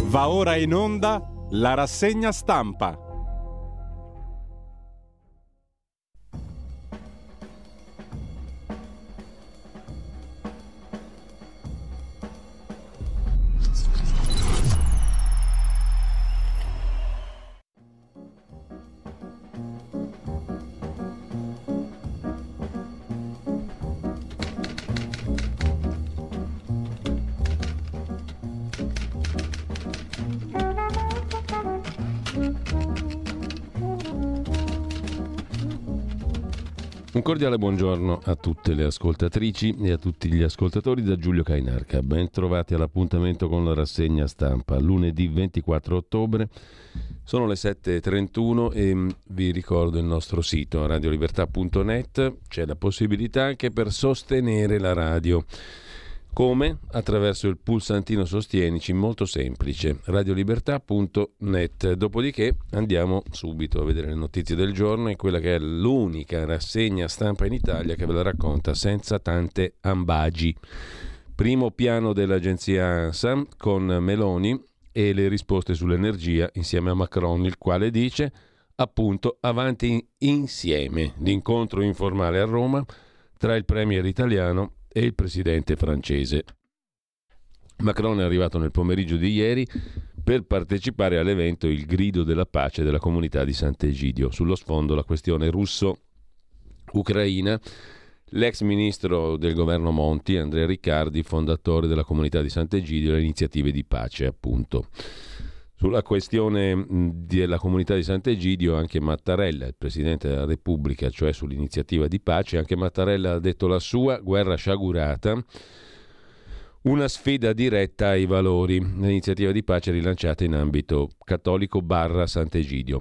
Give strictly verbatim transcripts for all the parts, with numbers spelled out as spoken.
Va ora in onda la rassegna stampa. Un cordiale buongiorno a tutte le ascoltatrici e a tutti gli ascoltatori da Giulio Cainarca. Ben trovati all'appuntamento con la rassegna stampa. Lunedì ventiquattro ottobre, sono le sette e trentuno e vi ricordo il nostro sito radiolibertà punto net. C'è la possibilità anche per sostenere la radio. Come? Attraverso il pulsantino Sostienici, molto semplice, radiolibertà punto net. Dopodiché andiamo subito a vedere le notizie del giorno e quella che è l'unica rassegna stampa in Italia che ve la racconta senza tante ambagi. Primo piano dell'agenzia ANSA con Meloni e le risposte sull'energia insieme a Macron, il quale dice appunto avanti insieme. L'incontro informale a Roma tra il premier italiano e il presidente francese. Macron è arrivato nel pomeriggio di ieri per partecipare all'evento Il grido della pace della comunità di Sant'Egidio. Sullo sfondo la questione russo-ucraina. L'ex ministro del governo Monti, Andrea Riccardi, fondatore della comunità di Sant'Egidio e le iniziative di pace, appunto. Sulla questione della comunità di Sant'Egidio anche Mattarella, il Presidente della Repubblica, cioè sull'iniziativa di pace, anche Mattarella ha detto la sua, guerra sciagurata, una sfida diretta ai valori. L'iniziativa di pace rilanciata in ambito cattolico barra Sant'Egidio.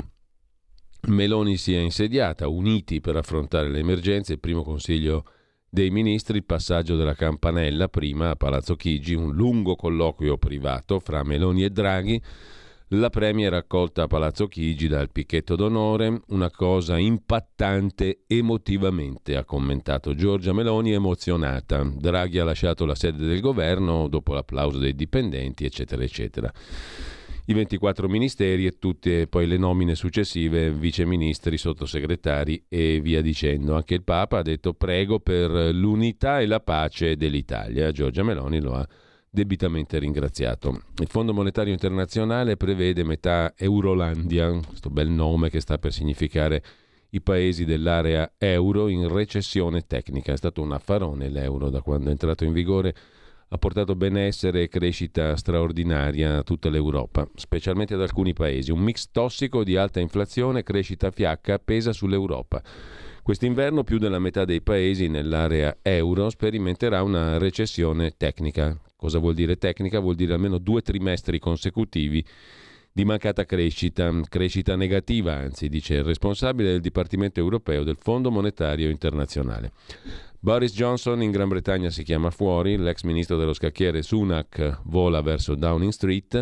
Meloni si è insediata, uniti per affrontare le emergenze, il primo Consiglio dei Ministri, il passaggio della campanella prima a Palazzo Chigi, un lungo colloquio privato fra Meloni e Draghi. La premier accolta a Palazzo Chigi dal picchetto d'onore, una cosa impattante emotivamente, ha commentato Giorgia Meloni emozionata. Draghi ha lasciato la sede del governo dopo l'applauso dei dipendenti, eccetera, eccetera. I ventiquattro ministeri e tutte poi le nomine successive, viceministri, sottosegretari e via dicendo. Anche il Papa ha detto prego per l'unità e la pace dell'Italia. Giorgia Meloni lo ha debitamente ringraziato. Il Fondo Monetario Internazionale prevede metà Eurolandia, questo bel nome che sta per significare i paesi dell'area euro, in recessione tecnica. È stato un affarone l'euro da quando è entrato in vigore, ha portato benessere e crescita straordinaria a tutta l'Europa, specialmente ad alcuni paesi. Un mix tossico di alta inflazione e crescita fiacca pesa sull'Europa. Quest'inverno più della metà dei paesi nell'area euro sperimenterà una recessione tecnica. Cosa vuol dire tecnica? Vuol dire almeno due trimestri consecutivi di mancata crescita, crescita negativa, anzi, dice il responsabile del Dipartimento Europeo del Fondo Monetario Internazionale. Boris Johnson in Gran Bretagna si chiama fuori, l'ex ministro dello scacchiere Sunak vola verso Downing Street.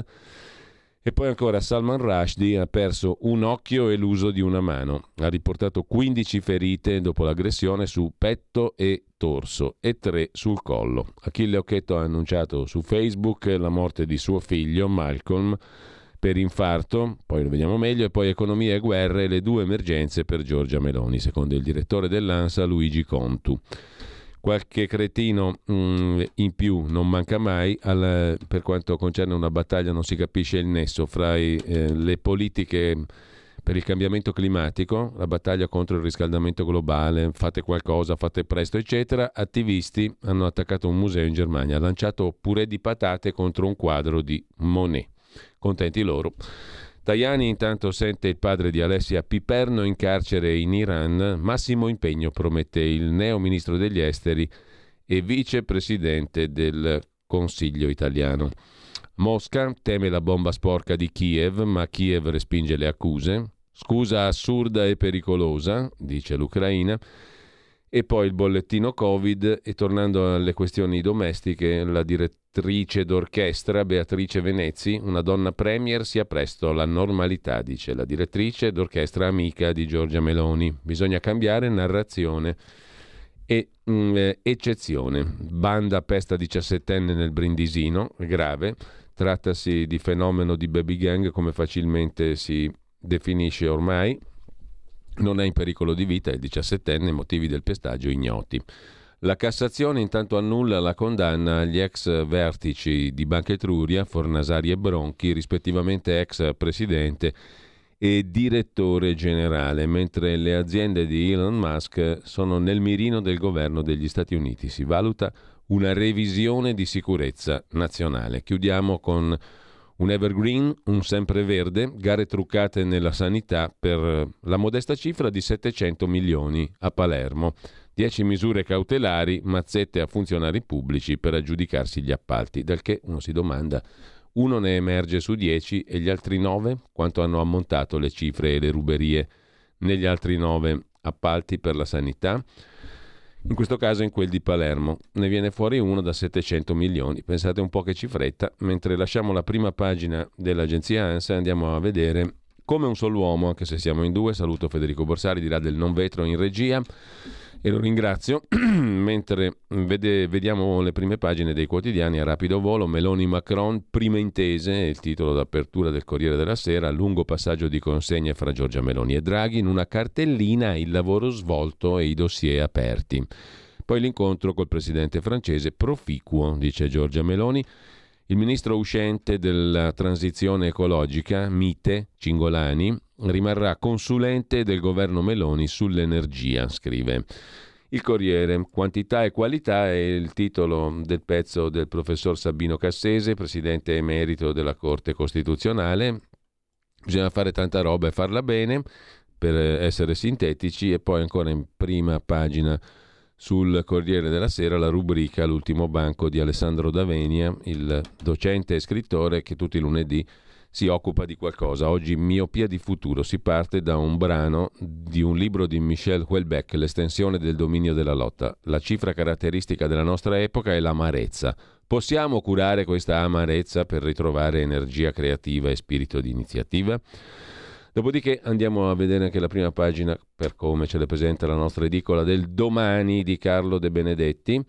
E poi ancora Salman Rushdie ha perso un occhio e l'uso di una mano. Ha riportato quindici ferite dopo l'aggressione su petto e torso e tre sul collo. Achille Occhetto ha annunciato su Facebook la morte di suo figlio Malcolm per infarto, poi lo vediamo meglio, e poi economia e guerre, le due emergenze per Giorgia Meloni, secondo il direttore dell'ANSA Luigi Contu. Qualche cretino mh, in più non manca mai. Al, per quanto concerne una battaglia non si capisce il nesso fra i, eh, le politiche per il cambiamento climatico, la battaglia contro il riscaldamento globale, fate qualcosa, fate presto, eccetera. Attivisti hanno attaccato un museo in Germania, ha lanciato purè di patate contro un quadro di Monet. Contenti loro. Tajani intanto sente il padre di Alessia Piperno in carcere in Iran. Massimo impegno, promette il neo ministro degli esteri e vicepresidente del Consiglio italiano. Mosca teme la bomba sporca di Kiev, ma Kiev respinge le accuse. Scusa assurda e pericolosa, dice l'Ucraina. E poi il bollettino Covid. E tornando alle questioni domestiche, la direttrice d'orchestra Beatrice Venezzi, una donna premier, sia presto alla normalità, dice la direttrice d'orchestra amica di Giorgia Meloni. Bisogna cambiare narrazione E mh, eccezione, banda pesta diciassettenne nel Brindisino, grave, trattasi di fenomeno di baby gang come facilmente si definisce ormai, non è in pericolo di vita il diciassettenne, motivi del pestaggio ignoti. La Cassazione intanto annulla la condanna agli ex vertici di Banca Etruria, Fornasari e Bronchi, rispettivamente ex presidente e direttore generale, mentre le aziende di Elon Musk sono nel mirino del governo degli Stati Uniti. Si valuta una revisione di sicurezza nazionale. Chiudiamo con un evergreen, un sempreverde, gare truccate nella sanità per la modesta cifra di settecento milioni a Palermo. dieci misure cautelari, mazzette a funzionari pubblici per aggiudicarsi gli appalti, dal che uno si domanda: uno ne emerge su dieci e gli altri nove? Quanto hanno ammontato le cifre e le ruberie negli altri nove appalti per la sanità? In questo caso in quel di Palermo ne viene fuori uno da settecento milioni. Pensate un po' che cifretta. Mentre lasciamo la prima pagina dell'agenzia ANSA e andiamo a vedere come un solo uomo, anche se siamo in due. Saluto Federico Borsari, dirà del non vetro in regia e lo ringrazio. Mentre vede, vediamo le prime pagine dei quotidiani a rapido volo. Meloni-Macron, prime intese, il titolo d'apertura del Corriere della Sera, lungo passaggio di consegne fra Giorgia Meloni e Draghi, in una cartellina il lavoro svolto e i dossier aperti. Poi l'incontro col presidente francese, proficuo, dice Giorgia Meloni. Il ministro uscente della transizione ecologica, Mite Cingolani, rimarrà consulente del governo Meloni sull'energia, scrive il Corriere. Quantità e qualità è il titolo del pezzo del professor Sabino Cassese, presidente emerito della Corte Costituzionale. Bisogna fare tanta roba e farla bene, per essere sintetici. E poi ancora in prima pagina sul Corriere della Sera la rubrica L'ultimo banco di Alessandro D'Avenia, il docente e scrittore che tutti i lunedì si occupa di qualcosa. Oggi Miopia di futuro. Si parte da un brano di un libro di Michel Houellebecq, L'estensione del dominio della lotta. La cifra caratteristica della nostra epoca è l'amarezza. Possiamo curare questa amarezza per ritrovare energia creativa e spirito di iniziativa? Dopodiché andiamo a vedere anche la prima pagina, per come ce le presenta la nostra edicola, del Domani di Carlo De Benedetti.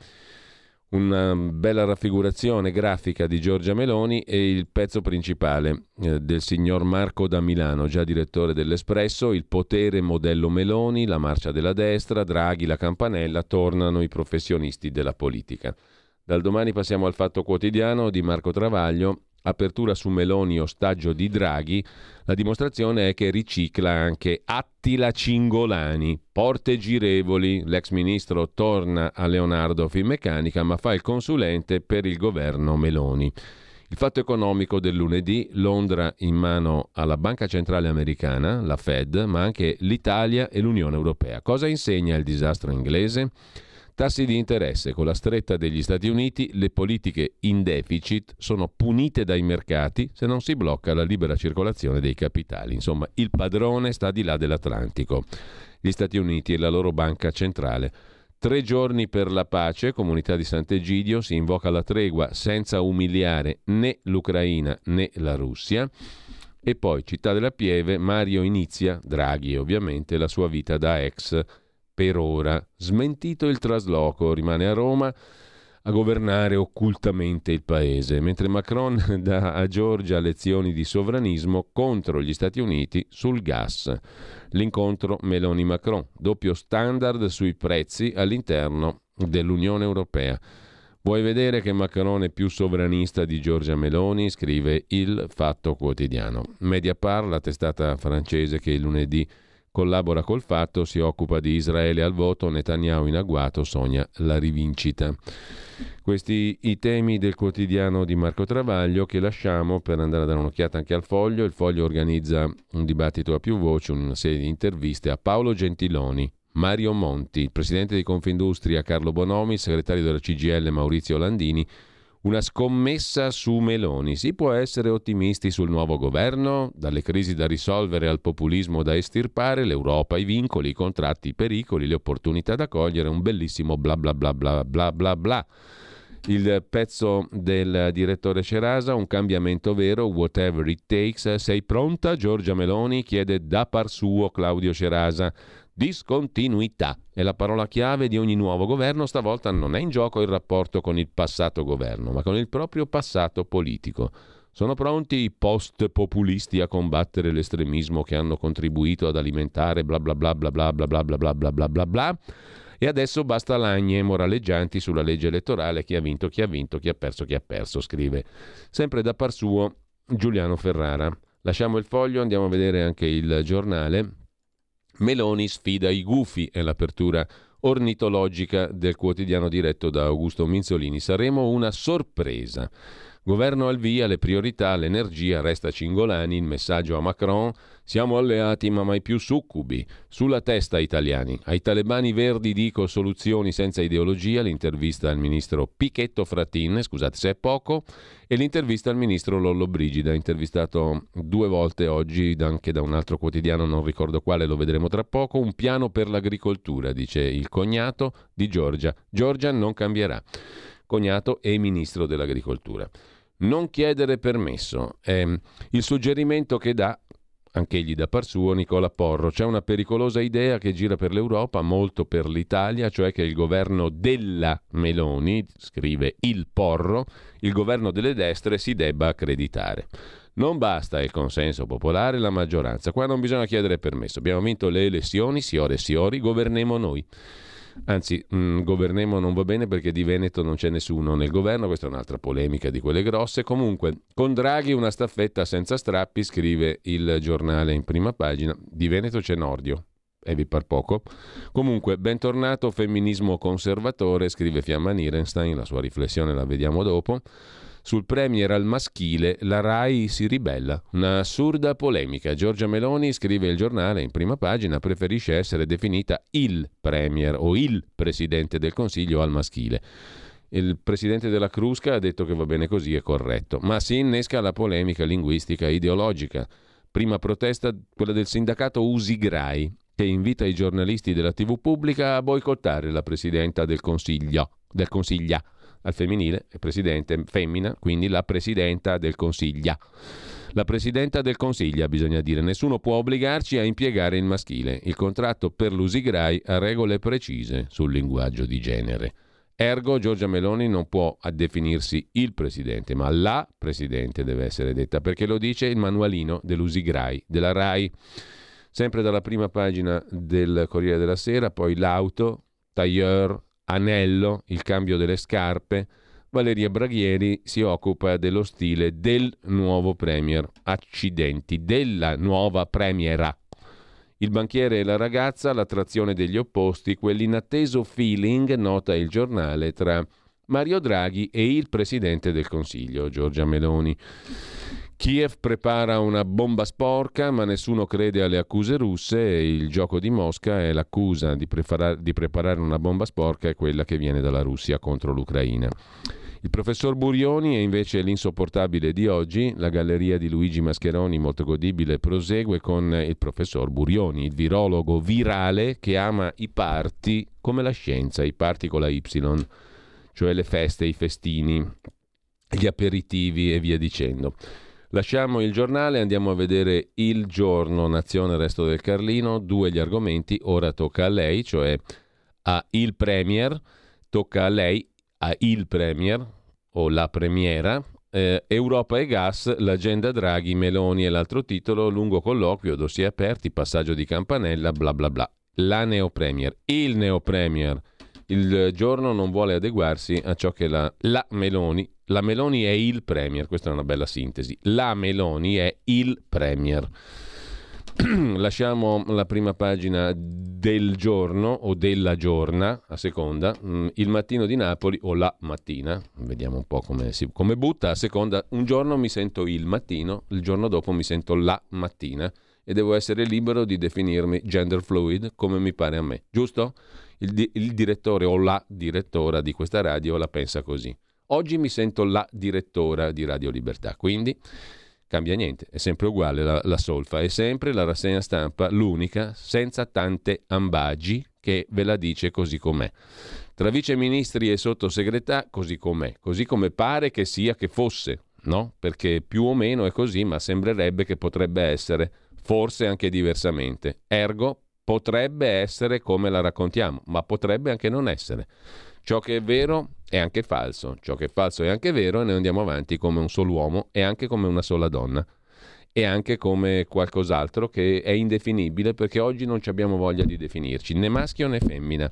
Una bella raffigurazione grafica di Giorgia Meloni e il pezzo principale eh, del signor Marco da Milano, già direttore dell'Espresso. Il potere modello Meloni, la marcia della destra, Draghi, la campanella, tornano i professionisti della politica. Dal Domani passiamo al Fatto Quotidiano di Marco Travaglio. Apertura su Meloni, ostaggio di Draghi. La dimostrazione è che ricicla anche Attila Cingolani. Porte girevoli. L'ex ministro torna a Leonardo Finmeccanica, ma fa il consulente per il governo Meloni. Il Fatto Economico del lunedì. Londra in mano alla Banca Centrale Americana, la Fed, ma anche l'Italia e l'Unione Europea. Cosa insegna il disastro inglese? Tassi di interesse. Con la stretta degli Stati Uniti, le politiche in deficit sono punite dai mercati se non si blocca la libera circolazione dei capitali. Insomma, il padrone sta di là dell'Atlantico. Gli Stati Uniti e la loro banca centrale. Tre giorni per la pace, Comunità di Sant'Egidio, si invoca la tregua senza umiliare né l'Ucraina né la Russia. E poi, Città della Pieve, Mario inizia, Draghi ovviamente, la sua vita da ex. Per ora, smentito il trasloco, rimane a Roma a governare occultamente il paese, mentre Macron dà a Giorgia lezioni di sovranismo contro gli Stati Uniti sul gas. L'incontro Meloni-Macron, doppio standard sui prezzi all'interno dell'Unione Europea. Vuoi vedere che Macron è più sovranista di Giorgia Meloni? Scrive il Fatto Quotidiano. Mediapart, la testata francese che il lunedì collabora col Fatto, si occupa di Israele al voto, Netanyahu in agguato, sogna la rivincita. Questi i temi del quotidiano di Marco Travaglio, che lasciamo per andare a dare un'occhiata anche al Foglio. Il Foglio organizza un dibattito a più voci, una serie di interviste a Paolo Gentiloni, Mario Monti, il presidente di Confindustria Carlo Bonomi, il segretario della C G I L Maurizio Landini. Una scommessa su Meloni. Si può essere ottimisti sul nuovo governo? Dalle crisi da risolvere al populismo da estirpare, l'Europa, i vincoli, i contratti, i pericoli, le opportunità da cogliere, un bellissimo bla bla bla bla bla bla bla. Il pezzo del direttore Cerasa, un cambiamento vero, whatever it takes. Sei pronta? Giorgia Meloni chiede da par suo Claudio Cerasa. Discontinuità è la parola chiave di ogni nuovo governo. Stavolta non è in gioco il rapporto con il passato governo, ma con il proprio passato politico. Sono pronti i post-populisti a combattere l'estremismo che hanno contribuito ad alimentare bla bla bla bla bla bla bla bla bla bla bla bla bla. E adesso basta lagne moraleggianti sulla legge elettorale, chi ha vinto, chi ha vinto, chi ha perso, chi ha perso, scrive sempre da par suo Giuliano Ferrara. Lasciamo il Foglio, andiamo a vedere anche il Giornale. Meloni sfida i gufi, è l'apertura ornitologica del quotidiano diretto da Augusto Minzolini. Saremo una sorpresa. Governo al via, le priorità, l'energia, resta Cingolani, il messaggio a Macron, siamo alleati ma mai più succubi. Sulla testa italiani, ai talebani verdi dico soluzioni senza ideologia, l'intervista al ministro Pichetto Fratin, scusate se è poco, e l'intervista al ministro Lollobrigida, intervistato due volte oggi anche da un altro quotidiano, non ricordo quale, lo vedremo tra poco. Un piano per l'agricoltura, dice il cognato di Giorgia. Giorgia non cambierà. Cognato e ministro dell'agricoltura. Non chiedere permesso è il suggerimento che dà, anch'egli da par suo, Nicola Porro. C'è una pericolosa idea che gira per l'Europa, molto per l'Italia, cioè che il governo della Meloni, scrive il Porro, il governo delle destre si debba accreditare. Non basta il consenso popolare, la maggioranza. Qua non bisogna chiedere permesso. Abbiamo vinto le elezioni, siore e siori, governiamo noi. Anzi, mh, governiamo non va bene perché di Veneto non c'è nessuno nel governo, questa è un'altra polemica di quelle grosse. Comunque, con Draghi una staffetta senza strappi, scrive il Giornale in prima pagina. Di Veneto c'è Nordio, e vi par poco. Comunque, bentornato femminismo conservatore, scrive Fiamma Nirenstein, la sua riflessione la vediamo dopo. Sul premier al maschile la RAI si ribella. Una assurda polemica. Giorgia Meloni, scrive il Giornale in prima pagina, preferisce essere definita il premier o il presidente del Consiglio al maschile. Il presidente della Crusca ha detto che va bene così, è corretto. Ma si innesca la polemica linguistica ideologica. Prima protesta, quella del sindacato Usigrai, che invita i giornalisti della tivù pubblica a boicottare la presidenta del Consiglio, del Consiglia. Al femminile, è presidente femmina, quindi la presidenta del Consiglia. La presidenta del Consiglia, bisogna dire, nessuno può obbligarci a impiegare il maschile. Il contratto per l'Usigrai ha regole precise sul linguaggio di genere. Ergo, Giorgia Meloni non può definirsi il presidente, ma la presidente deve essere detta, perché lo dice il manualino dell'Usigrai, della RAI. Sempre dalla prima pagina del Corriere della Sera, poi l'auto, tailleur, Anello, il cambio delle scarpe. Valeria Braghieri si occupa dello stile del nuovo premier. Accidenti, della nuova premiera. Il banchiere e la ragazza, l'attrazione degli opposti, quell'inatteso feeling, nota il Giornale, tra Mario Draghi e il presidente del Consiglio, Giorgia Meloni. Kiev prepara una bomba sporca, ma nessuno crede alle accuse russe e il gioco di Mosca è l'accusa di, preparar- di preparare una bomba sporca è quella che viene dalla Russia contro l'Ucraina. Il professor Burioni è invece l'insopportabile di oggi. La galleria di Luigi Mascheroni, molto godibile, prosegue con il professor Burioni, il virologo virale che ama i party come la scienza, i party con la Y, cioè le feste, i festini, gli aperitivi e via dicendo. Lasciamo il Giornale, andiamo a vedere Il Giorno, Nazione, Resto del Carlino. Due gli argomenti, ora tocca a lei, cioè a il Premier, tocca a lei, a il Premier o la Premiera. Eh, Europa e gas, l'agenda Draghi, Meloni e l'altro titolo, lungo colloquio, dossier aperti, passaggio di campanella, bla bla bla. La neopremier, il neopremier. Il Giorno non vuole adeguarsi a ciò che la, la Meloni, la Meloni è il premier, questa è una bella sintesi, la Meloni è il premier. Lasciamo la prima pagina del Giorno o della Giorna, a seconda, il Mattino di Napoli o la Mattina, vediamo un po' come, si, come butta, a seconda, un giorno mi sento il mattino, il giorno dopo mi sento la mattina e devo essere libero di definirmi gender fluid come mi pare a me, giusto? Il, di- il direttore o la direttora di questa radio la pensa così. Oggi mi sento la direttora di Radio Libertà, quindi cambia niente, è sempre uguale la, la solfa, è sempre la rassegna stampa, l'unica, senza tante ambagi, che ve la dice così com'è. Tra viceministri e sottosegretari, così com'è, così come pare che sia che fosse, no? Perché più o meno è così, ma sembrerebbe che potrebbe essere forse anche diversamente. Ergo, potrebbe essere come la raccontiamo, ma potrebbe anche non essere. Ciò che è vero è anche falso, ciò che è falso è anche vero, e noi andiamo avanti come un solo uomo e anche come una sola donna e anche come qualcos'altro che è indefinibile, perché oggi non ci abbiamo voglia di definirci né maschio né femmina.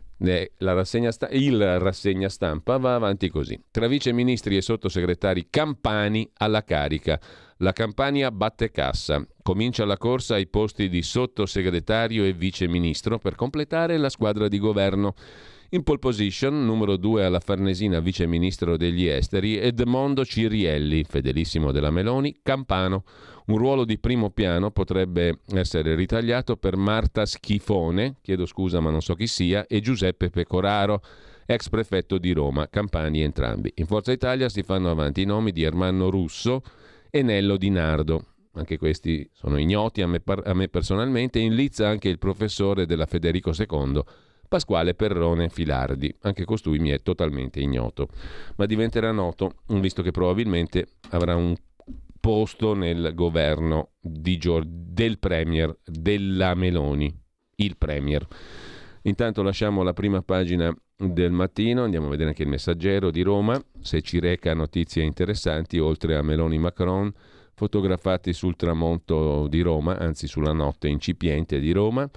La rassegna sta- il rassegna stampa va avanti così: tra viceministri e sottosegretari campani alla carica, la Campania batte cassa, comincia la corsa ai posti di sottosegretario e viceministro per completare la squadra di governo. In pole position, numero due alla Farnesina, vice ministro degli esteri, Edmondo Cirielli, fedelissimo della Meloni, campano. Un ruolo di primo piano potrebbe essere ritagliato per Marta Schifone, chiedo scusa ma non so chi sia, e Giuseppe Pecoraro, ex prefetto di Roma, campani entrambi. In Forza Italia si fanno avanti i nomi di Ermanno Russo e Nello Di Nardo. Anche questi sono ignoti a me, a me personalmente. In lizza anche il professore della Federico secondo, Pasquale Perrone Filardi, anche costui mi è totalmente ignoto, ma diventerà noto visto che probabilmente avrà un posto nel governo di Gior- del Premier, della Meloni, il Premier. Intanto lasciamo la prima pagina del Mattino, andiamo a vedere anche il Messaggero di Roma, se ci reca notizie interessanti, oltre a Meloni Macron, fotografati sul tramonto di Roma, anzi sulla notte incipiente di Roma.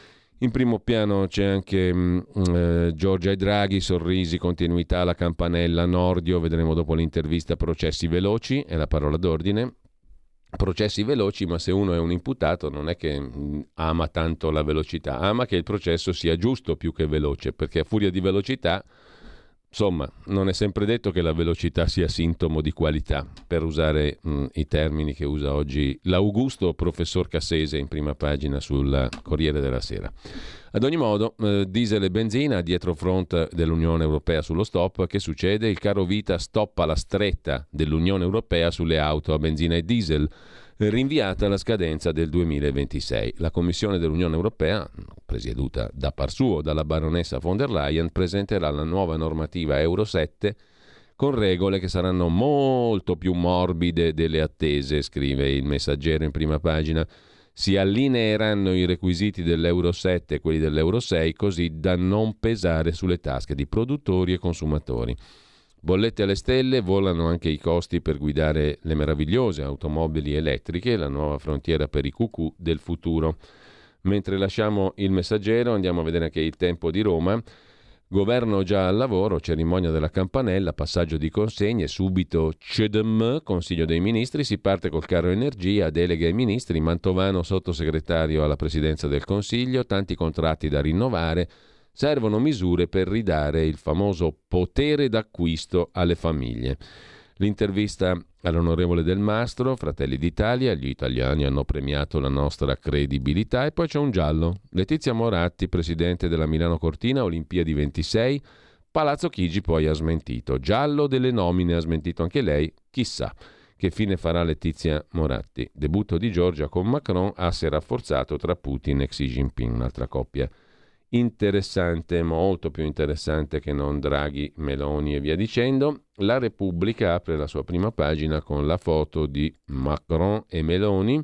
In primo piano c'è anche mh, eh, Giorgia e Draghi, sorrisi, continuità, la campanella, Nordio, vedremo dopo l'intervista, processi veloci, è la parola d'ordine. Processi veloci, ma se uno è un imputato non è che mh, ama tanto la velocità, ama che il processo sia giusto più che veloce, perché a furia di velocità, insomma, non è sempre detto che la velocità sia sintomo di qualità, per usare mh, i termini che usa oggi l'augusto professor Cassese in prima pagina sul Corriere della Sera. Ad ogni modo, eh, diesel e benzina, dietro front dell'Unione Europea sullo stop. Che succede? Il caro vita stoppa la stretta dell'Unione Europea sulle auto a benzina e diesel, rinviata alla scadenza del duemilaventisei. La Commissione dell'Unione Europea, presieduta da par suo dalla baronessa von der Leyen, presenterà la nuova normativa Euro sette con regole che saranno molto più morbide delle attese, scrive il Messaggero in prima pagina. Si allineeranno i requisiti dell'Euro sette e quelli dell'Euro sei, così da non pesare sulle tasche di produttori e consumatori. Bollette alle stelle, volano anche i costi per guidare le meravigliose automobili elettriche, la nuova frontiera per i cucù del futuro. Mentre lasciamo il Messaggero, andiamo a vedere anche il Tempo di Roma. Governo già al lavoro, cerimonia della campanella, passaggio di consegne, subito C D M, Consiglio dei Ministri, si parte col carro energia, delega ai ministri, Mantovano sottosegretario alla Presidenza del Consiglio, tanti contratti da rinnovare, servono misure per ridare il famoso potere d'acquisto alle famiglie. L'intervista all'onorevole Del Mastro, Fratelli d'Italia, gli italiani hanno premiato la nostra credibilità, e poi c'è un giallo. Letizia Moratti, presidente della Milano Cortina, Olimpiadi ventisei, Palazzo Chigi poi ha smentito. Giallo delle nomine, ha smentito anche lei, chissà che fine farà Letizia Moratti. Debutto di Giorgia con Macron, asse rafforzato tra Putin e Xi Jinping, un'altra coppia interessante, molto più interessante che non Draghi, Meloni e via dicendo. La Repubblica apre la sua prima pagina con la foto di Macron e Meloni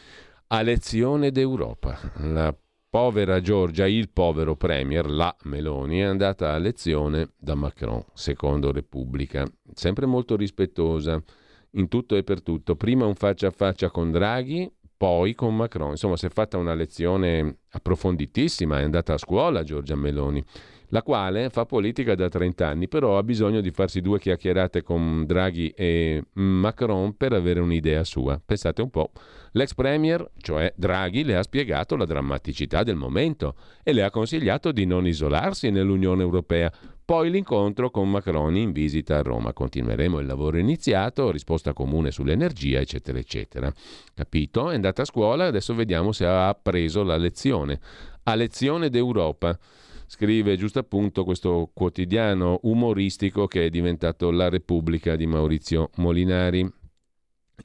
a lezione d'Europa. La povera Giorgia, il povero premier, la Meloni, è andata a lezione da Macron, secondo Repubblica, sempre molto rispettosa in tutto e per tutto. Prima un faccia a faccia con Draghi, poi con Macron. Insomma, si è fatta una lezione approfonditissima, è andata a scuola Giorgia Meloni, la quale fa politica da trenta anni, però ha bisogno di farsi due chiacchierate con Draghi e Macron per avere un'idea sua. Pensate un po', l'ex premier, cioè Draghi, le ha spiegato la drammaticità del momento e le ha consigliato di non isolarsi nell'Unione Europea. Poi l'incontro con Macron in visita a Roma. Continueremo il lavoro iniziato, risposta comune sull'energia, eccetera, eccetera. Capito? È andata a scuola, adesso vediamo se ha appreso la lezione. A lezione d'Europa, scrive giusto appunto questo quotidiano umoristico che è diventato La Repubblica di Maurizio Molinari.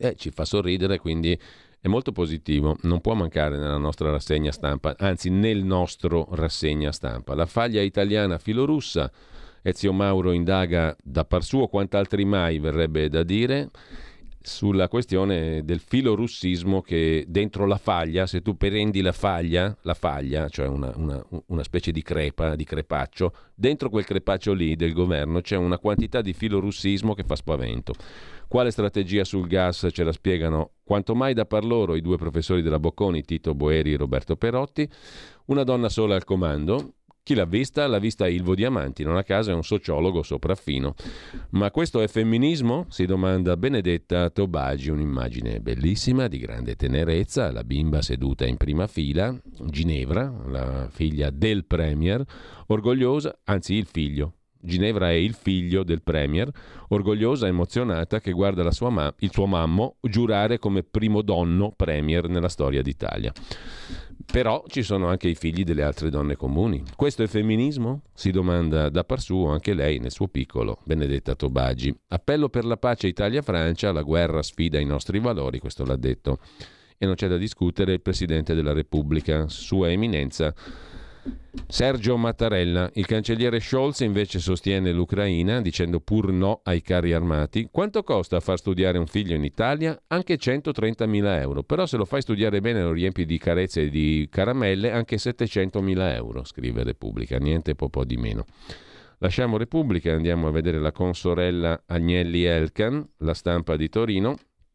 Eh, ci fa sorridere, quindi è molto positivo, non può mancare nella nostra rassegna stampa, anzi nel nostro rassegna stampa. La faglia italiana filorussa, Ezio Mauro indaga da par suo quant'altri mai, verrebbe da dire, sulla questione del filorussismo che dentro la faglia, se tu prendi la faglia, la faglia, cioè una, una, una specie di crepa, di crepaccio, dentro quel crepaccio lì del governo c'è una quantità di filorussismo che fa spavento. Quale strategia sul gas ce la spiegano quanto mai da par loro i due professori della Bocconi, Tito Boeri e Roberto Perotti. Una donna sola al comando. Chi l'ha vista? L'ha vista Ilvo Diamanti, non a caso è un sociologo sopraffino. Ma questo è femminismo? Si domanda Benedetta Tobagi, un'immagine bellissima, di grande tenerezza, la bimba seduta in prima fila, Ginevra, la figlia del premier, orgogliosa, anzi il figlio. Ginevra è il figlio del premier, orgogliosa e emozionata che guarda la sua ma- il suo mammo giurare come primo donno premier nella storia d'Italia. Però ci sono anche i figli delle altre donne comuni. Questo è femminismo? Si domanda da par suo anche lei nel suo piccolo, Benedetta Tobagi. Appello per la pace Italia-Francia, la guerra sfida i nostri valori, questo l'ha detto. E non c'è da discutere il Presidente della Repubblica, Sua Eminenza Sergio Mattarella. Il cancelliere Scholz invece sostiene l'Ucraina dicendo pur no ai carri armati. Quanto costa far studiare un figlio in Italia? Anche centotrentamila euro, però se lo fai studiare bene lo riempi di carezze e di caramelle anche settecentomila euro, scrive Repubblica, niente po' po' di meno. Lasciamo Repubblica e andiamo a vedere la consorella Agnelli Elkann, La Stampa di Torino.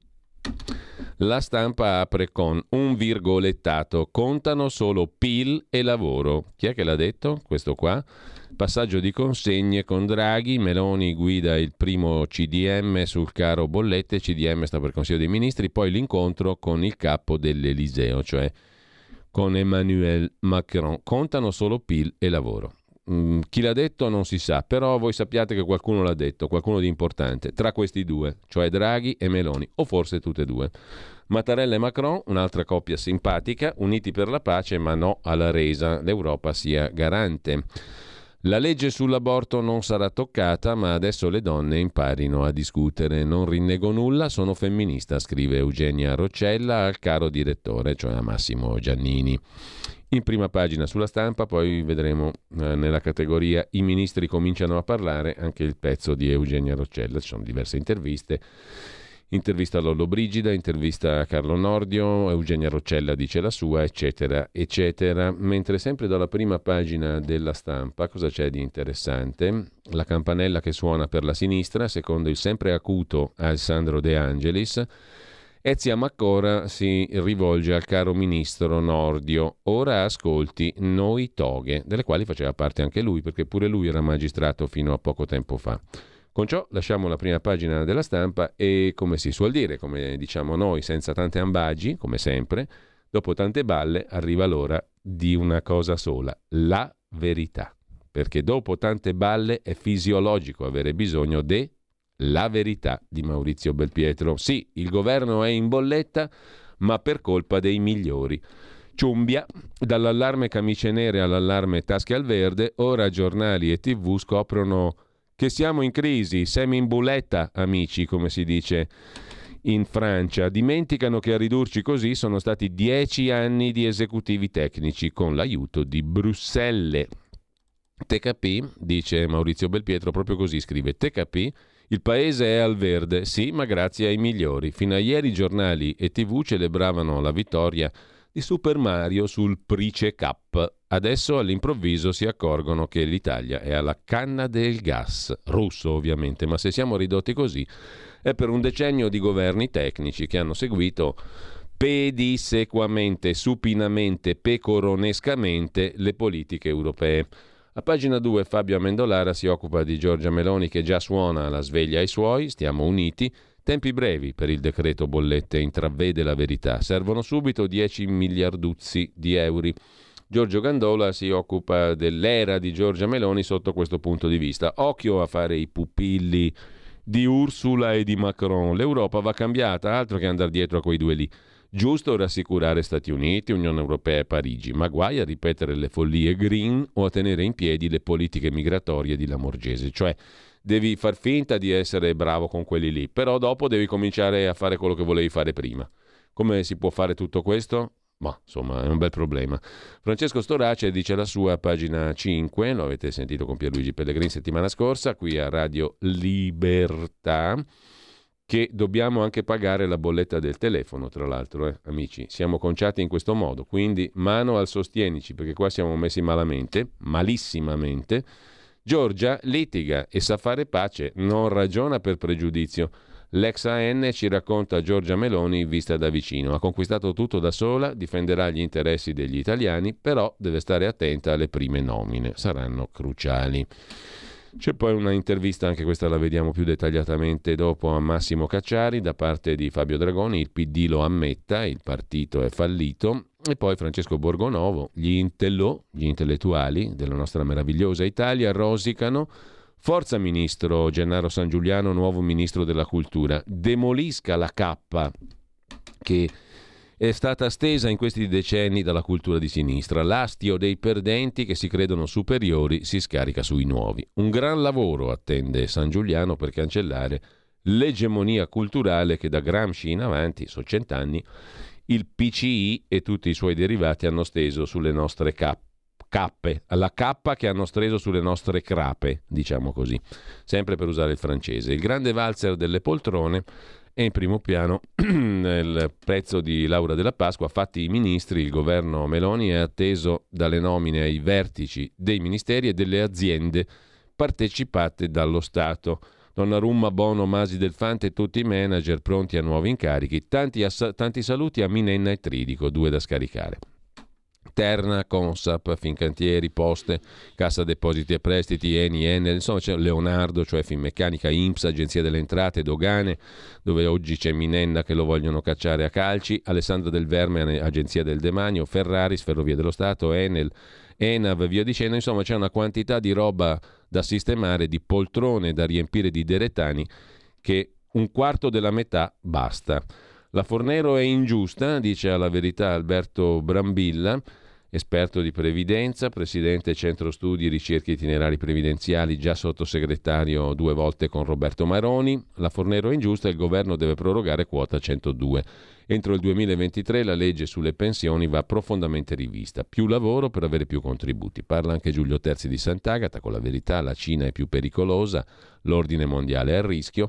La Stampa apre con un virgolettato: contano solo P I L e lavoro. Chi è che l'ha detto? Questo qua. Passaggio di consegne con Draghi, Meloni guida il primo C D M sul caro bollette, C D M sta per Consiglio dei Ministri, poi l'incontro con il capo dell'Eliseo, cioè con Emmanuel Macron. Contano solo P I L e lavoro. Mm, chi l'ha detto non si sa, però voi sappiate che qualcuno l'ha detto, qualcuno di importante, tra questi due, cioè Draghi e Meloni, o forse tutte e due. Mattarella e Macron, un'altra coppia simpatica, uniti per la pace ma no alla resa, l'Europa sia garante. La legge sull'aborto non sarà toccata, ma adesso le donne imparino a discutere. Non rinnego nulla, sono femminista, scrive Eugenia Roccella al caro direttore, cioè a Massimo Giannini. In prima pagina sulla Stampa, poi vedremo eh, nella categoria I ministri cominciano a parlare anche il pezzo di Eugenia Roccella, ci sono diverse interviste. Intervista a Lollobrigida, intervista a Carlo Nordio, Eugenia Roccella dice la sua, eccetera, eccetera. Mentre sempre dalla prima pagina della Stampa, cosa c'è di interessante? La campanella che suona per la sinistra, secondo il sempre acuto Alessandro De Angelis. Ezia Maccora si rivolge al caro ministro Nordio: ora ascolti noi toghe, delle quali faceva parte anche lui, perché pure lui era magistrato fino a poco tempo fa. Con ciò lasciamo la prima pagina della Stampa e, come si suol dire, come diciamo noi, senza tante ambagi, come sempre, dopo tante balle arriva l'ora di una cosa sola: la verità. Perché dopo tante balle è fisiologico avere bisogno de la verità di Maurizio Belpietro. Sì, il governo è in bolletta, ma per colpa dei migliori. Ciumbia, dall'allarme camicie nere all'allarme tasche al verde, ora giornali e tivù scoprono che siamo in crisi, semi in buletta, amici, come si dice in Francia. Dimenticano che a ridurci così sono stati dieci anni di esecutivi tecnici con l'aiuto di Bruxelles. T K P, dice Maurizio Belpietro, proprio così scrive T K P, il paese è al verde, sì, ma grazie ai migliori. Fino a ieri giornali e tivù celebravano la vittoria di Super Mario sul Price Cup. Adesso all'improvviso si accorgono che l'Italia è alla canna del gas, russo ovviamente, ma se siamo ridotti così è per un decennio di governi tecnici che hanno seguito pedissequamente, supinamente, pecoronescamente le politiche europee. A pagina due Fabio Amendolara si occupa di Giorgia Meloni che già suona la sveglia ai suoi, stiamo uniti. Tempi brevi per il decreto bollette, intravede la verità. Servono subito dieci miliarduzzi di euro. Giorgio Gandola si occupa dell'era di Giorgia Meloni sotto questo punto di vista. Occhio a fare i pupilli di Ursula e di Macron. L'Europa va cambiata, altro che andare dietro a quei due lì. Giusto rassicurare Stati Uniti, Unione Europea e Parigi, ma guai a ripetere le follie green o a tenere in piedi le politiche migratorie di Lamorgese, cioè devi far finta di essere bravo con quelli lì, però dopo devi cominciare a fare quello che volevi fare prima. Come si può fare tutto questo? Ma insomma è un bel problema. Francesco Storace dice la sua a pagina cinque, lo avete sentito con Pierluigi Pellegrini settimana scorsa qui a Radio Libertà, che dobbiamo anche pagare la bolletta del telefono, tra l'altro, eh, amici, siamo conciati in questo modo, quindi mano al sostienici, perché qua siamo messi malamente, malissimamente. Giorgia litiga e sa fare pace, non ragiona per pregiudizio. L'ex A N ci racconta Giorgia Meloni vista da vicino. Ha conquistato tutto da sola, difenderà gli interessi degli italiani, però deve stare attenta alle prime nomine, saranno cruciali. C'è poi una intervista, anche questa la vediamo più dettagliatamente dopo, a Massimo Cacciari da parte di Fabio Dragoni, il P D lo ammetta, il partito è fallito, e poi Francesco Borgonovo, gli intellò, gli intellettuali della nostra meravigliosa Italia rosicano. Forza Ministro Gennaro Sangiuliano, nuovo Ministro della Cultura, demolisca la cappa che è stata stesa in questi decenni dalla cultura di sinistra. L'astio dei perdenti che si credono superiori si scarica sui nuovi. Un gran lavoro attende Sangiuliano per cancellare l'egemonia culturale che da Gramsci in avanti, sono cent'anni, il P C I e tutti i suoi derivati hanno steso sulle nostre cappe. Cappe, alla cappa che hanno steso sulle nostre crape, diciamo così, sempre per usare il francese. Il grande valzer delle poltrone è in primo piano nel pezzo di Laura Della Pasqua. Fatti i ministri, il governo Meloni è atteso dalle nomine ai vertici dei ministeri e delle aziende partecipate dallo Stato. Donnarumma, Bono, Masi del Fante e tutti i manager pronti a nuovi incarichi. Tanti, ass- tanti saluti a Minenna e Tridico, due da scaricare. Terna, Consap, Fincantieri, Poste, Cassa Depositi e Prestiti, Eni, Enel, insomma c'è Leonardo, cioè Finmeccanica, I N P S, Agenzia delle Entrate, Dogane, dove oggi c'è Minenna che lo vogliono cacciare a calci, Alessandro Del Verme, Agenzia del Demanio, Ferraris, Ferrovie dello Stato, Enel, Enav, via dicendo, insomma c'è una quantità di roba da sistemare, di poltrone da riempire di deretani, che un quarto della metà basta. La Fornero è ingiusta, dice alla Verità Alberto Brambilla, esperto di previdenza, presidente Centro Studi Ricerche Itinerari Previdenziali, già sottosegretario due volte con Roberto Maroni. La Fornero è ingiusta, il governo deve prorogare quota centodue. Entro il duemilaventitré la legge sulle pensioni va profondamente rivista. Più lavoro per avere più contributi. Parla anche Giulio Terzi di Sant'Agata con La Verità, la Cina è più pericolosa, l'ordine mondiale è a rischio.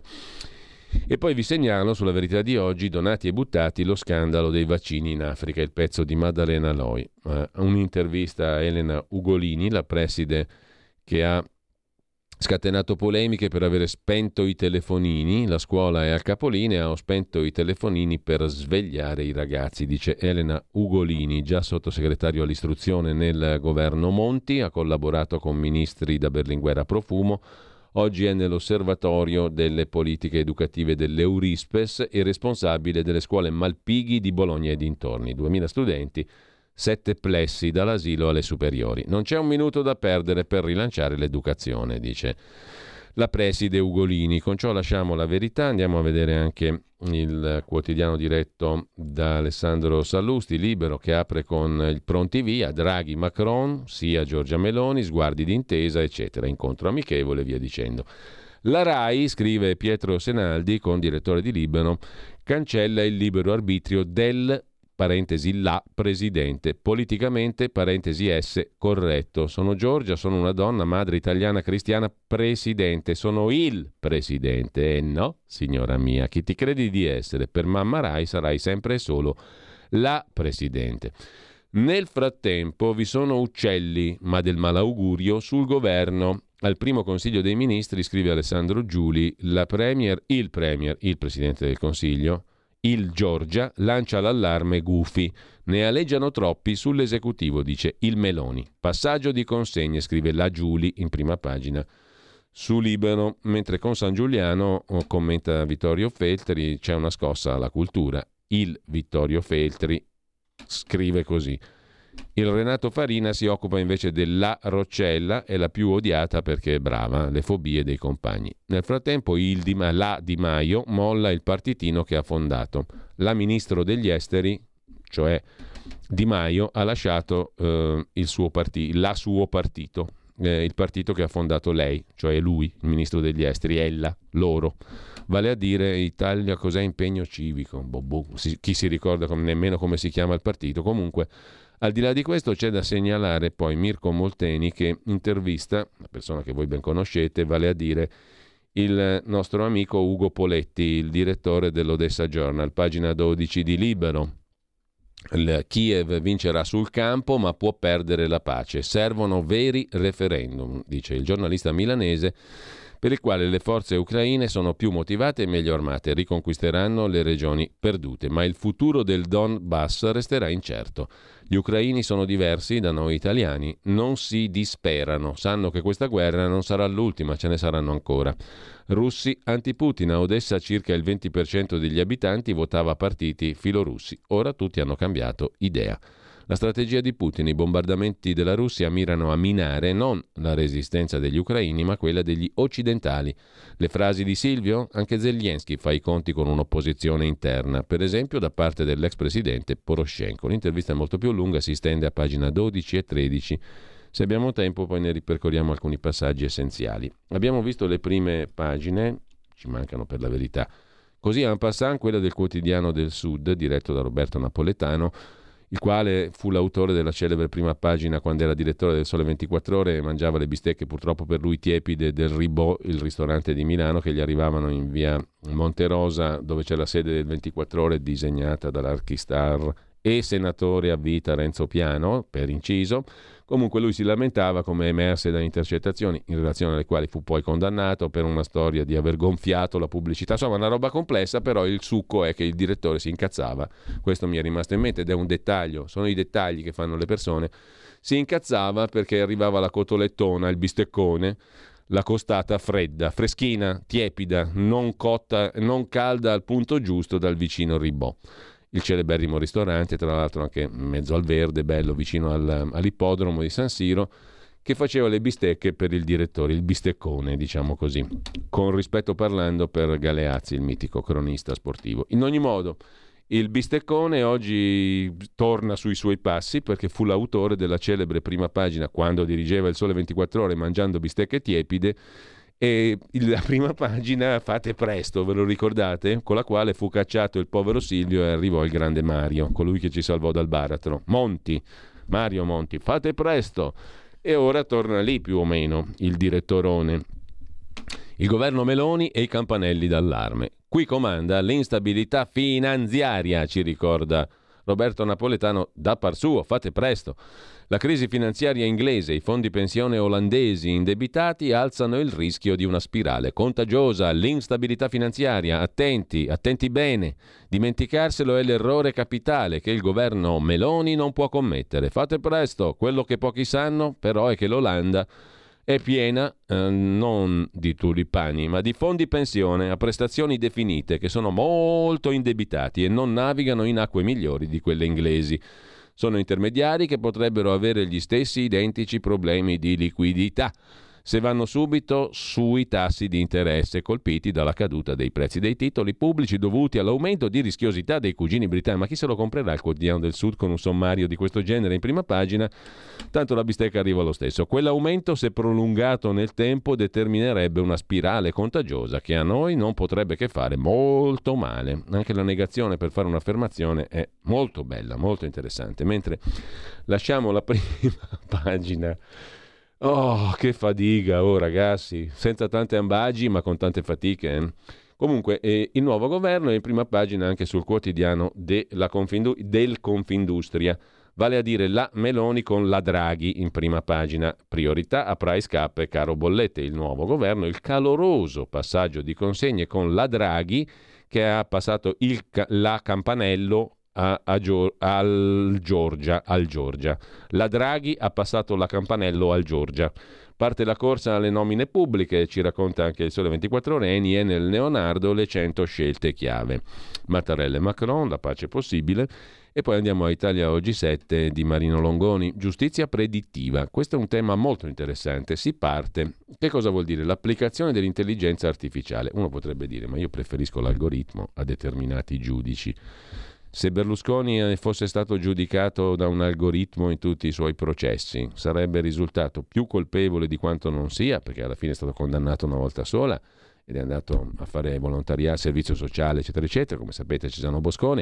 E poi vi segnalo sulla Verità di oggi, donati e buttati, lo scandalo dei vaccini in Africa, il pezzo di Maddalena Loi. Uh, un'intervista a Elena Ugolini, la preside che ha scatenato polemiche per avere spento i telefonini. La scuola è al capolinea, ho spento i telefonini per svegliare i ragazzi, dice Elena Ugolini, già sottosegretario all'istruzione nel governo Monti, ha collaborato con ministri da Berlinguer a Profumo. Oggi è nell'osservatorio delle politiche educative dell'Eurispes e responsabile delle scuole Malpighi di Bologna e dintorni. duemila studenti, sette plessi dall'asilo alle superiori. Non c'è un minuto da perdere per rilanciare l'educazione, dice la preside Ugolini. Con ciò lasciamo La Verità, andiamo a vedere anche il quotidiano diretto da Alessandro Sallusti, Libero, che apre con il pronti via, Draghi, Macron, sia Giorgia Meloni, sguardi d'intesa, eccetera, incontro amichevole, via dicendo. La RAI, scrive Pietro Senaldi, con direttore di Libero, cancella il libero arbitrio del parentesi la presidente, politicamente parentesi S corretto. Sono Giorgia, sono una donna, madre italiana cristiana, presidente, sono il presidente. E eh no, signora mia, chi ti credi di essere? Per mamma Rai sarai sempre e solo la presidente. Nel frattempo vi sono uccelli, ma del malaugurio, sul governo. Al primo Consiglio dei Ministri, scrive Alessandro Giuli, la premier, il premier, il presidente del Consiglio, il Giorgia, lancia l'allarme gufi. Ne aleggiano troppi sull'esecutivo, dice il Meloni. Passaggio di consegne, scrive la Giuli in prima pagina su Libero, mentre con San Giuliano, commenta Vittorio Feltri, c'è una scossa alla cultura. Il Vittorio Feltri scrive così: il Renato Farina si occupa invece della Roccella, è la più odiata perché è brava, le fobie dei compagni. Nel frattempo il Di Ma- la Di Maio molla il partitino che ha fondato. La ministro degli esteri, cioè Di Maio, ha lasciato eh, il suo partito, la suo partito. eh, il partito che ha fondato lei, cioè lui, il ministro degli esteri, ella, loro. Vale a dire Italia cos'è impegno civico, boh, boh, si, chi si ricorda com- nemmeno come si chiama il partito. Comunque, al di là di questo c'è da segnalare poi Mirko Molteni che intervista una persona che voi ben conoscete, vale a dire il nostro amico Ugo Poletti, il direttore dell'Odessa Journal, pagina dodici di Libero. Il Kiev vincerà sul campo ma può perdere la pace. Servono veri referendum, dice il giornalista milanese, per il quale le forze ucraine sono più motivate e meglio armate, riconquisteranno le regioni perdute, ma il futuro del Donbass resterà incerto. Gli ucraini sono diversi da noi italiani, non si disperano, sanno che questa guerra non sarà l'ultima, ce ne saranno ancora. Russi anti-Putin, a Odessa circa il venti per cento degli abitanti votava partiti filorussi, ora tutti hanno cambiato idea. La strategia di Putin, i bombardamenti della Russia mirano a minare non la resistenza degli ucraini, ma quella degli occidentali. Le frasi di Silvio? Anche Zelensky fa i conti con un'opposizione interna, per esempio da parte dell'ex presidente Poroshenko. L'intervista è molto più lunga, si stende a pagina dodici e tredici. Se abbiamo tempo poi ne ripercorriamo alcuni passaggi essenziali. Abbiamo visto le prime pagine, ci mancano per la verità. Così en passant quella del Quotidiano del Sud, diretto da Roberto Napoletano, il quale fu l'autore della celebre prima pagina quando era direttore del Sole ventiquattro Ore e mangiava le bistecche purtroppo per lui tiepide del Ribot, il ristorante di Milano, che gli arrivavano in via Monterosa, dove c'è la sede del ventiquattro Ore disegnata dall'archistar e senatore a vita Renzo Piano, per inciso. Comunque lui si lamentava, come emerse da intercettazioni in relazione alle quali fu poi condannato per una storia di aver gonfiato la pubblicità. Insomma, una roba complessa, però il succo è che il direttore si incazzava. Questo mi è rimasto in mente ed è un dettaglio, sono i dettagli che fanno le persone. Si incazzava perché arrivava la cotolettona, il bisteccone, la costata fredda, freschina, tiepida, non cotta, non calda al punto giusto dal vicino Ribot. Il celeberrimo ristorante, tra l'altro anche in mezzo al verde, bello, vicino al, all'ippodromo di San Siro, che faceva le bistecche per il direttore, il bisteccone, diciamo così, con rispetto parlando per Galeazzi, il mitico cronista sportivo. In ogni modo, il bisteccone oggi torna sui suoi passi perché fu l'autore della celebre prima pagina quando dirigeva il Sole ventiquattro Ore mangiando bistecche tiepide. E la prima pagina, fate presto, ve lo ricordate? Con la quale fu cacciato il povero Silvio e arrivò il grande Mario, colui che ci salvò dal baratro. Monti, Mario Monti, fate presto! E ora torna lì più o meno il direttorone. Il governo Meloni e i campanelli d'allarme. Qui comanda l'instabilità finanziaria, ci ricorda Roberto Napoletano da par suo, fate presto. La crisi finanziaria inglese, i fondi pensione olandesi indebitati alzano il rischio di una spirale contagiosa, l'instabilità finanziaria, attenti, attenti bene, dimenticarselo è l'errore capitale che il governo Meloni non può commettere. Fate presto, quello che pochi sanno però è che l'Olanda è piena eh, non di tulipani, ma di fondi pensione a prestazioni definite che sono molto indebitati e non navigano in acque migliori di quelle inglesi. Sono intermediari che potrebbero avere gli stessi identici problemi di liquidità se vanno subito sui tassi di interesse colpiti dalla caduta dei prezzi dei titoli pubblici dovuti all'aumento di rischiosità dei cugini britannici. Ma chi se lo comprerà il Quotidiano del Sud con un sommario di questo genere in prima pagina? Tanto la bistecca arriva lo stesso. Quell'aumento, se prolungato nel tempo, determinerebbe una spirale contagiosa che a noi non potrebbe che fare molto male. Anche la negazione per fare un'affermazione è molto bella, molto interessante. Mentre lasciamo la prima pagina. Oh, che fatica, oh ragazzi, senza tante ambagi ma con tante fatiche. Eh? Comunque, eh, il nuovo governo è in prima pagina anche sul quotidiano de la Confindu- del Confindustria, vale a dire la Meloni con la Draghi in prima pagina. Priorità a price cap e caro bollette. Il nuovo governo, il caloroso passaggio di consegne con la Draghi che ha passato il ca- la campanello A, a, al Giorgia, al Giorgia. La Draghi ha passato la campanello al Giorgia. Parte la corsa alle nomine pubbliche, ci racconta anche il Sole ventiquattro Ore, Eni e nel Leonardo le cento scelte chiave. Mattarella e Macron, la pace possibile. E poi andiamo a Italia Oggi sette di Marino Longoni, giustizia predittiva. Questo è un tema molto interessante. Si parte. Che cosa vuol dire? L'applicazione dell'intelligenza artificiale. Uno potrebbe dire, ma io preferisco l'algoritmo a determinati giudici. Se Berlusconi fosse stato giudicato da un algoritmo in tutti i suoi processi, sarebbe risultato più colpevole di quanto non sia, perché alla fine è stato condannato una volta sola ed è andato a fare volontariato, servizio sociale, eccetera, eccetera, come sapete Cesano Boscone,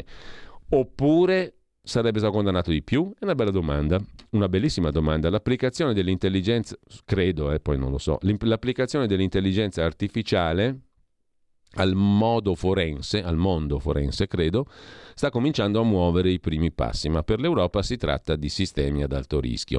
oppure sarebbe stato condannato di più? È una bella domanda, una bellissima domanda. L'applicazione dell'intelligenza, credo, eh, poi non lo so, l'applicazione dell'intelligenza artificiale al modo forense, al mondo forense, credo, sta cominciando a muovere i primi passi, ma per l'Europa si tratta di sistemi ad alto rischio.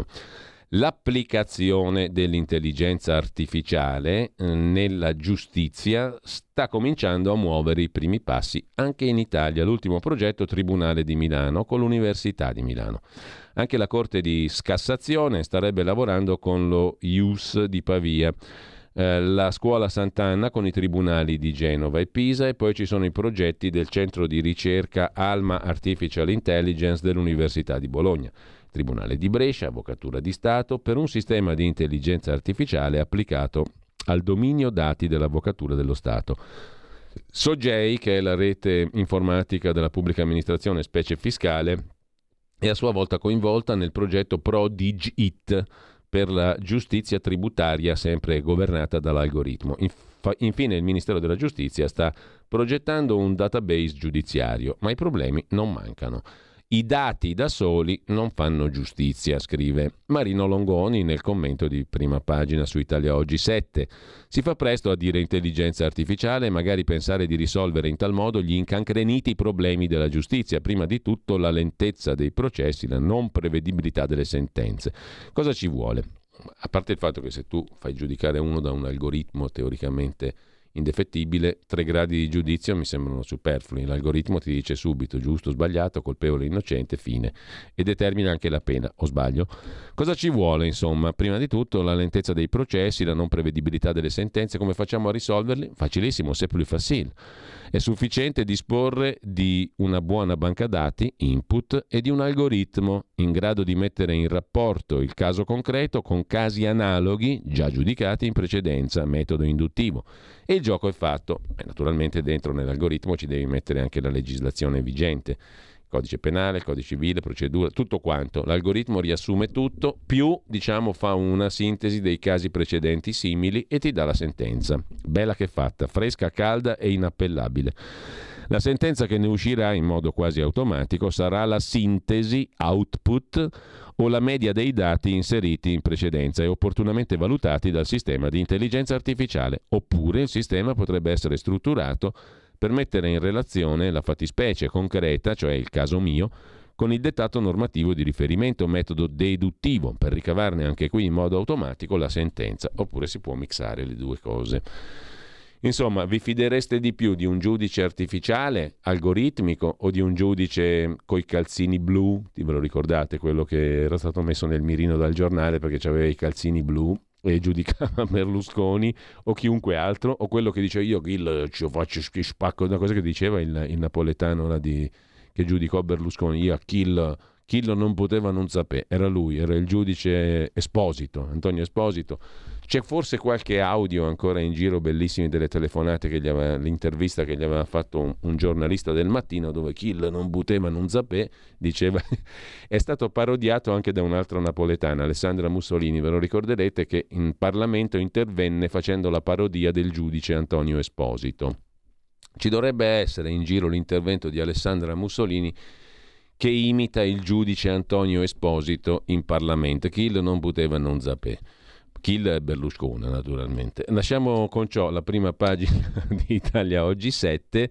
L'applicazione dell'intelligenza artificiale eh, nella giustizia sta cominciando a muovere i primi passi anche in Italia. L'ultimo progetto Tribunale di Milano con l'Università di Milano. Anche la Corte di Cassazione starebbe lavorando con lo I U S di Pavia, eh, la Scuola Sant'Anna con i tribunali di Genova e Pisa, e poi ci sono i progetti del centro di ricerca Alma Artificial Intelligence dell'Università di Bologna. Tribunale di Brescia, Avvocatura di Stato, per un sistema di intelligenza artificiale applicato al dominio dati dell'Avvocatura dello Stato. Sogei, che è la rete informatica della pubblica amministrazione, specie fiscale, è a sua volta coinvolta nel progetto ProDigIt per la giustizia tributaria, sempre governata dall'algoritmo. Inf- infine il Ministero della Giustizia sta progettando un database giudiziario, ma i problemi non mancano. I dati da soli non fanno giustizia, scrive Marino Longoni nel commento di prima pagina su Italia Oggi sette. Si fa presto a dire intelligenza artificiale e magari pensare di risolvere in tal modo gli incancreniti problemi della giustizia. Prima di tutto la lentezza dei processi, la non prevedibilità delle sentenze. Cosa ci vuole? A parte il fatto che se tu fai giudicare uno da un algoritmo teoricamente indefettibile, tre gradi di giudizio mi sembrano superflui. L'algoritmo ti dice subito giusto, sbagliato, colpevole, innocente, fine, e determina anche la pena, o sbaglio? Cosa ci vuole, insomma? Prima di tutto la lentezza dei processi, la non prevedibilità delle sentenze. Come facciamo a risolverli? Facilissimo, c'est plus facile. È sufficiente disporre di una buona banca dati, input, e di un algoritmo in grado di mettere in rapporto il caso concreto con casi analoghi già giudicati in precedenza, metodo induttivo. E il gioco è fatto. E naturalmente dentro nell'algoritmo ci devi mettere anche la legislazione vigente, codice penale, codice civile, procedura, tutto quanto. L'algoritmo riassume tutto, più, diciamo, fa una sintesi dei casi precedenti simili e ti dà la sentenza. Bella che fatta, fresca, calda e inappellabile. La sentenza che ne uscirà in modo quasi automatico sarà la sintesi, output, o la media dei dati inseriti in precedenza e opportunamente valutati dal sistema di intelligenza artificiale. Oppure il sistema potrebbe essere strutturato per mettere in relazione la fattispecie concreta, cioè il caso mio, con il dettato normativo di riferimento, metodo deduttivo, per ricavarne anche qui in modo automatico la sentenza. Oppure si può mixare le due cose. Insomma, vi fidereste di più di un giudice artificiale, algoritmico, o di un giudice coi calzini blu? Ve lo ricordate, quello che era stato messo nel mirino dal giornale perché aveva i calzini blu e giudicava Berlusconi o chiunque altro, o quello che dice io il ci faccio spacco, una cosa che diceva il, il napoletano là di, che giudicò Berlusconi, io a kill Kill non poteva non sapere, era lui, era il giudice Esposito, Antonio Esposito. C'è forse qualche audio ancora in giro bellissimi delle telefonate che gli aveva, l'intervista che gli aveva fatto un, un giornalista del Mattino, dove Kill non poteva non sapere, diceva. È stato parodiato anche da un'altra napoletana, Alessandra Mussolini, ve lo ricorderete, che in Parlamento intervenne facendo la parodia del giudice Antonio Esposito. Ci dovrebbe essere in giro l'intervento di Alessandra Mussolini che imita il giudice Antonio Esposito in Parlamento. Kill non poteva non sapere. Kill è Berlusconi, naturalmente. Lasciamo con ciò la prima pagina di Italia Oggi sette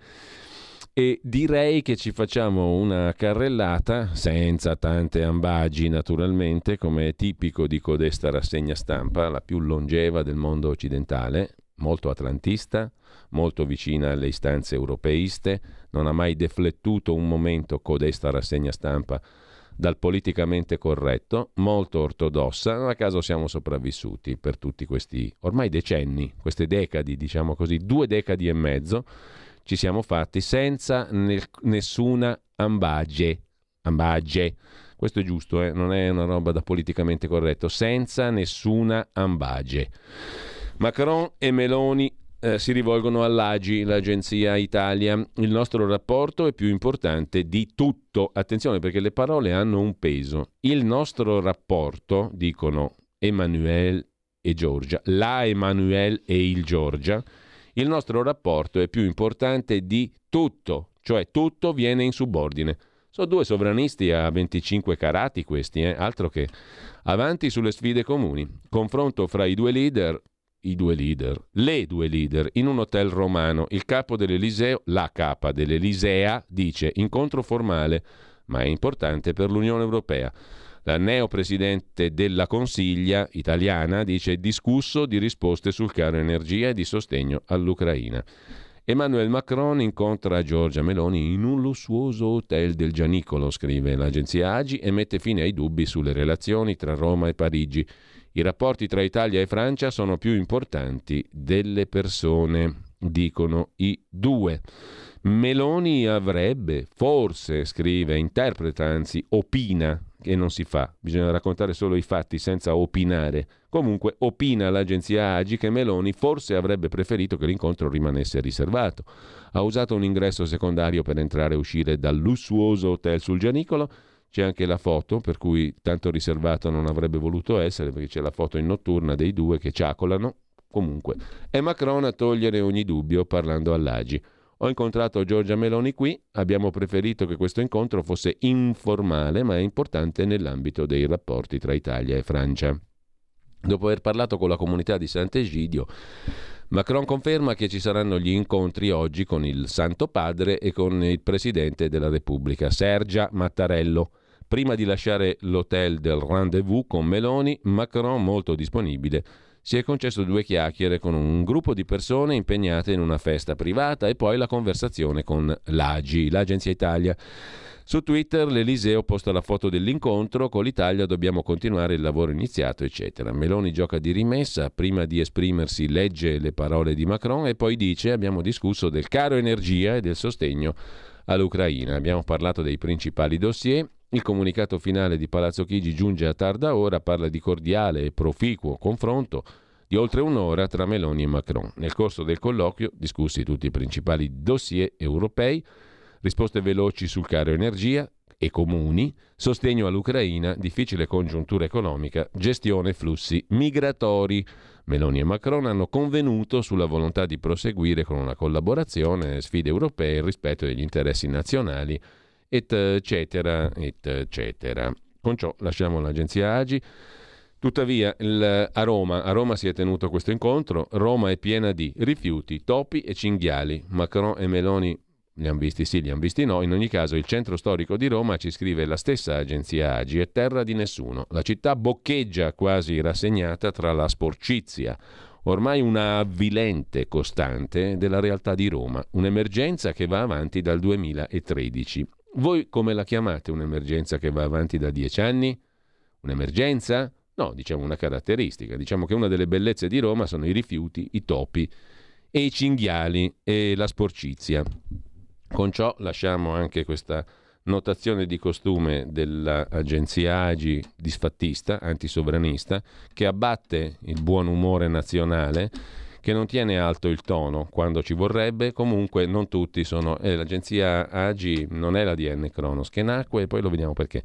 e direi che ci facciamo una carrellata, senza tante ambagi naturalmente, come è tipico di codesta rassegna stampa, la più longeva del mondo occidentale, molto atlantista, molto vicina alle istanze europeiste, non ha mai deflettuto un momento codesta rassegna stampa dal politicamente corretto, molto ortodossa. Non a caso siamo sopravvissuti per tutti questi ormai decenni, queste decadi, diciamo così, due decadi e mezzo, ci siamo fatti senza ne- nessuna ambage. Ambage, questo è giusto, eh? Non è una roba da politicamente corretto, senza nessuna ambage. Macron e Meloni eh, si rivolgono all'A G I, l'Agenzia Italia. Il nostro rapporto è più importante di tutto. Attenzione, perché le parole hanno un peso. Il nostro rapporto, dicono Emanuele e Giorgia, la Emanuele e il Giorgia, il nostro rapporto è più importante di tutto, cioè tutto viene in subordine. Sono due sovranisti a venticinque carati questi, eh? Altro che avanti sulle sfide comuni. Confronto fra i due leader, i due leader, le due leader, in un hotel romano. Il capo dell'Eliseo, la capa dell'Elisea, dice incontro formale, ma è importante per l'Unione Europea. La neopresidente della Consiglia italiana dice discusso di risposte sul caro energia e di sostegno all'Ucraina. Emmanuel Macron incontra Giorgia Meloni in un lussuoso hotel del Gianicolo, scrive l'agenzia A G I, e mette fine ai dubbi sulle relazioni tra Roma e Parigi. I rapporti tra Italia e Francia sono più importanti delle persone, dicono i due. Meloni avrebbe, forse, scrive, interpreta, anzi opina, che non si fa, bisogna raccontare solo i fatti senza opinare. Comunque opina l'agenzia A G I che Meloni forse avrebbe preferito che l'incontro rimanesse riservato. Ha usato un ingresso secondario per entrare e uscire dal lussuoso hotel sul Gianicolo. C'è anche la foto, per cui tanto riservato non avrebbe voluto essere, perché c'è la foto in notturna dei due che ciacolano. Comunque è Macron a togliere ogni dubbio parlando all'A G I. Ho incontrato Giorgia Meloni qui, abbiamo preferito che questo incontro fosse informale, ma è importante nell'ambito dei rapporti tra Italia e Francia. Dopo aver parlato con la comunità di Sant'Egidio, Macron conferma che ci saranno gli incontri oggi con il Santo Padre e con il Presidente della Repubblica, Sergia Mattarello. Prima di lasciare l'hotel del rendezvous con Meloni, Macron, molto disponibile, si è concesso due chiacchiere con un gruppo di persone impegnate in una festa privata e poi la conversazione con l'A G I, l'Agenzia Italia. Su Twitter l'Eliseo posta la foto dell'incontro, con l'Italia dobbiamo continuare il lavoro iniziato, eccetera. Meloni gioca di rimessa, prima di esprimersi legge le parole di Macron e poi dice abbiamo discusso del caro energia e del sostegno all'Ucraina. Abbiamo parlato dei principali dossier. Il comunicato finale di Palazzo Chigi giunge a tarda ora, parla di cordiale e proficuo confronto di oltre un'ora tra Meloni e Macron. Nel corso del colloquio discussi tutti i principali dossier europei, risposte veloci sul caro energia e comuni, sostegno all'Ucraina, difficile congiuntura economica, gestione flussi migratori. Meloni e Macron hanno convenuto sulla volontà di proseguire con una collaborazione, sfide europee, il rispetto degli interessi nazionali, et eccetera, et eccetera. Con ciò lasciamo l'agenzia A G I. Tuttavia il, a, Roma, a Roma si è tenuto questo incontro. Roma è piena di rifiuti, topi e cinghiali. Macron e Meloni li hanno visti sì, li hanno visti no. In ogni caso il centro storico di Roma, ci scrive la stessa agenzia A G I, è terra di nessuno. La città boccheggia quasi rassegnata tra la sporcizia, ormai una avvilente costante della realtà di Roma, un'emergenza che va avanti dal duemilatredici. Voi come la chiamate un'emergenza che va avanti da dieci anni? Un'emergenza? No, diciamo una caratteristica. Diciamo che una delle bellezze di Roma sono i rifiuti, i topi e i cinghiali e la sporcizia. Con ciò lasciamo anche questa notazione di costume dell'agenzia A G I disfattista, antisovranista, che abbatte il buon umore nazionale, che non tiene alto il tono quando ci vorrebbe. Comunque non tutti sono... Eh, l'agenzia A G I non è la D N Cronos che nacque, e poi lo vediamo perché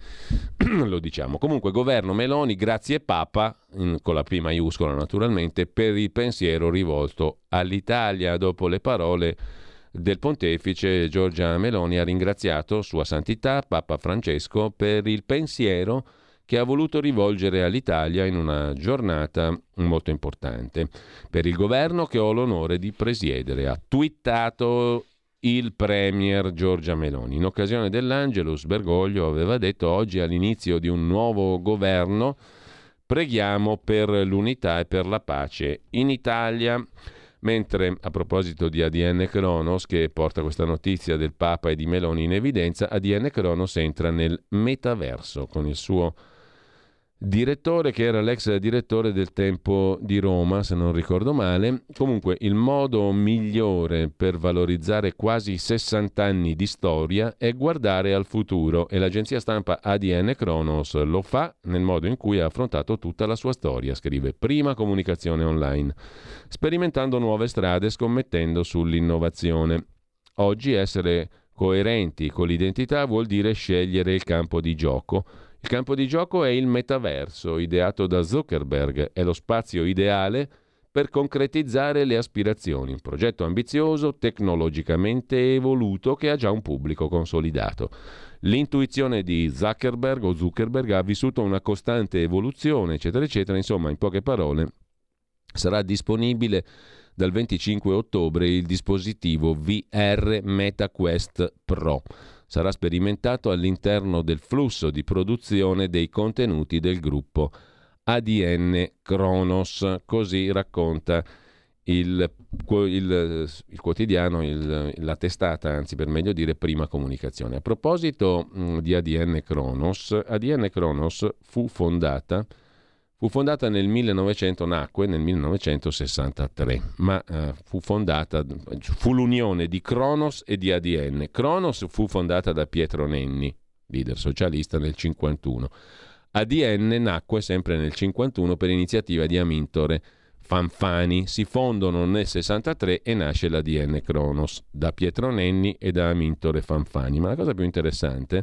lo diciamo. Comunque governo Meloni, grazie Papa, in, con la P maiuscola naturalmente, per il pensiero rivolto all'Italia. Dopo le parole del pontefice, Giorgia Meloni ha ringraziato Sua Santità Papa Francesco per il pensiero che ha voluto rivolgere all'Italia in una giornata molto importante per il governo che ho l'onore di presiedere, ha twittato il premier Giorgia Meloni. In occasione dell'Angelus, Bergoglio aveva detto: oggi all'inizio di un nuovo governo preghiamo per l'unità e per la pace in Italia. Mentre, a proposito di A D N Cronos, che porta questa notizia del Papa e di Meloni in evidenza, A D N Cronos entra nel metaverso con il suo direttore che era l'ex direttore del Tempo di Roma, se non ricordo male. Comunque il modo migliore per valorizzare quasi sessanta anni di storia è guardare al futuro, e l'agenzia stampa A D N Kronos lo fa nel modo in cui ha affrontato tutta la sua storia, scrive Prima Comunicazione Online, sperimentando nuove strade, scommettendo sull'innovazione. Oggi essere coerenti con l'identità vuol dire scegliere il campo di gioco. Il campo di gioco è il metaverso, ideato da Zuckerberg, è lo spazio ideale per concretizzare le aspirazioni, un progetto ambizioso, tecnologicamente evoluto, che ha già un pubblico consolidato. L'intuizione di Zuckerberg o Zuckerberg ha vissuto una costante evoluzione, eccetera, eccetera. Insomma, in poche parole, sarà disponibile dal venticinque ottobre il dispositivo V R MetaQuest Pro. Sarà sperimentato all'interno del flusso di produzione dei contenuti del gruppo A D N Kronos, così racconta il, il, il quotidiano, il, la testata, anzi per meglio dire Prima Comunicazione. A proposito mh, di A D N Kronos, A D N Kronos fu fondata Fu fondata nel millenovecento, nacque nel millenovecentosessantatré, ma eh, fu fondata, fu l'unione di Kronos e di A D N. Kronos fu fondata da Pietro Nenni, leader socialista, nel cinquantuno. A D N nacque sempre nel cinquantuno per iniziativa di Amintore Fanfani. Si fondono nel sessantatré e nasce l'A D N Kronos, da Pietro Nenni e da Amintore Fanfani. Ma la cosa più interessante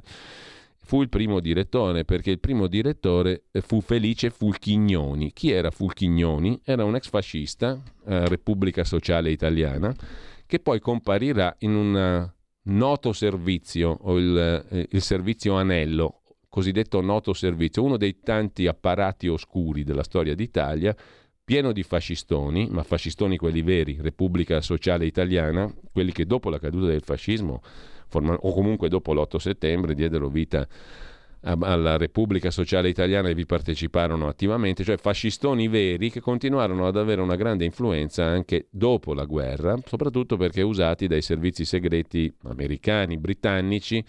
fu il primo direttore, perché il primo direttore fu Felice Fulchignoni. Chi era Fulchignoni? Era un ex fascista, eh, Repubblica Sociale Italiana, che poi comparirà in un noto servizio, o il, eh, il servizio Anello, cosiddetto noto servizio, uno dei tanti apparati oscuri della storia d'Italia, pieno di fascistoni, ma fascistoni quelli veri, Repubblica Sociale Italiana, quelli che dopo la caduta del fascismo o comunque dopo l'otto settembre diedero vita alla Repubblica Sociale Italiana e vi parteciparono attivamente, cioè fascistoni veri che continuarono ad avere una grande influenza anche dopo la guerra, soprattutto perché usati dai servizi segreti americani, britannici,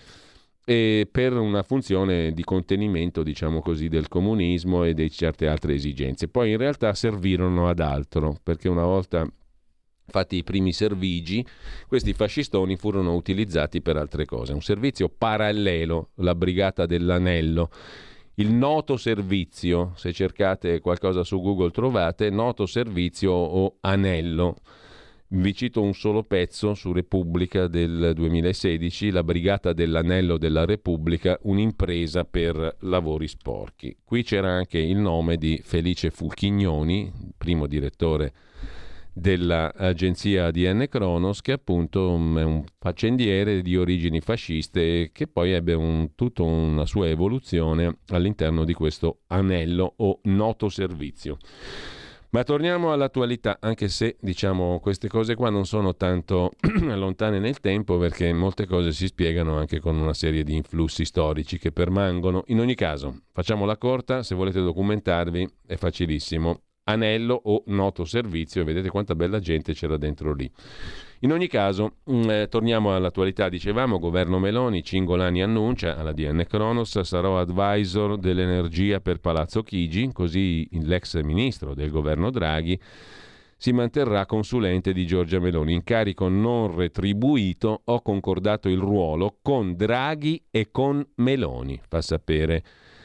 e per una funzione di contenimento, diciamo così, del comunismo e di certe altre esigenze. Poi in realtà servirono ad altro, perché una volta fatti i primi servigi, questi fascistoni furono utilizzati per altre cose. Un servizio parallelo, la Brigata dell'Anello, il noto servizio, se cercate qualcosa su Google trovate, noto servizio o Anello. Vi cito un solo pezzo su Repubblica del duemilasedici, la Brigata dell'Anello della Repubblica, un'impresa per lavori sporchi. Qui c'era anche il nome di Felice Fulchignoni, primo direttore dell'agenzia A D N Kronos, che appunto è un faccendiere di origini fasciste e che poi ebbe un, tutta una sua evoluzione all'interno di questo anello o noto servizio. Ma torniamo all'attualità, anche se diciamo queste cose qua non sono tanto lontane nel tempo, perché molte cose si spiegano anche con una serie di influssi storici che permangono. In ogni caso, facciamola corta, se volete documentarvi è facilissimo. Anello o noto servizio, e vedete quanta bella gente c'era dentro lì. In ogni caso, eh, torniamo all'attualità. Dicevamo, governo Meloni, Cingolani annuncia alla A D N Kronos: sarò advisor dell'energia per Palazzo Chigi, così l'ex ministro del governo Draghi si manterrà consulente di Giorgia Meloni, incarico non retribuito, ho concordato il ruolo con Draghi e con Meloni, fa sapere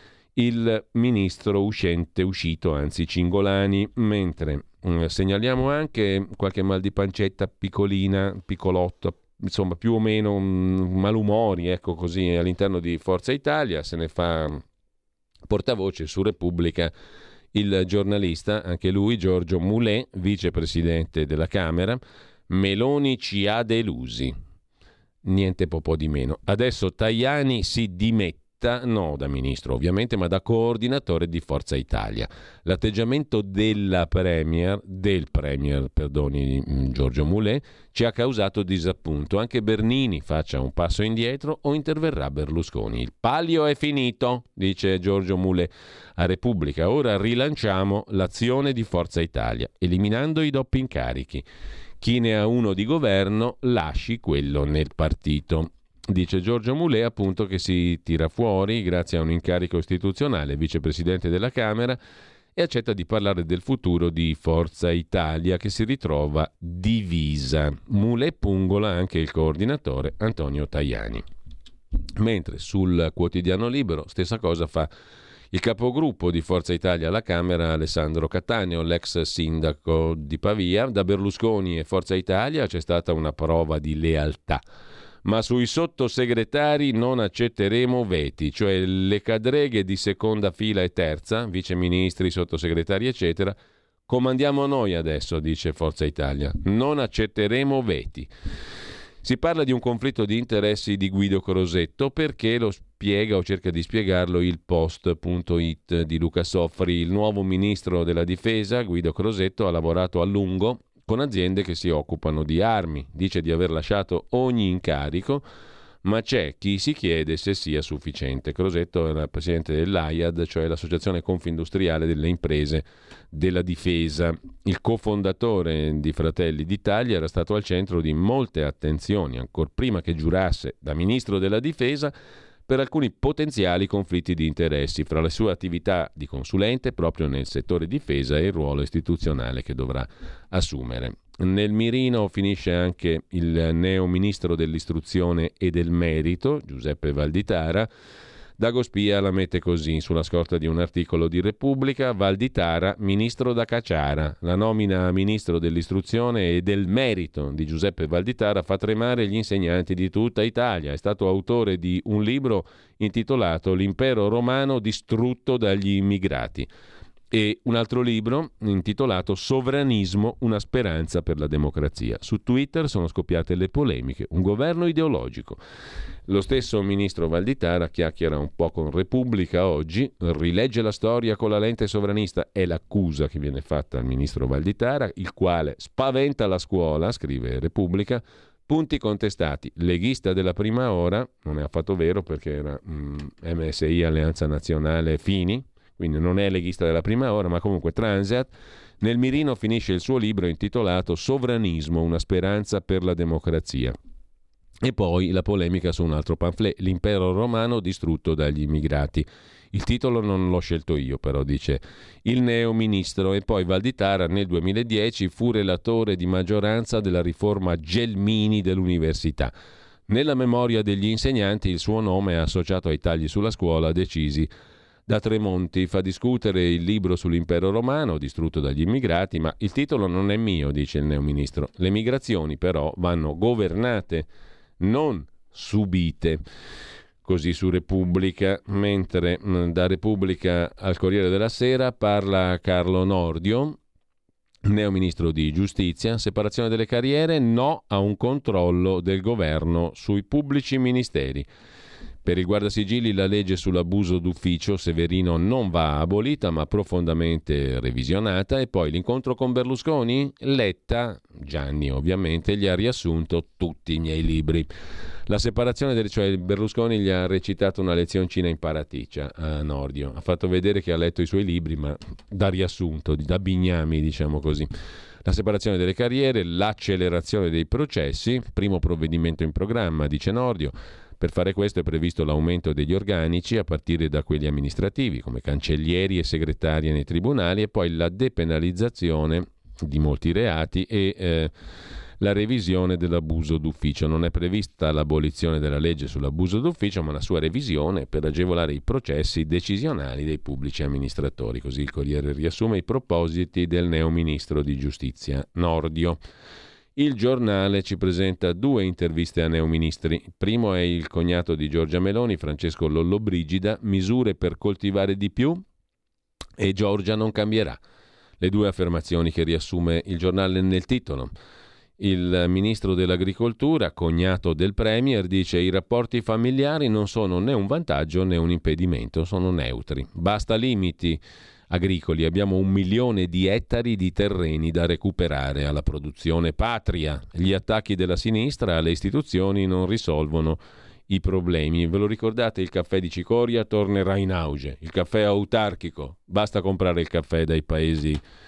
il ministro uscente, uscito anzi Cingolani, mentre eh, segnaliamo anche qualche mal di pancetta piccolina, piccolotto, insomma più o meno um, malumori, ecco così, all'interno di Forza Italia. Se ne fa portavoce su Repubblica il giornalista, anche lui, Giorgio Mulè, vicepresidente della Camera. Meloni ci ha delusi, niente po' po' di meno. Adesso Tajani si dimette, no da ministro ovviamente, ma da coordinatore di Forza Italia. L'atteggiamento della premier, del premier, perdoni, Giorgio Mulè, ci ha causato disappunto. Anche Bernini faccia un passo indietro o interverrà Berlusconi. Il palio è finito, dice Giorgio Mulè a Repubblica. Ora rilanciamo l'azione di Forza Italia, eliminando i doppi incarichi. Chi ne ha uno di governo lasci quello nel partito. Dice Giorgio Mulè appunto che si tira fuori grazie a un incarico istituzionale, vicepresidente della Camera, e accetta di parlare del futuro di Forza Italia che si ritrova divisa. Mulè pungola anche il coordinatore Antonio Tajani. Mentre sul Quotidiano Libero stessa cosa fa il capogruppo di Forza Italia alla Camera Alessandro Cattaneo, l'ex sindaco di Pavia. Da Berlusconi e Forza Italia c'è stata una prova di lealtà. Ma sui sottosegretari non accetteremo veti, cioè le cadreghe di seconda fila e terza, viceministri, sottosegretari eccetera, comandiamo noi adesso, dice Forza Italia, non accetteremo veti. Si parla di un conflitto di interessi di Guido Crosetto perché lo spiega o cerca di spiegarlo il post punto it di Luca Soffri. Il nuovo ministro della difesa, Guido Crosetto, ha lavorato a lungo con aziende che si occupano di armi. Dice di aver lasciato ogni incarico, ma c'è chi si chiede se sia sufficiente. Crosetto era presidente dell'A I A D, cioè l'Associazione Confindustriale delle Imprese della Difesa. Il cofondatore di Fratelli d'Italia era stato al centro di molte attenzioni, ancor prima che giurasse da ministro della Difesa, per alcuni potenziali conflitti di interessi fra le sue attività di consulente proprio nel settore difesa e il ruolo istituzionale che dovrà assumere. Nel mirino finisce anche il neo ministro dell'istruzione e del merito, Giuseppe Valditara. Dagospia la mette così, sulla scorta di un articolo di Repubblica: Valditara, ministro da cacciara. La nomina a ministro dell'istruzione e del merito di Giuseppe Valditara fa tremare gli insegnanti di tutta Italia. È stato autore di un libro intitolato L'impero romano distrutto dagli immigrati e un altro libro intitolato Sovranismo, una speranza per la democrazia. Su Twitter sono scoppiate le polemiche, un governo ideologico. Lo stesso ministro Valditara chiacchiera un po' con Repubblica oggi, rilegge la storia con la lente sovranista, è l'accusa che viene fatta al ministro Valditara, il quale spaventa la scuola, scrive Repubblica. Punti contestati: leghista della prima ora, non è affatto vero perché era mm, M S I, Alleanza Nazionale Fini, quindi non è leghista della prima ora, ma comunque Transeat. Nel mirino finisce il suo libro intitolato Sovranismo, una speranza per la democrazia. E poi la polemica su un altro pamphlet, L'impero romano distrutto dagli immigrati. Il titolo non l'ho scelto io, però, dice il neo ministro. E poi Valditara nel duemiladieci fu relatore di maggioranza della riforma Gelmini dell'università. Nella memoria degli insegnanti il suo nome è associato ai tagli sulla scuola decisi da Tremonti. Fa discutere il libro sull'impero romano distrutto dagli immigrati, ma il titolo non è mio, dice il neo ministro. Le migrazioni però vanno governate, non subite. Così su Repubblica, mentre da Repubblica al Corriere della Sera parla Carlo Nordio, neo ministro di giustizia. Separazione delle carriere, no a un controllo del governo sui pubblici ministeri. Per il Guardasigilli la legge sull'abuso d'ufficio Severino non va abolita ma profondamente revisionata. E poi l'incontro con Berlusconi, Letta, Gianni ovviamente, gli ha riassunto tutti i miei libri. La separazione, del, cioè Berlusconi gli ha recitato una lezioncina imparaticcia a Nordio, ha fatto vedere che ha letto i suoi libri ma da riassunto, da bignami diciamo così. La separazione delle carriere, l'accelerazione dei processi, primo provvedimento in programma, dice Nordio. Per fare questo è previsto l'aumento degli organici a partire da quelli amministrativi come cancellieri e segretarie nei tribunali e poi la depenalizzazione di molti reati e eh, la revisione dell'abuso d'ufficio. Non è prevista l'abolizione della legge sull'abuso d'ufficio ma la sua revisione per agevolare i processi decisionali dei pubblici amministratori. Così il Corriere riassume i propositi del neo ministro di giustizia Nordio. Il Giornale ci presenta due interviste a neoministri. Il primo è il cognato di Giorgia Meloni, Francesco Lollobrigida, misure per coltivare di più e Giorgia non cambierà. Le due affermazioni che riassume il Giornale nel titolo. Il ministro dell'Agricoltura, cognato del Premier, dice i rapporti familiari non sono né un vantaggio né un impedimento, sono neutri. Basta limiti agricoli, abbiamo un milione di ettari di terreni da recuperare alla produzione patria. Gli attacchi della sinistra alle istituzioni non risolvono i problemi. Ve lo ricordate? Il caffè di Cicoria tornerà in auge, il caffè autarchico, basta comprare il caffè dai paesi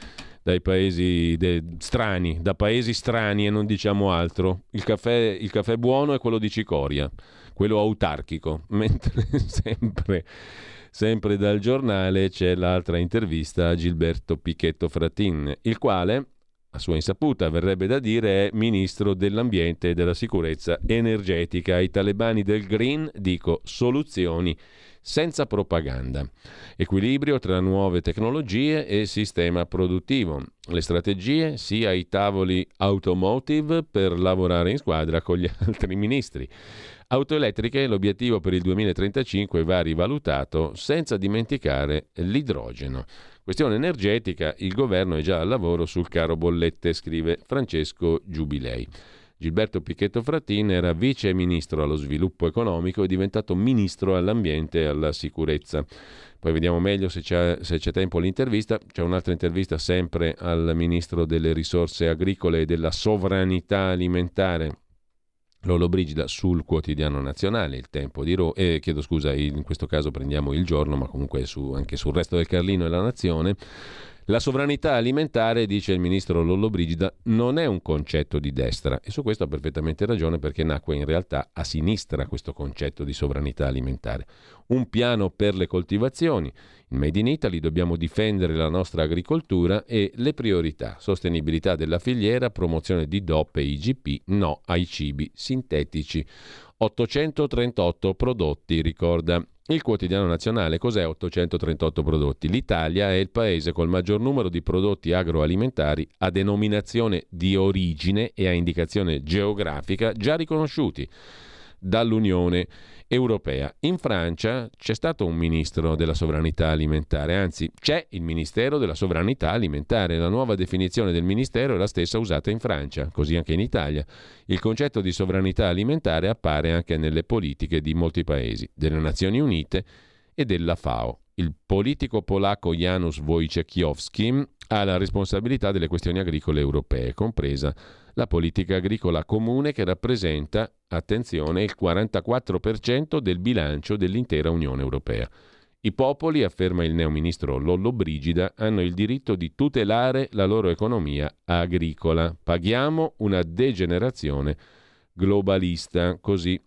dai paesi de- strani, da paesi strani e non diciamo altro. Il caffè, il caffè buono è quello di cicoria, quello autarchico, mentre sempre, sempre dal giornale c'è l'altra intervista a Gilberto Pichetto Fratin, il quale, a sua insaputa, verrebbe da dire, è ministro dell'ambiente e della sicurezza energetica. Ai talebani del green dico soluzioni senza propaganda. Equilibrio tra nuove tecnologie e sistema produttivo. Le strategie sia ai tavoli automotive per lavorare in squadra con gli altri ministri. Auto elettriche, l'obiettivo per il duemilatrentacinque va rivalutato, senza dimenticare l'idrogeno. Questione energetica, il governo è già al lavoro sul caro bollette, scrive Francesco Giubilei. Gilberto Pichetto Fratin era vice ministro allo sviluppo economico e è diventato ministro all'ambiente e alla sicurezza. Poi vediamo meglio se c'è, se c'è tempo l'intervista. C'è un'altra intervista sempre al ministro delle risorse agricole e della sovranità alimentare, Lollobrigida, sul Quotidiano Nazionale, Il Tempo di Roma, eh, chiedo scusa, in questo caso prendiamo Il Giorno, ma comunque su, anche sul Resto del Carlino e La Nazione. La sovranità alimentare, dice il ministro Lollobrigida, non è un concetto di destra, e su questo ha perfettamente ragione, perché nacque in realtà a sinistra questo concetto di sovranità alimentare. Un piano per le coltivazioni, il Made in Italy, dobbiamo difendere la nostra agricoltura e le priorità: sostenibilità della filiera, promozione di D O P e I G P, no ai cibi sintetici. ottocentotrentotto prodotti, ricorda il Quotidiano Nazionale. Cos'è ottocentotrentotto prodotti? L'Italia è il paese col maggior numero di prodotti agroalimentari a denominazione di origine e a indicazione geografica già riconosciuti dall'Unione Europea. In Francia c'è stato un ministro della sovranità alimentare, anzi c'è il Ministero della Sovranità Alimentare. La nuova definizione del Ministero è la stessa usata in Francia, così anche in Italia. Il concetto di sovranità alimentare appare anche nelle politiche di molti paesi, delle Nazioni Unite e della FAO. Il politico polacco Janusz Wojciechowski ha la responsabilità delle questioni agricole europee, compresa la politica agricola comune, che rappresenta, attenzione, il quarantaquattro per cento del bilancio dell'intera Unione Europea. I popoli, afferma il neoministro Lollobrigida, hanno il diritto di tutelare la loro economia agricola. Paghiamo una degenerazione globalista, così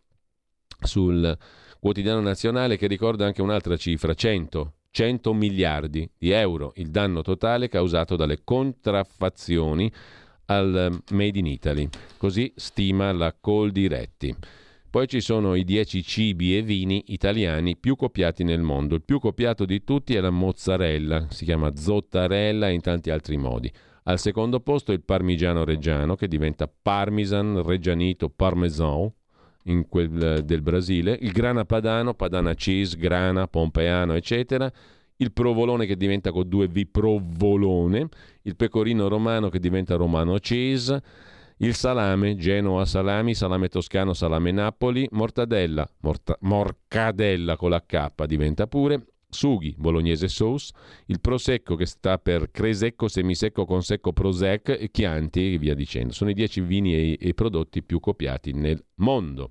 sul Quotidiano Nazionale, che ricorda anche un'altra cifra: cento miliardi di euro il danno totale causato dalle contraffazioni al Made in Italy, così stima la Coldiretti. Poi ci sono i dieci cibi e vini italiani più copiati nel mondo. Il più copiato di tutti è la mozzarella, si chiama zottarella e in tanti altri modi. Al secondo posto il parmigiano reggiano, che diventa parmesan, reggianito, parmesan in quel del Brasile, il grana padano, padana cheese, grana, pompeano, eccetera, il provolone che diventa con due V provolone, il pecorino romano che diventa romano cheese, il salame, Genoa salami, salame toscano, salame Napoli, mortadella, morta, morcadella con la K diventa pure, sughi, bolognese sauce, il prosecco che sta per cresecco, semisecco, consecco, prosec, e chianti e via dicendo. Sono i dieci vini e, e prodotti più copiati nel mondo.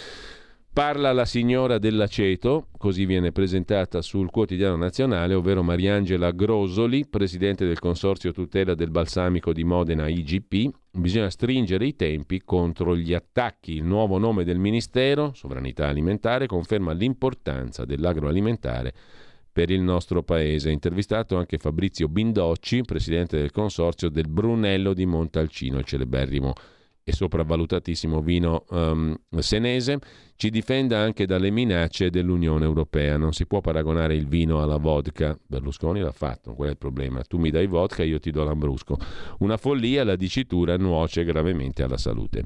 Parla la signora dell'aceto, così viene presentata sul Quotidiano Nazionale, ovvero Mariangela Grosoli, presidente del Consorzio Tutela del Balsamico di Modena I G P. Bisogna stringere i tempi contro gli attacchi. Il nuovo nome del Ministero, Sovranità Alimentare, conferma l'importanza dell'agroalimentare per il nostro paese. Intervistato anche Fabrizio Bindocci, presidente del Consorzio del Brunello di Montalcino, il celeberrimo e sopravvalutatissimo vino um, senese. Ci difenda anche dalle minacce dell'Unione Europea. Non si può paragonare il vino alla vodka. Berlusconi l'ha fatto, qual è il problema? Tu mi dai vodka, io ti do l'ambrusco. Una follia, la dicitura nuoce gravemente alla salute.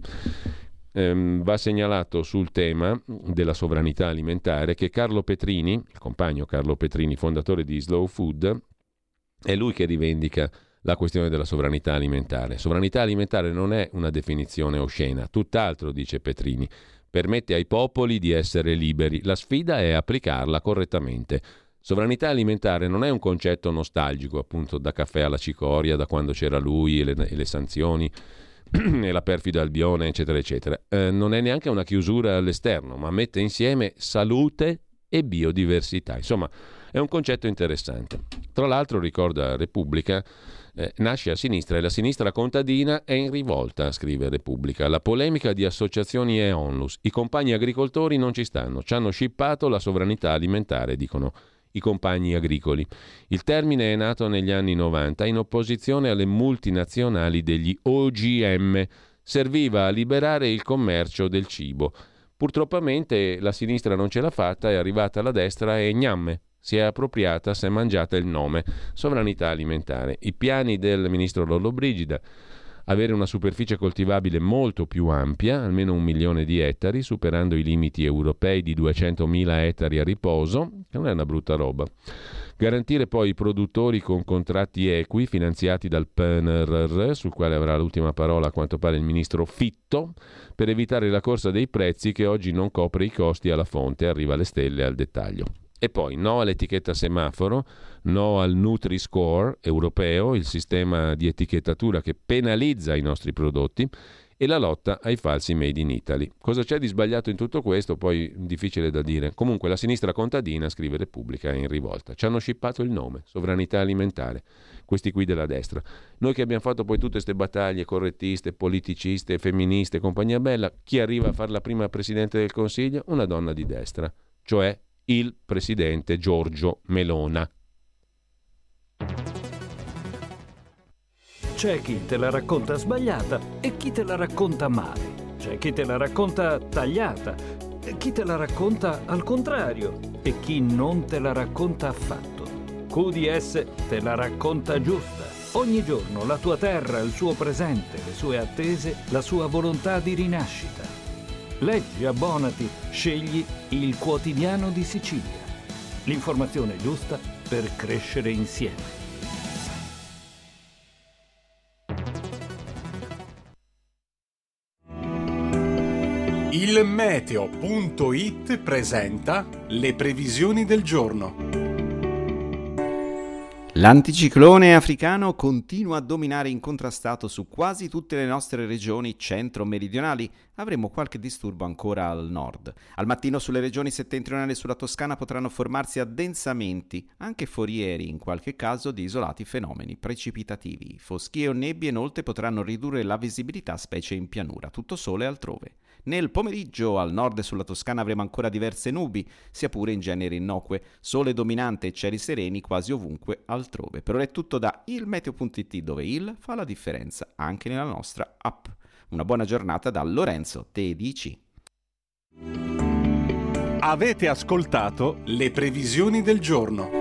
Ehm, va segnalato sul tema della sovranità alimentare che Carlo Petrini, il compagno Carlo Petrini, fondatore di Slow Food, è lui che rivendica la questione della sovranità alimentare. Sovranità alimentare non è una definizione oscena, tutt'altro, dice Petrini, permette ai popoli di essere liberi. La sfida è applicarla correttamente. Sovranità alimentare non è un concetto nostalgico, appunto, da caffè alla cicoria, da quando c'era lui e le, e le sanzioni e la perfida Albione, eccetera, eccetera. Eh, non è neanche una chiusura all'esterno, ma mette insieme salute e biodiversità. Insomma, È un concetto interessante. Tra l'altro, ricorda Repubblica, eh, nasce a sinistra e la sinistra contadina è in rivolta, scrive Repubblica. La polemica di associazioni e onlus. I compagni agricoltori non ci stanno, ci hanno scippato la sovranità alimentare, dicono i compagni agricoli. Il termine è nato negli anni novanta in opposizione alle multinazionali degli O G M. Serviva a liberare il commercio del cibo. Purtroppamente la sinistra non ce l'ha fatta, è arrivata la destra e gnamme. Si è appropriata, si è mangiata il nome, sovranità alimentare. I piani del ministro Lollobrigida, avere una superficie coltivabile molto più ampia, almeno un milione di ettari, superando i limiti europei di duecentomila ettari a riposo, che non è una brutta roba. Garantire poi i produttori con contratti equi finanziati dal P N R R, sul quale avrà l'ultima parola a quanto pare il ministro Fitto, per evitare la corsa dei prezzi che oggi non copre i costi alla fonte, arriva alle stelle al dettaglio. E poi no all'etichetta semaforo, no al Nutri-Score europeo, il sistema di etichettatura che penalizza i nostri prodotti, e la lotta ai falsi made in Italy. Cosa c'è di sbagliato in tutto questo? Poi difficile da dire. Comunque la sinistra contadina, scrive Repubblica, è in rivolta. Ci hanno scippato il nome, sovranità alimentare, questi qui della destra. Noi che abbiamo fatto poi tutte queste battaglie correttiste, politiciste, femministe, compagnia bella, chi arriva a fare la prima Presidente del Consiglio? Una donna di destra, cioè il presidente Giorgio Melona. C'è chi te la racconta sbagliata e chi te la racconta male. C'è chi te la racconta tagliata e chi te la racconta al contrario e chi non te la racconta affatto. Q D S te la racconta giusta. Ogni giorno la tua terra, il suo presente, le sue attese, la sua volontà di rinascita. Leggi, abbonati, scegli il Quotidiano di Sicilia. L'informazione giusta per crescere insieme. Il meteo punto it presenta le previsioni del giorno. L'anticiclone africano continua a dominare incontrastato su quasi tutte le nostre regioni centro-meridionali. Avremo qualche disturbo ancora al nord. Al mattino sulle regioni settentrionali e sulla Toscana potranno formarsi addensamenti, anche forieri in qualche caso, di isolati fenomeni precipitativi. Foschie o nebbie inoltre potranno ridurre la visibilità, specie in pianura. Tutto sole altrove. Nel pomeriggio al nord e sulla Toscana avremo ancora diverse nubi, sia pure in genere innocue, sole dominante e cieli sereni quasi ovunque altrove. Per ora è tutto da il meteo punto it, dove il fa la differenza anche nella nostra app. Una buona giornata da Lorenzo Tedici. Avete ascoltato le previsioni del giorno.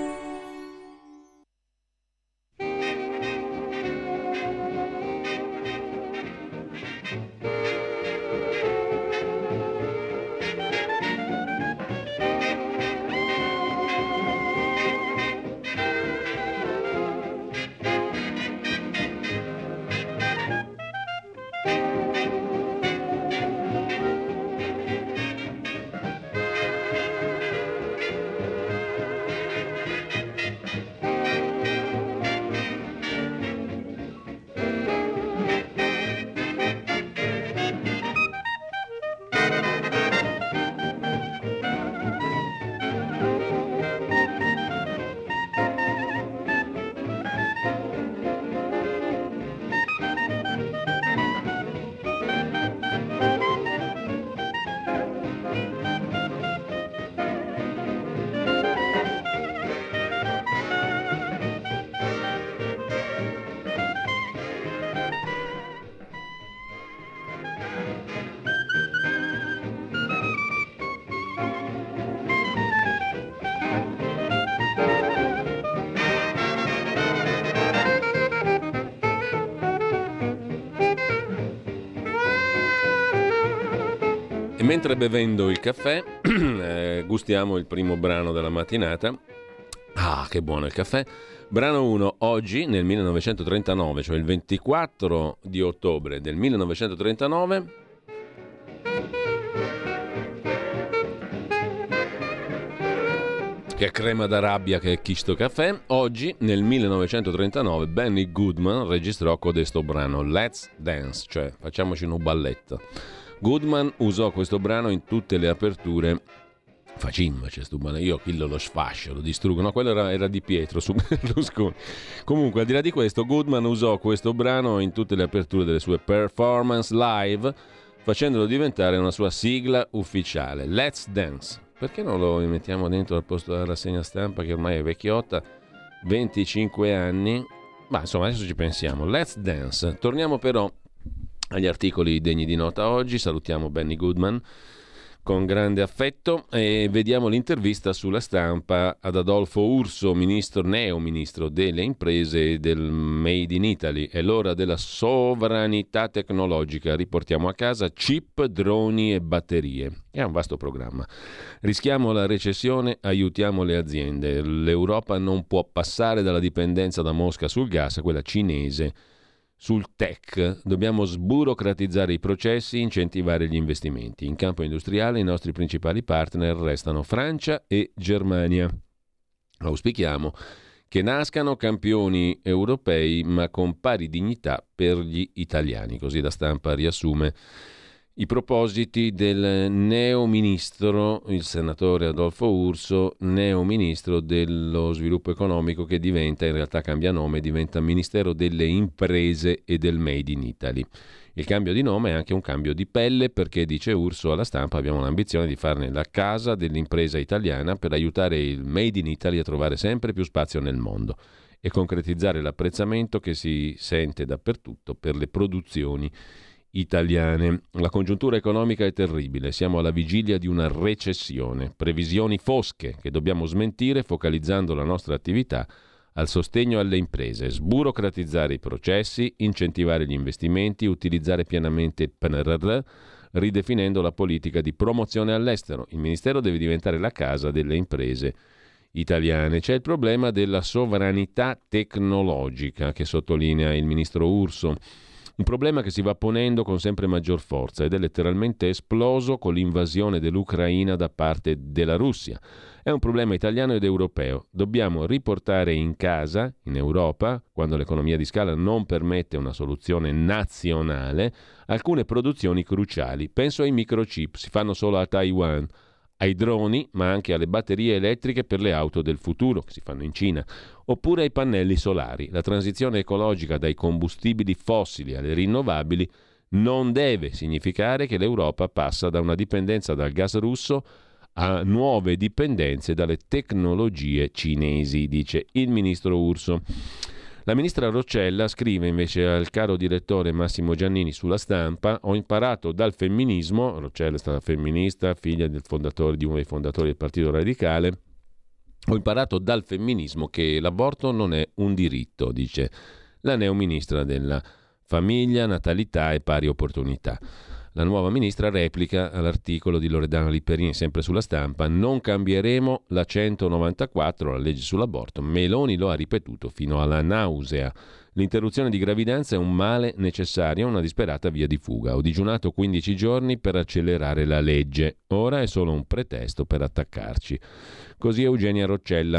Mentre bevendo il caffè, eh, gustiamo il primo brano della mattinata. Ah, che buono il caffè. Brano uno, oggi nel millenovecentotrentanove, cioè il ventiquattro di ottobre del millenovecentotrentanove. Che crema d'Arabia che è chi sto caffè. Oggi nel millenovecentotrentanove Benny Goodman registrò codesto brano, Let's Dance, cioè facciamoci un balletto. Goodman usò questo brano in tutte le aperture Facim, c'è stu io killo lo sfascio, lo distruggo. No, quello era, era di Pietro su Berlusconi. Comunque, al di là di questo, Goodman usò questo brano in tutte le aperture delle sue performance live, facendolo diventare una sua sigla ufficiale. Let's Dance. Perché non lo mettiamo dentro al posto della rassegna stampa, che ormai è vecchiotta, venticinque anni? Ma insomma, adesso ci pensiamo. Let's Dance. Torniamo però agli articoli degni di nota oggi. Salutiamo Benny Goodman con grande affetto e vediamo l'intervista sulla Stampa ad Adolfo Urso, ministro, neo ministro delle imprese e del Made in Italy. È l'ora della sovranità tecnologica. Riportiamo a casa chip, droni e batterie. È un vasto programma. Rischiamo la recessione, aiutiamo le aziende. L'Europa non può passare dalla dipendenza da Mosca sul gas a quella cinese sul tech. Dobbiamo sburocratizzare i processi, incentivare gli investimenti. In campo industriale i nostri principali partner restano Francia e Germania. Auspichiamo che nascano campioni europei ma con pari dignità per gli italiani. Così la Stampa riassume i propositi del neo ministro, il senatore Adolfo Urso, neo ministro dello sviluppo economico, che diventa, in realtà cambia nome, diventa Ministero delle Imprese e del Made in Italy. Il cambio di nome è anche un cambio di pelle, perché, dice Urso alla Stampa, abbiamo l'ambizione di farne la casa dell'impresa italiana per aiutare il Made in Italy a trovare sempre più spazio nel mondo e concretizzare l'apprezzamento che si sente dappertutto per le produzioni italiane. La congiuntura economica è terribile, siamo alla vigilia di una recessione, previsioni fosche che dobbiamo smentire focalizzando la nostra attività al sostegno alle imprese, sburocratizzare i processi, incentivare gli investimenti, utilizzare pienamente il P N R R, ridefinendo la politica di promozione all'estero. Il Ministero deve diventare la casa delle imprese italiane. C'è il problema della sovranità tecnologica che sottolinea il ministro Urso. Un problema che si va ponendo con sempre maggior forza ed è letteralmente esploso con l'invasione dell'Ucraina da parte della Russia. È un problema italiano ed europeo. Dobbiamo riportare in casa, in Europa, quando l'economia di scala non permette una soluzione nazionale, alcune produzioni cruciali. Penso ai microchip, si fanno solo a Taiwan, ai droni, ma anche alle batterie elettriche per le auto del futuro, che si fanno in Cina, oppure ai pannelli solari. La transizione ecologica dai combustibili fossili alle rinnovabili non deve significare che l'Europa passa da una dipendenza dal gas russo a nuove dipendenze dalle tecnologie cinesi, dice il ministro Urso. La ministra Roccella scrive invece al caro direttore Massimo Giannini sulla Stampa: ho imparato dal femminismo, Roccella è stata femminista, figlia del fondatore, di uno dei fondatori del Partito Radicale, ho imparato dal femminismo che l'aborto non è un diritto, dice la neo ministra della famiglia, natalità e pari opportunità. La nuova ministra replica all'articolo di Loredana Lipperini, sempre sulla Stampa: non cambieremo la centonovantaquattro, la legge sull'aborto. Meloni lo ha ripetuto fino alla nausea. L'interruzione di gravidanza è un male necessario, una disperata via di fuga. Ho digiunato quindici giorni per accelerare la legge. Ora è solo un pretesto per attaccarci. Così Eugenia Roccella.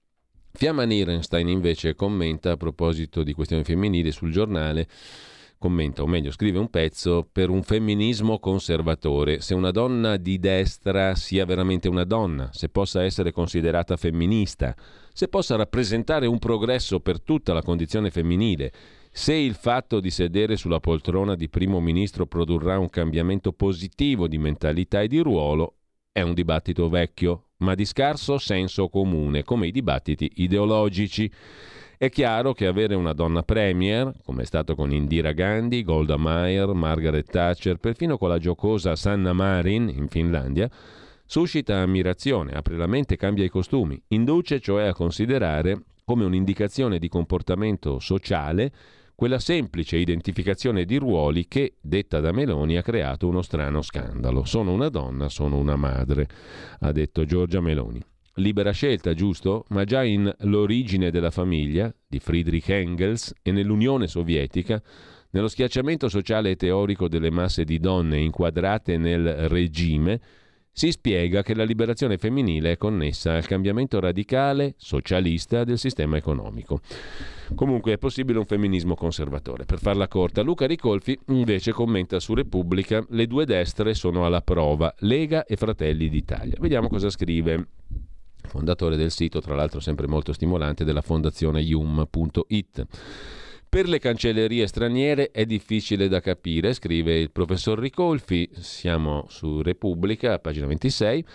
Fiamma Nierenstein invece commenta a proposito di questioni femminili sul Giornale. Commenta, o meglio scrive un pezzo per un femminismo conservatore: se una donna di destra sia veramente una donna, se possa essere considerata femminista, se possa rappresentare un progresso per tutta la condizione femminile, se il fatto di sedere sulla poltrona di primo ministro produrrà un cambiamento positivo di mentalità e di ruolo, è un dibattito vecchio, ma di scarso senso comune, come i dibattiti ideologici. È chiaro che avere una donna premier, come è stato con Indira Gandhi, Golda Meir, Margaret Thatcher, perfino con la giocosa Sanna Marin in Finlandia, suscita ammirazione, apre la mente e cambia i costumi, induce cioè a considerare come un'indicazione di comportamento sociale quella semplice identificazione di ruoli che, detta da Meloni, ha creato uno strano scandalo. Sono una donna, sono una madre, ha detto Giorgia Meloni. Libera scelta, giusto? Ma già in L'origine della famiglia di Friedrich Engels e nell'Unione Sovietica, nello schiacciamento sociale e teorico delle masse di donne inquadrate nel regime, si spiega che la liberazione femminile è connessa al cambiamento radicale socialista del sistema economico. Comunque è possibile un femminismo conservatore. Per farla corta, Luca Ricolfi invece commenta su Repubblica: le due destre sono alla prova, Lega e Fratelli d'Italia. Vediamo cosa scrive, fondatore del sito, tra l'altro sempre molto stimolante, della fondazione yum punto it. Per le cancellerie straniere è difficile da capire, scrive il professor Ricolfi, siamo su Repubblica, pagina ventisei,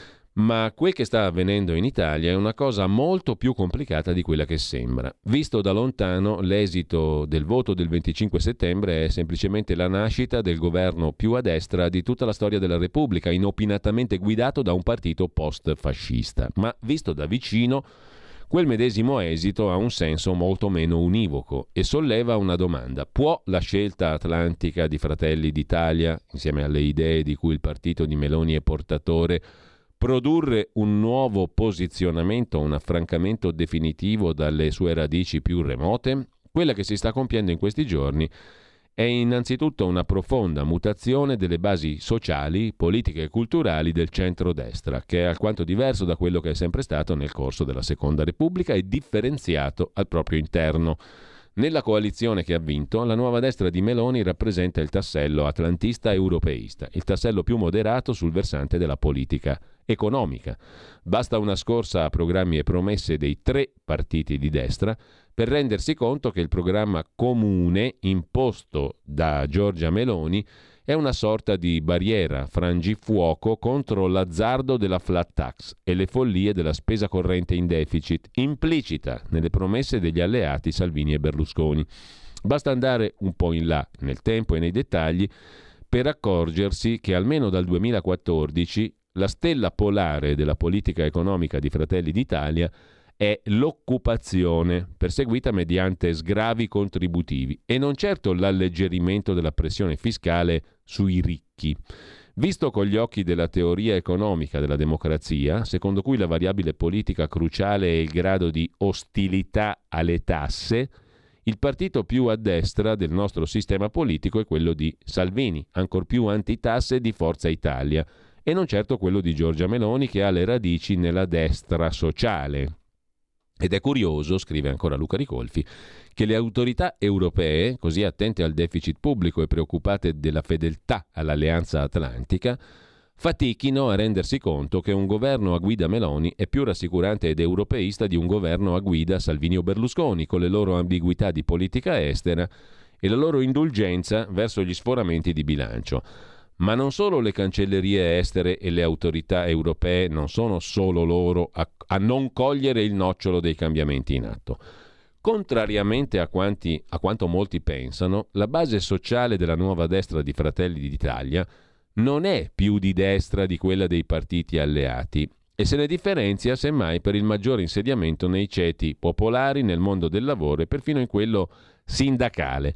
ma quel che sta avvenendo in Italia è una cosa molto più complicata di quella che sembra. Visto da lontano, l'esito del voto del venticinque settembre è semplicemente la nascita del governo più a destra di tutta la storia della Repubblica, inopinatamente guidato da un partito post-fascista. Ma visto da vicino, quel medesimo esito ha un senso molto meno univoco e solleva una domanda: può la scelta atlantica di Fratelli d'Italia, insieme alle idee di cui il partito di Meloni è portatore, produrre un nuovo posizionamento, un affrancamento definitivo dalle sue radici più remote? Quella che si sta compiendo in questi giorni è innanzitutto una profonda mutazione delle basi sociali, politiche e culturali del centrodestra, che è alquanto diverso da quello che è sempre stato nel corso della Seconda Repubblica e differenziato al proprio interno. Nella coalizione che ha vinto, la nuova destra di Meloni rappresenta il tassello atlantista europeista, il tassello più moderato sul versante della politica economica. Basta una scorsa a programmi e promesse dei tre partiti di destra per rendersi conto che il programma comune imposto da Giorgia Meloni è una sorta di barriera frangifuoco contro l'azzardo della flat tax e le follie della spesa corrente in deficit, implicita nelle promesse degli alleati Salvini e Berlusconi. Basta andare un po' in là nel tempo e nei dettagli per accorgersi che almeno dal duemilaquattordici la stella polare della politica economica di Fratelli d'Italia è l'occupazione, perseguita mediante sgravi contributivi e non certo l'alleggerimento della pressione fiscale sui ricchi. Visto con gli occhi della teoria economica della democrazia, secondo cui la variabile politica cruciale è il grado di ostilità alle tasse, il partito più a destra del nostro sistema politico è quello di Salvini, ancor più antitasse di Forza Italia, e non certo quello di Giorgia Meloni, che ha le radici nella destra sociale. Ed è curioso, scrive ancora Luca Ricolfi, che le autorità europee, così attente al deficit pubblico e preoccupate della fedeltà all'Alleanza Atlantica, fatichino a rendersi conto che un governo a guida Meloni è più rassicurante ed europeista di un governo a guida Salvini o Berlusconi, con le loro ambiguità di politica estera e la loro indulgenza verso gli sforamenti di bilancio. Ma non solo le cancellerie estere e le autorità europee non sono solo loro a, a non cogliere il nocciolo dei cambiamenti in atto. Contrariamente a, quanti, a quanto molti pensano, la base sociale della nuova destra di Fratelli d'Italia non è più di destra di quella dei partiti alleati e se ne differenzia semmai per il maggiore insediamento nei ceti popolari, nel mondo del lavoro e perfino in quello sindacale.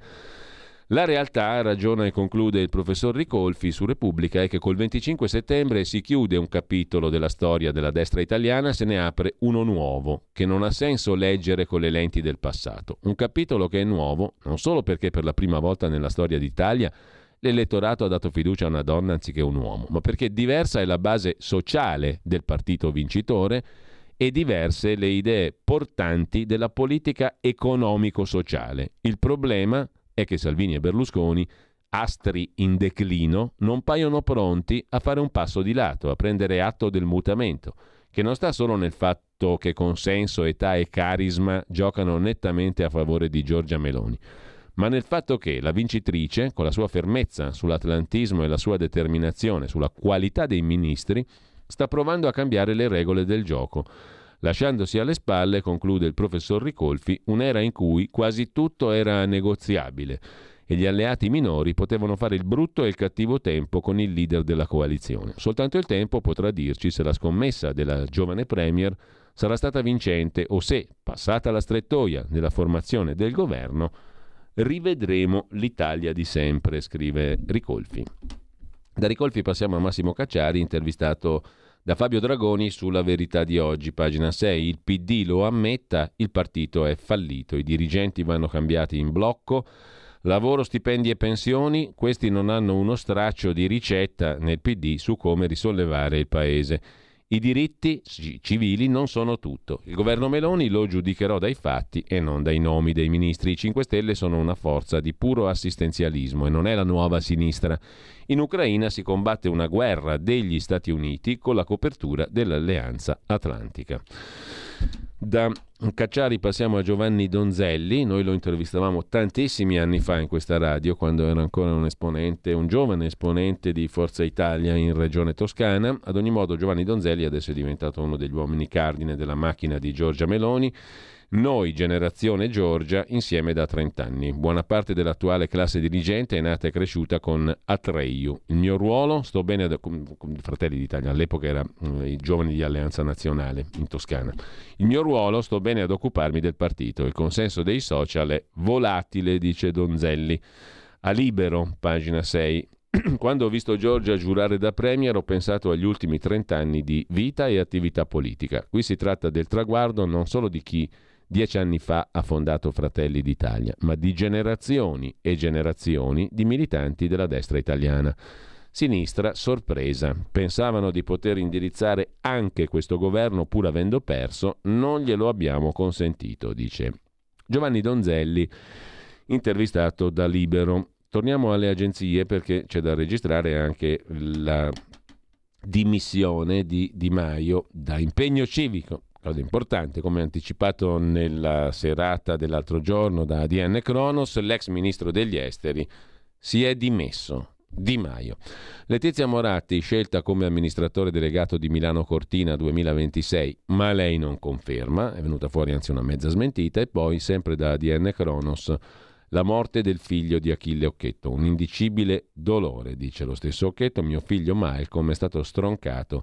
La realtà, ragiona e conclude il professor Ricolfi su Repubblica, è che col venticinque settembre si chiude un capitolo della storia della destra italiana, se ne apre uno nuovo, che non ha senso leggere con le lenti del passato. Un capitolo che è nuovo, non solo perché per la prima volta nella storia d'Italia l'elettorato ha dato fiducia a una donna anziché un uomo, ma perché diversa è la base sociale del partito vincitore e diverse le idee portanti della politica economico-sociale. Il problema è che Salvini e Berlusconi, astri in declino, non paiono pronti a fare un passo di lato, a prendere atto del mutamento, che non sta solo nel fatto che consenso, età e carisma giocano nettamente a favore di Giorgia Meloni, ma nel fatto che la vincitrice, con la sua fermezza sull'atlantismo e la sua determinazione sulla qualità dei ministri, sta provando a cambiare le regole del gioco, lasciandosi alle spalle, conclude il professor Ricolfi, un'era in cui quasi tutto era negoziabile e gli alleati minori potevano fare il brutto e il cattivo tempo con il leader della coalizione. Soltanto il tempo potrà dirci se la scommessa della giovane premier sarà stata vincente o se, passata la strettoia della formazione del governo, rivedremo l'Italia di sempre, scrive Ricolfi. Da Ricolfi passiamo a Massimo Cacciari, intervistato da Fabio Dragoni sulla Verità di oggi, pagina sei. Il P D lo ammetta, il partito è fallito, i dirigenti vanno cambiati in blocco, Lavoro, stipendi e pensioni, questi non hanno uno straccio di ricetta nel P D su come risollevare il paese. I diritti civili non sono tutto. Il governo Meloni lo giudicherò dai fatti e non dai nomi dei ministri. I cinque Stelle sono una forza di puro assistenzialismo e non è la nuova sinistra. In Ucraina si combatte una guerra degli Stati Uniti con la copertura dell'Alleanza Atlantica. Da Cacciari passiamo a Giovanni Donzelli. Noi lo intervistavamo tantissimi anni fa in questa radio, quando era ancora un esponente, un giovane esponente di Forza Italia in Regione Toscana. Ad ogni modo Giovanni Donzelli adesso è diventato uno degli uomini cardine della macchina di Giorgia Meloni. Noi, generazione Giorgia, insieme da trent'anni. Buona parte dell'attuale classe dirigente è nata e cresciuta con Atreju. Il mio ruolo, sto bene ad, con, con Fratelli d'Italia, all'epoca era eh, i giovani di Alleanza Nazionale in Toscana. Il mio ruolo, sto bene ad occuparmi del partito. Il consenso dei social è volatile, dice Donzelli. A Libero, pagina sei. Quando ho visto Giorgia giurare da premier ho pensato agli ultimi trent'anni di vita e attività politica. Qui si tratta del traguardo non solo di chi dieci anni fa ha fondato Fratelli d'Italia, ma di generazioni e generazioni di militanti della destra italiana. Sinistra, sorpresa, pensavano di poter indirizzare anche questo governo pur avendo perso, non glielo abbiamo consentito, dice Giovanni Donzelli, intervistato da Libero. Torniamo alle agenzie perché c'è da registrare anche la dimissione di Di Maio da impegno civico. Cosa importante, come anticipato nella serata dell'altro giorno da A D N Cronos, l'ex ministro degli esteri si è dimesso. Di Maio. Letizia Moratti, scelta come amministratore delegato di Milano Cortina duemilaventisei, ma lei non conferma, è venuta fuori anzi una mezza smentita. E poi, sempre da A D N Cronos, la morte del figlio di Achille Occhetto, un indicibile dolore, dice lo stesso Occhetto. Mio figlio Malcolm è stato stroncato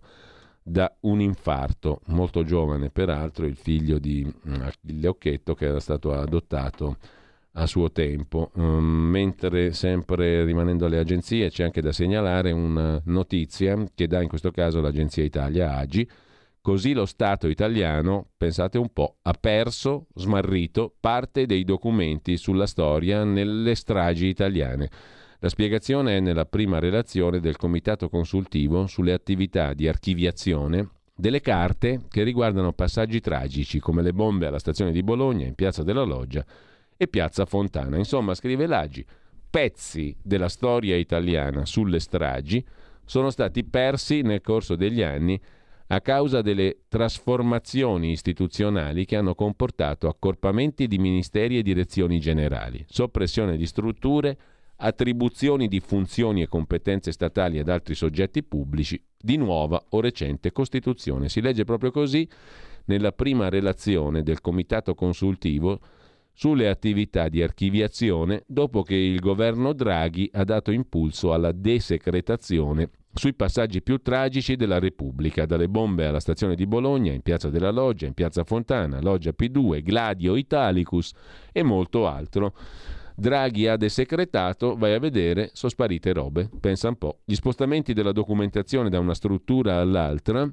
da un infarto, molto giovane peraltro, il figlio di Achille Occhetto, che era stato adottato a suo tempo. Um, mentre, sempre rimanendo alle agenzie, c'è anche da segnalare una notizia che dà in questo caso l'Agenzia Italia Agi. Così lo Stato italiano, pensate un po', ha perso, smarrito, parte dei documenti sulla storia nelle stragi italiane. La spiegazione è nella prima relazione del Comitato Consultivo sulle attività di archiviazione delle carte che riguardano passaggi tragici come le bombe alla stazione di Bologna, in Piazza della Loggia e Piazza Fontana. Insomma, scrive l'Agi, pezzi della storia italiana sulle stragi sono stati persi nel corso degli anni a causa delle trasformazioni istituzionali che hanno comportato accorpamenti di ministeri e direzioni generali, soppressione di strutture, attribuzioni di funzioni e competenze statali ad altri soggetti pubblici, di nuova o recente costituzione. Si legge proprio così nella prima relazione del Comitato Consultivo sulle attività di archiviazione dopo che il governo Draghi ha dato impulso alla desecretazione sui passaggi più tragici della Repubblica, dalle bombe alla stazione di Bologna, in Piazza della Loggia, in Piazza Fontana, Loggia P due, Gladio Italicus e molto altro. Draghi ha desecretato, vai a vedere, sono sparite robe, pensa un po'. Gli spostamenti della documentazione da una struttura all'altra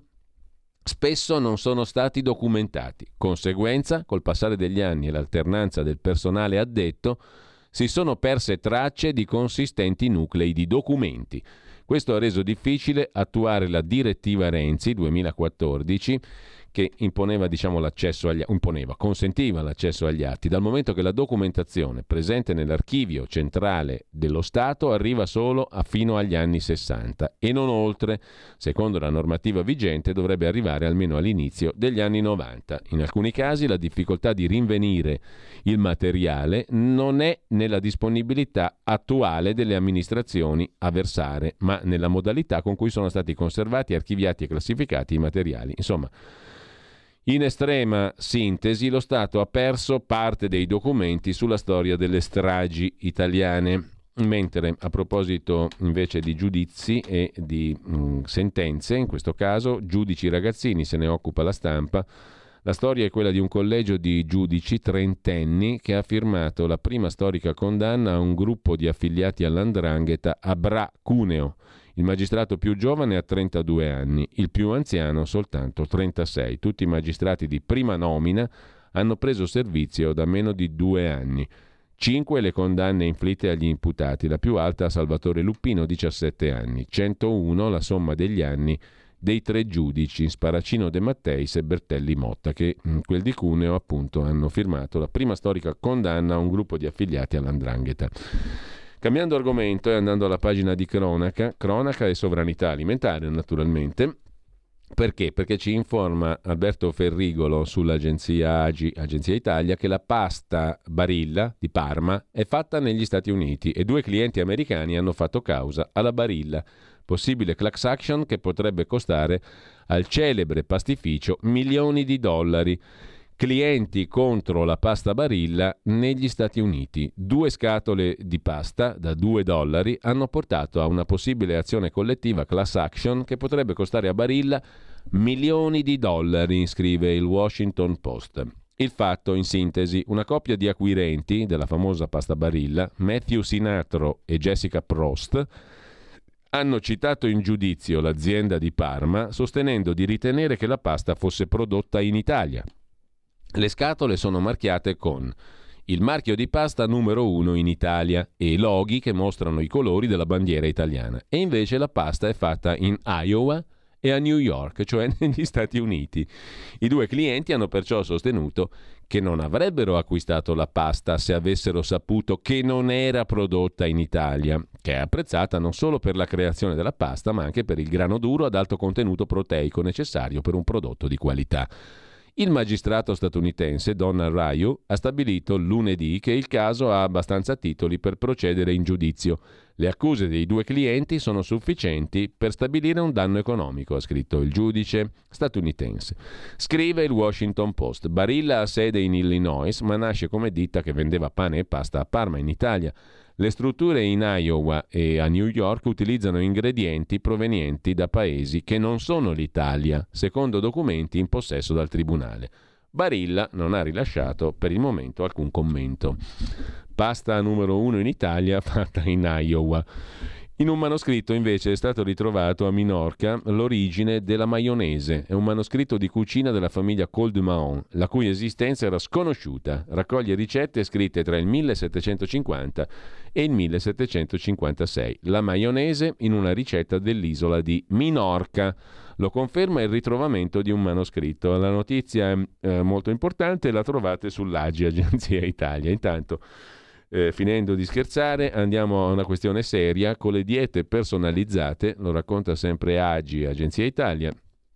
spesso non sono stati documentati. Conseguenza, col passare degli anni e l'alternanza del personale addetto, si sono perse tracce di consistenti nuclei di documenti. Questo ha reso difficile attuare la direttiva Renzi duemilaquattordici che imponeva, diciamo, l'accesso agli imponeva, consentiva l'accesso agli atti, dal momento che la documentazione presente nell'archivio centrale dello Stato arriva solo a fino agli anni sessanta e non oltre. Secondo la normativa vigente dovrebbe arrivare almeno all'inizio degli anni novanta. In alcuni casi la difficoltà di rinvenire il materiale non è nella disponibilità attuale delle amministrazioni a versare, ma nella modalità con cui sono stati conservati, archiviati e classificati i materiali. Insomma, in estrema sintesi, lo Stato ha perso parte dei documenti sulla storia delle stragi italiane. Mentre, a proposito invece di giudizi e di mh, sentenze, in questo caso giudici ragazzini, se ne occupa La Stampa, la storia è quella di un collegio di giudici trentenni che ha firmato la prima storica condanna a un gruppo di affiliati all''ndrangheta a Bra, Cuneo. Il magistrato più giovane ha trentadue anni, il più anziano soltanto trentasei. Tutti i magistrati di prima nomina hanno preso servizio da meno di due anni. cinque le condanne inflitte agli imputati, la più alta a Salvatore Luppino, diciassette anni, centouno la somma degli anni dei tre giudici, Sparacino, De Matteis e Bertelli Motta, che in quel di Cuneo appunto hanno firmato la prima storica condanna a un gruppo di affiliati all'Andrangheta. Cambiando argomento e andando alla pagina di cronaca, cronaca e sovranità alimentare naturalmente. Perché? Perché ci informa Alberto Ferrigolo sull'agenzia A G I, Agenzia Italia, che la pasta Barilla di Parma è fatta negli Stati Uniti e due clienti americani hanno fatto causa alla Barilla. Possibile class action che potrebbe costare al celebre pastificio milioni di dollari. Clienti contro la pasta Barilla negli Stati Uniti. Due scatole di pasta da due dollari hanno portato a una possibile azione collettiva class action che potrebbe costare a Barilla milioni di dollari, scrive il Washington Post. Il fatto, in sintesi, una coppia di acquirenti della famosa pasta Barilla, Matthew Sinatro e Jessica Prost, hanno citato in giudizio l'azienda di Parma sostenendo di ritenere che la pasta fosse prodotta in Italia. Le scatole sono marchiate con il marchio di pasta numero uno in Italia e loghi che mostrano i colori della bandiera italiana. E invece la pasta è fatta in Iowa e a New York, cioè negli Stati Uniti. I due clienti hanno perciò sostenuto che non avrebbero acquistato la pasta se avessero saputo che non era prodotta in Italia, che è apprezzata non solo per la creazione della pasta, ma anche per il grano duro ad alto contenuto proteico necessario per un prodotto di qualità. Il magistrato statunitense Donna Ryu ha stabilito lunedì che il caso ha abbastanza titoli per procedere in giudizio. Le accuse dei due clienti sono sufficienti per stabilire un danno economico, ha scritto il giudice statunitense. Scrive il Washington Post. Barilla ha sede in Illinois, ma nasce come ditta che vendeva pane e pasta a Parma, in Italia. Le strutture in Iowa e a New York utilizzano ingredienti provenienti da paesi che non sono l'Italia, secondo documenti in possesso dal tribunale. Barilla non ha rilasciato per il momento alcun commento. Pasta numero uno in Italia fatta in Iowa. In un manoscritto invece è stato ritrovato a Minorca l'origine della maionese. È un manoscritto di cucina della famiglia Cold Mahon, la cui esistenza era sconosciuta. Raccoglie ricette scritte tra il millesettecentocinquanta e il millesettecentocinquantasei. La maionese in una ricetta dell'isola di Minorca. Lo conferma il ritrovamento di un manoscritto. La notizia è eh, molto importante, la trovate sull'A G I, Agenzia Italia. Intanto, Eh, finendo di scherzare, andiamo a una questione seria. Con le diete personalizzate, lo racconta sempre A G I, Agenzia Italia,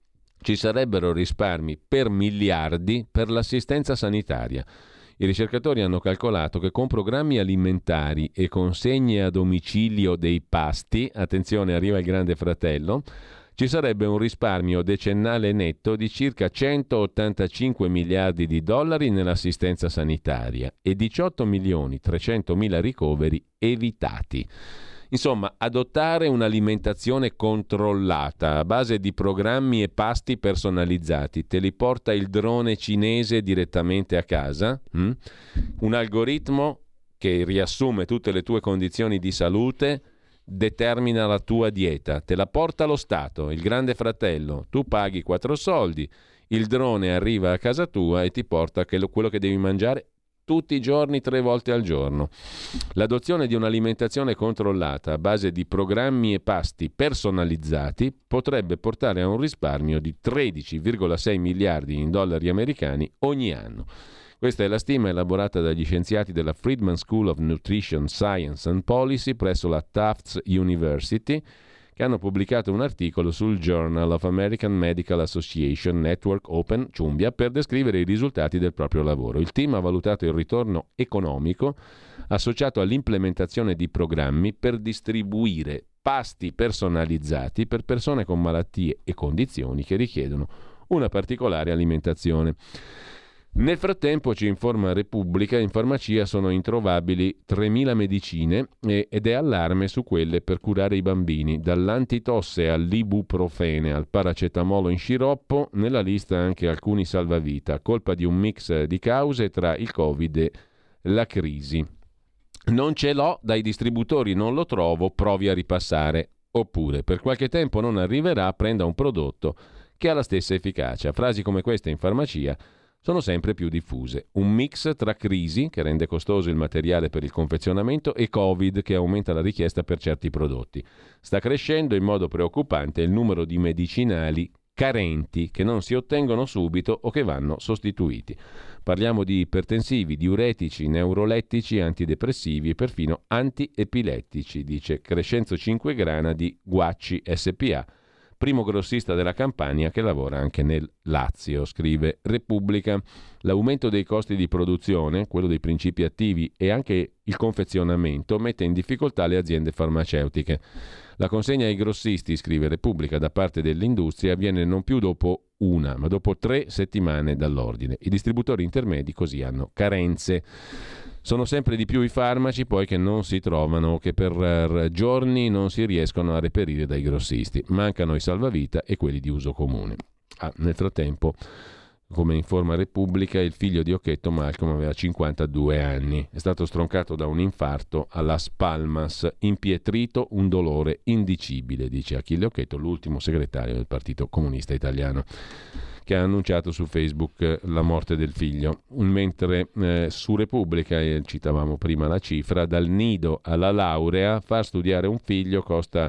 ci sarebbero risparmi per miliardi per l'assistenza sanitaria. I ricercatori hanno calcolato che con programmi alimentari e consegne a domicilio dei pasti, attenzione, arriva il Grande Fratello, ci sarebbe un risparmio decennale netto di circa centottantacinque miliardi di dollari nell'assistenza sanitaria e diciotto milioni trecentomila ricoveri evitati. Insomma, adottare un'alimentazione controllata a base di programmi e pasti personalizzati. Te li porta il drone cinese direttamente a casa? Hm? Un algoritmo che riassume tutte le tue condizioni di salute, determina la tua dieta, te la porta lo Stato, il Grande Fratello, tu paghi quattro soldi, il drone arriva a casa tua e ti porta quello che devi mangiare tutti i giorni, tre volte al giorno. L'adozione di un'alimentazione controllata a base di programmi e pasti personalizzati potrebbe portare a un risparmio di tredici virgola sei miliardi in dollari americani ogni anno. Questa è la stima elaborata dagli scienziati della Friedman School of Nutrition, Science and Policy presso la Tufts University, che hanno pubblicato un articolo sul Journal of American Medical Association Network Open Ciumbia per descrivere i risultati del proprio lavoro. Il team ha valutato il ritorno economico associato all'implementazione di programmi per distribuire pasti personalizzati per persone con malattie e condizioni che richiedono una particolare alimentazione. Nel frattempo, ci informa Repubblica, in farmacia sono introvabili tremila medicine ed è allarme su quelle per curare i bambini, dall'antitosse all'ibuprofene al paracetamolo in sciroppo, nella lista anche alcuni salvavita, colpa di un mix di cause tra il Covid e la crisi. Non ce l'ho dai distributori, non lo trovo, provi a ripassare. Oppure, per qualche tempo non arriverà, prenda un prodotto che ha la stessa efficacia. Frasi come queste in farmacia sono sempre più diffuse. Un mix tra crisi, che rende costoso il materiale per il confezionamento, e Covid, che aumenta la richiesta per certi prodotti. Sta crescendo in modo preoccupante il numero di medicinali carenti che non si ottengono subito o che vanno sostituiti. Parliamo di ipertensivi, diuretici, neurolettici, antidepressivi e perfino antiepilettici, dice Crescenzo Cinquegrana di Guacci S P A, primo grossista della Campania che lavora anche nel Lazio, scrive Repubblica. L'aumento dei costi di produzione, quello dei principi attivi e anche il confezionamento mette in difficoltà le aziende farmaceutiche. La consegna ai grossisti, scrive Repubblica, da parte dell'industria avviene non più dopo una, ma dopo tre settimane dall'ordine. I distributori intermedi così hanno carenze. Sono sempre di più i farmaci poi che non si trovano, che per giorni non si riescono a reperire dai grossisti. Mancano i salvavita e quelli di uso comune. Ah, nel frattempo, come informa Repubblica, il figlio di Occhetto, Malcolm, aveva cinquantadue anni. È stato stroncato da un infarto a Las Palmas, impietrito, un dolore indicibile, dice Achille Occhetto, l'ultimo segretario del Partito Comunista Italiano, che ha annunciato su Facebook la morte del figlio. Mentre eh, su Repubblica, eh, citavamo prima la cifra, dal nido alla laurea far studiare un figlio costa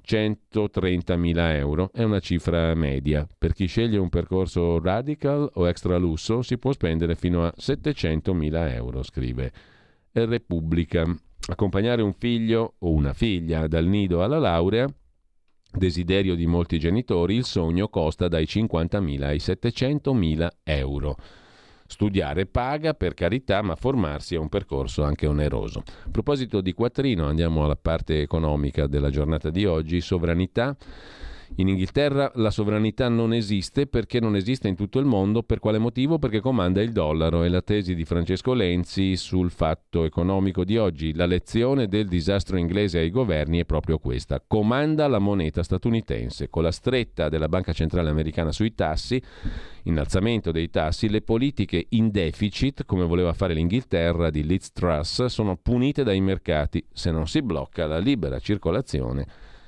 centotrentamila euro, è una cifra media. Per chi sceglie un percorso radical o extra lusso si può spendere fino a settecentomila euro, scrive Repubblica. Accompagnare un figlio o una figlia dal nido alla laurea, desiderio di molti genitori, il sogno costa dai cinquantamila ai settecentomila euro. Studiare paga, per carità, ma formarsi è un percorso anche oneroso. A proposito di quattrino, andiamo alla parte economica della giornata di oggi. Sovranità. In Inghilterra la sovranità non esiste perché non esiste in tutto il mondo. Per quale motivo? Perché comanda il dollaro. È la tesi di Francesco Lenzi sul Fatto Economico di oggi. La lezione del disastro inglese ai governi è proprio questa. Comanda la moneta statunitense. Con la stretta della Banca Centrale Americana sui tassi, innalzamento dei tassi, le politiche in deficit, come voleva fare l'Inghilterra di Liz Truss, sono punite dai mercati se non si blocca la libera circolazione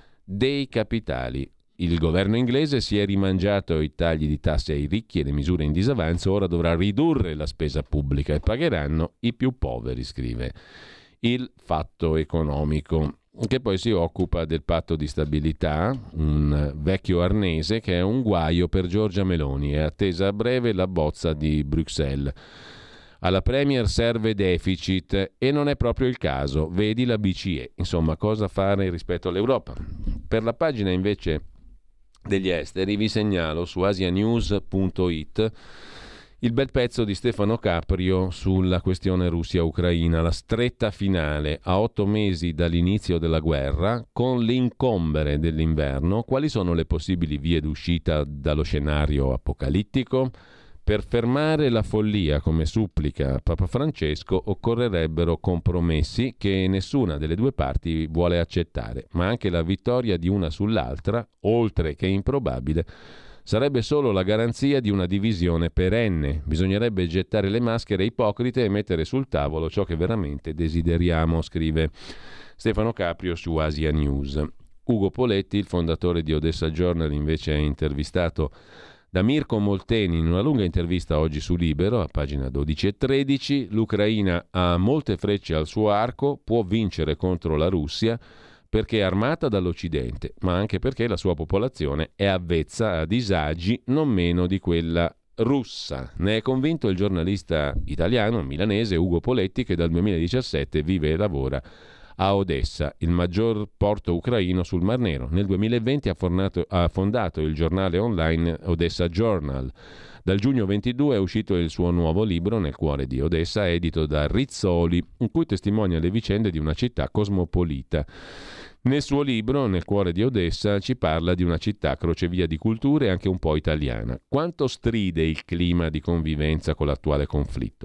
dei capitali. Il governo inglese si è rimangiato i tagli di tasse ai ricchi e le misure in disavanzo, ora dovrà ridurre la spesa pubblica e pagheranno i più poveri, scrive il Fatto Economico, che poi si occupa del patto di stabilità, un vecchio arnese che è un guaio per Giorgia Meloni. È attesa a breve la bozza di Bruxelles. Alla Premier serve deficit e non è proprio il caso, vedi la B C E. Insomma, cosa fare rispetto all'Europa? Per la pagina invece degli esteri vi segnalo su asianews punto it il bel pezzo di Stefano Caprio sulla questione Russia-Ucraina, la stretta finale a otto mesi dall'inizio della guerra, con l'incombere dell'inverno. Quali sono le possibili vie d'uscita dallo scenario apocalittico? Per fermare la follia, come supplica Papa Francesco, occorrerebbero compromessi che nessuna delle due parti vuole accettare, ma anche la vittoria di una sull'altra, oltre che improbabile, sarebbe solo la garanzia di una divisione perenne. Bisognerebbe gettare le maschere ipocrite e mettere sul tavolo ciò che veramente desideriamo, scrive Stefano Caprio su Asia News. Ugo Poletti, il fondatore di Odessa Journal, invece è intervistato da Mirko Molteni in una lunga intervista oggi su Libero, a pagina dodici e tredici. L'Ucraina ha molte frecce al suo arco, può vincere contro la Russia perché è armata dall'Occidente, ma anche perché la sua popolazione è avvezza a disagi non meno di quella russa. Ne è convinto il giornalista italiano, milanese, Ugo Poletti, che dal duemiladiciassette vive e lavora a Odessa, il maggior porto ucraino sul Mar Nero. Nel duemilaventi ha, fornato, ha fondato il giornale online Odessa Journal. Dal giugno ventidue è uscito il suo nuovo libro, Nel cuore di Odessa, edito da Rizzoli, in cui testimonia le vicende di una città cosmopolita. Nel suo libro, Nel cuore di Odessa, ci parla di una città crocevia di culture e anche un po' italiana. Quanto stride il clima di convivenza con l'attuale conflitto?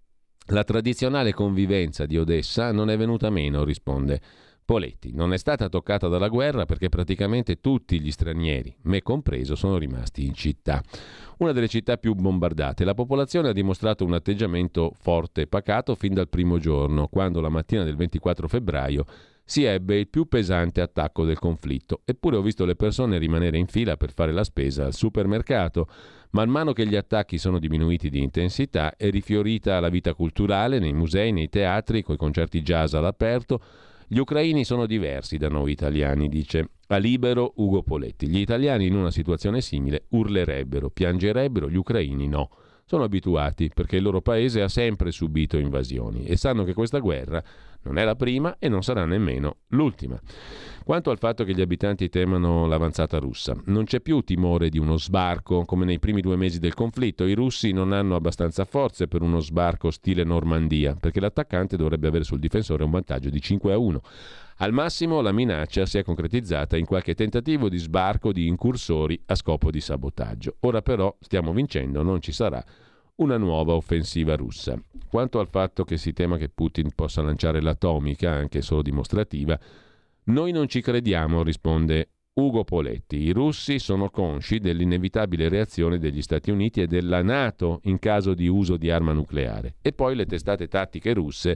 La tradizionale convivenza di Odessa non è venuta meno, risponde Poletti. Non è stata toccata dalla guerra perché praticamente tutti gli stranieri, me compreso, sono rimasti in città. Una delle città più bombardate. La popolazione ha dimostrato un atteggiamento forte e pacato fin dal primo giorno, quando la mattina del ventiquattro febbraio si ebbe il più pesante attacco del conflitto. Eppure ho visto le persone rimanere in fila per fare la spesa al supermercato. Man mano che gli attacchi sono diminuiti di intensità, è rifiorita la vita culturale nei musei, nei teatri, coi concerti jazz all'aperto. Gli ucraini sono diversi da noi italiani, dice a Libero Ugo Poletti. Gli italiani in una situazione simile urlerebbero, piangerebbero, gli ucraini no. Sono abituati perché il loro paese ha sempre subito invasioni e sanno che questa guerra non è la prima e non sarà nemmeno l'ultima. Quanto al fatto che gli abitanti temano l'avanzata russa, non c'è più timore di uno sbarco come nei primi due mesi del conflitto. I russi non hanno abbastanza forze per uno sbarco stile Normandia, perché l'attaccante dovrebbe avere sul difensore un vantaggio di cinque a uno. Al massimo la minaccia si è concretizzata in qualche tentativo di sbarco di incursori a scopo di sabotaggio. Ora però stiamo vincendo, non ci sarà una nuova offensiva russa. Quanto al fatto che si tema che Putin possa lanciare l'atomica, anche solo dimostrativa, noi non ci crediamo, risponde Ugo Poletti. I russi sono consci dell'inevitabile reazione degli Stati Uniti e della NATO in caso di uso di arma nucleare. E poi le testate tattiche russe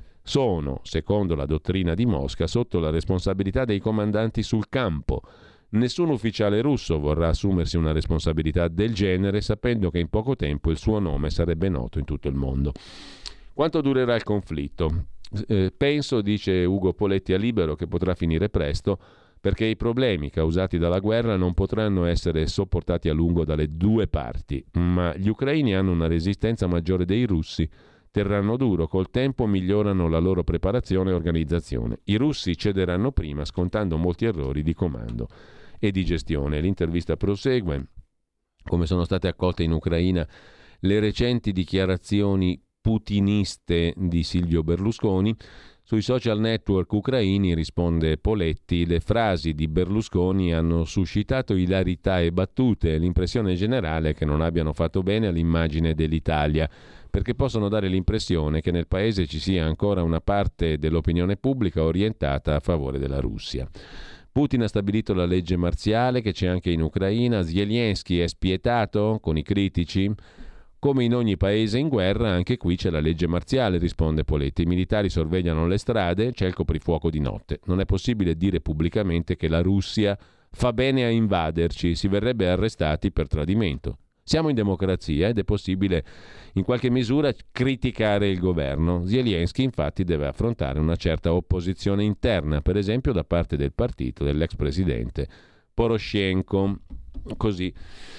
sono, secondo la dottrina di Mosca, sotto la responsabilità dei comandanti sul campo. Nessun ufficiale russo vorrà assumersi una responsabilità del genere sapendo che in poco tempo il suo nome sarebbe noto in tutto il mondo. Quanto durerà il conflitto? Eh, penso, dice Ugo Poletti a Libero, che potrà finire presto perché i problemi causati dalla guerra non potranno essere sopportati a lungo dalle due parti, ma gli ucraini hanno una resistenza maggiore dei russi. Terranno duro, col tempo migliorano la loro preparazione e organizzazione. I russi cederanno prima, scontando molti errori di comando e di gestione. L'intervista prosegue. Come sono state accolte in Ucraina le recenti dichiarazioni putiniste di Silvio Berlusconi? Sui social network ucraini, risponde Poletti, le frasi di Berlusconi hanno suscitato ilarità e battute. L'impressione generale è che non abbiano fatto bene all'immagine dell'Italia, perché possono dare l'impressione che nel paese ci sia ancora una parte dell'opinione pubblica orientata a favore della Russia. Putin ha stabilito la legge marziale che c'è anche in Ucraina. Zelensky è spietato con i critici. Come in ogni paese in guerra, anche qui c'è la legge marziale, risponde Poletti. I militari sorvegliano le strade, c'è il coprifuoco di notte. Non è possibile dire pubblicamente che la Russia fa bene a invaderci, si verrebbe arrestati per tradimento. Siamo in democrazia ed è possibile in qualche misura criticare il governo. Zelensky infatti deve affrontare una certa opposizione interna, per esempio da parte del partito dell'ex presidente Poroshenko. Così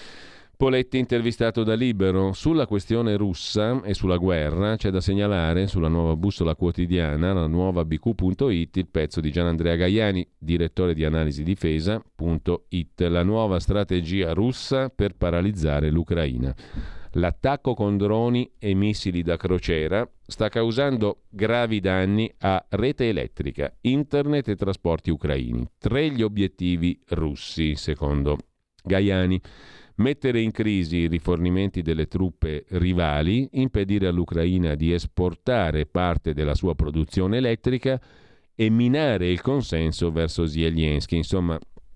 Poletti intervistato da Libero. Sulla questione russa e sulla guerra c'è da segnalare sulla nuova bussola quotidiana, la nuova B Q punto it, il pezzo di Gianandrea Gaiani, direttore di analisi difesa punto it, la nuova strategia russa per paralizzare l'Ucraina. L'attacco con droni e missili da crociera sta causando gravi danni a rete elettrica, internet e trasporti ucraini. Tre gli obiettivi russi, secondo Gaiani. Mettere in crisi i rifornimenti delle truppe rivali, impedire all'Ucraina di esportare parte della sua produzione elettrica e minare il consenso verso Zelensky. Insomma,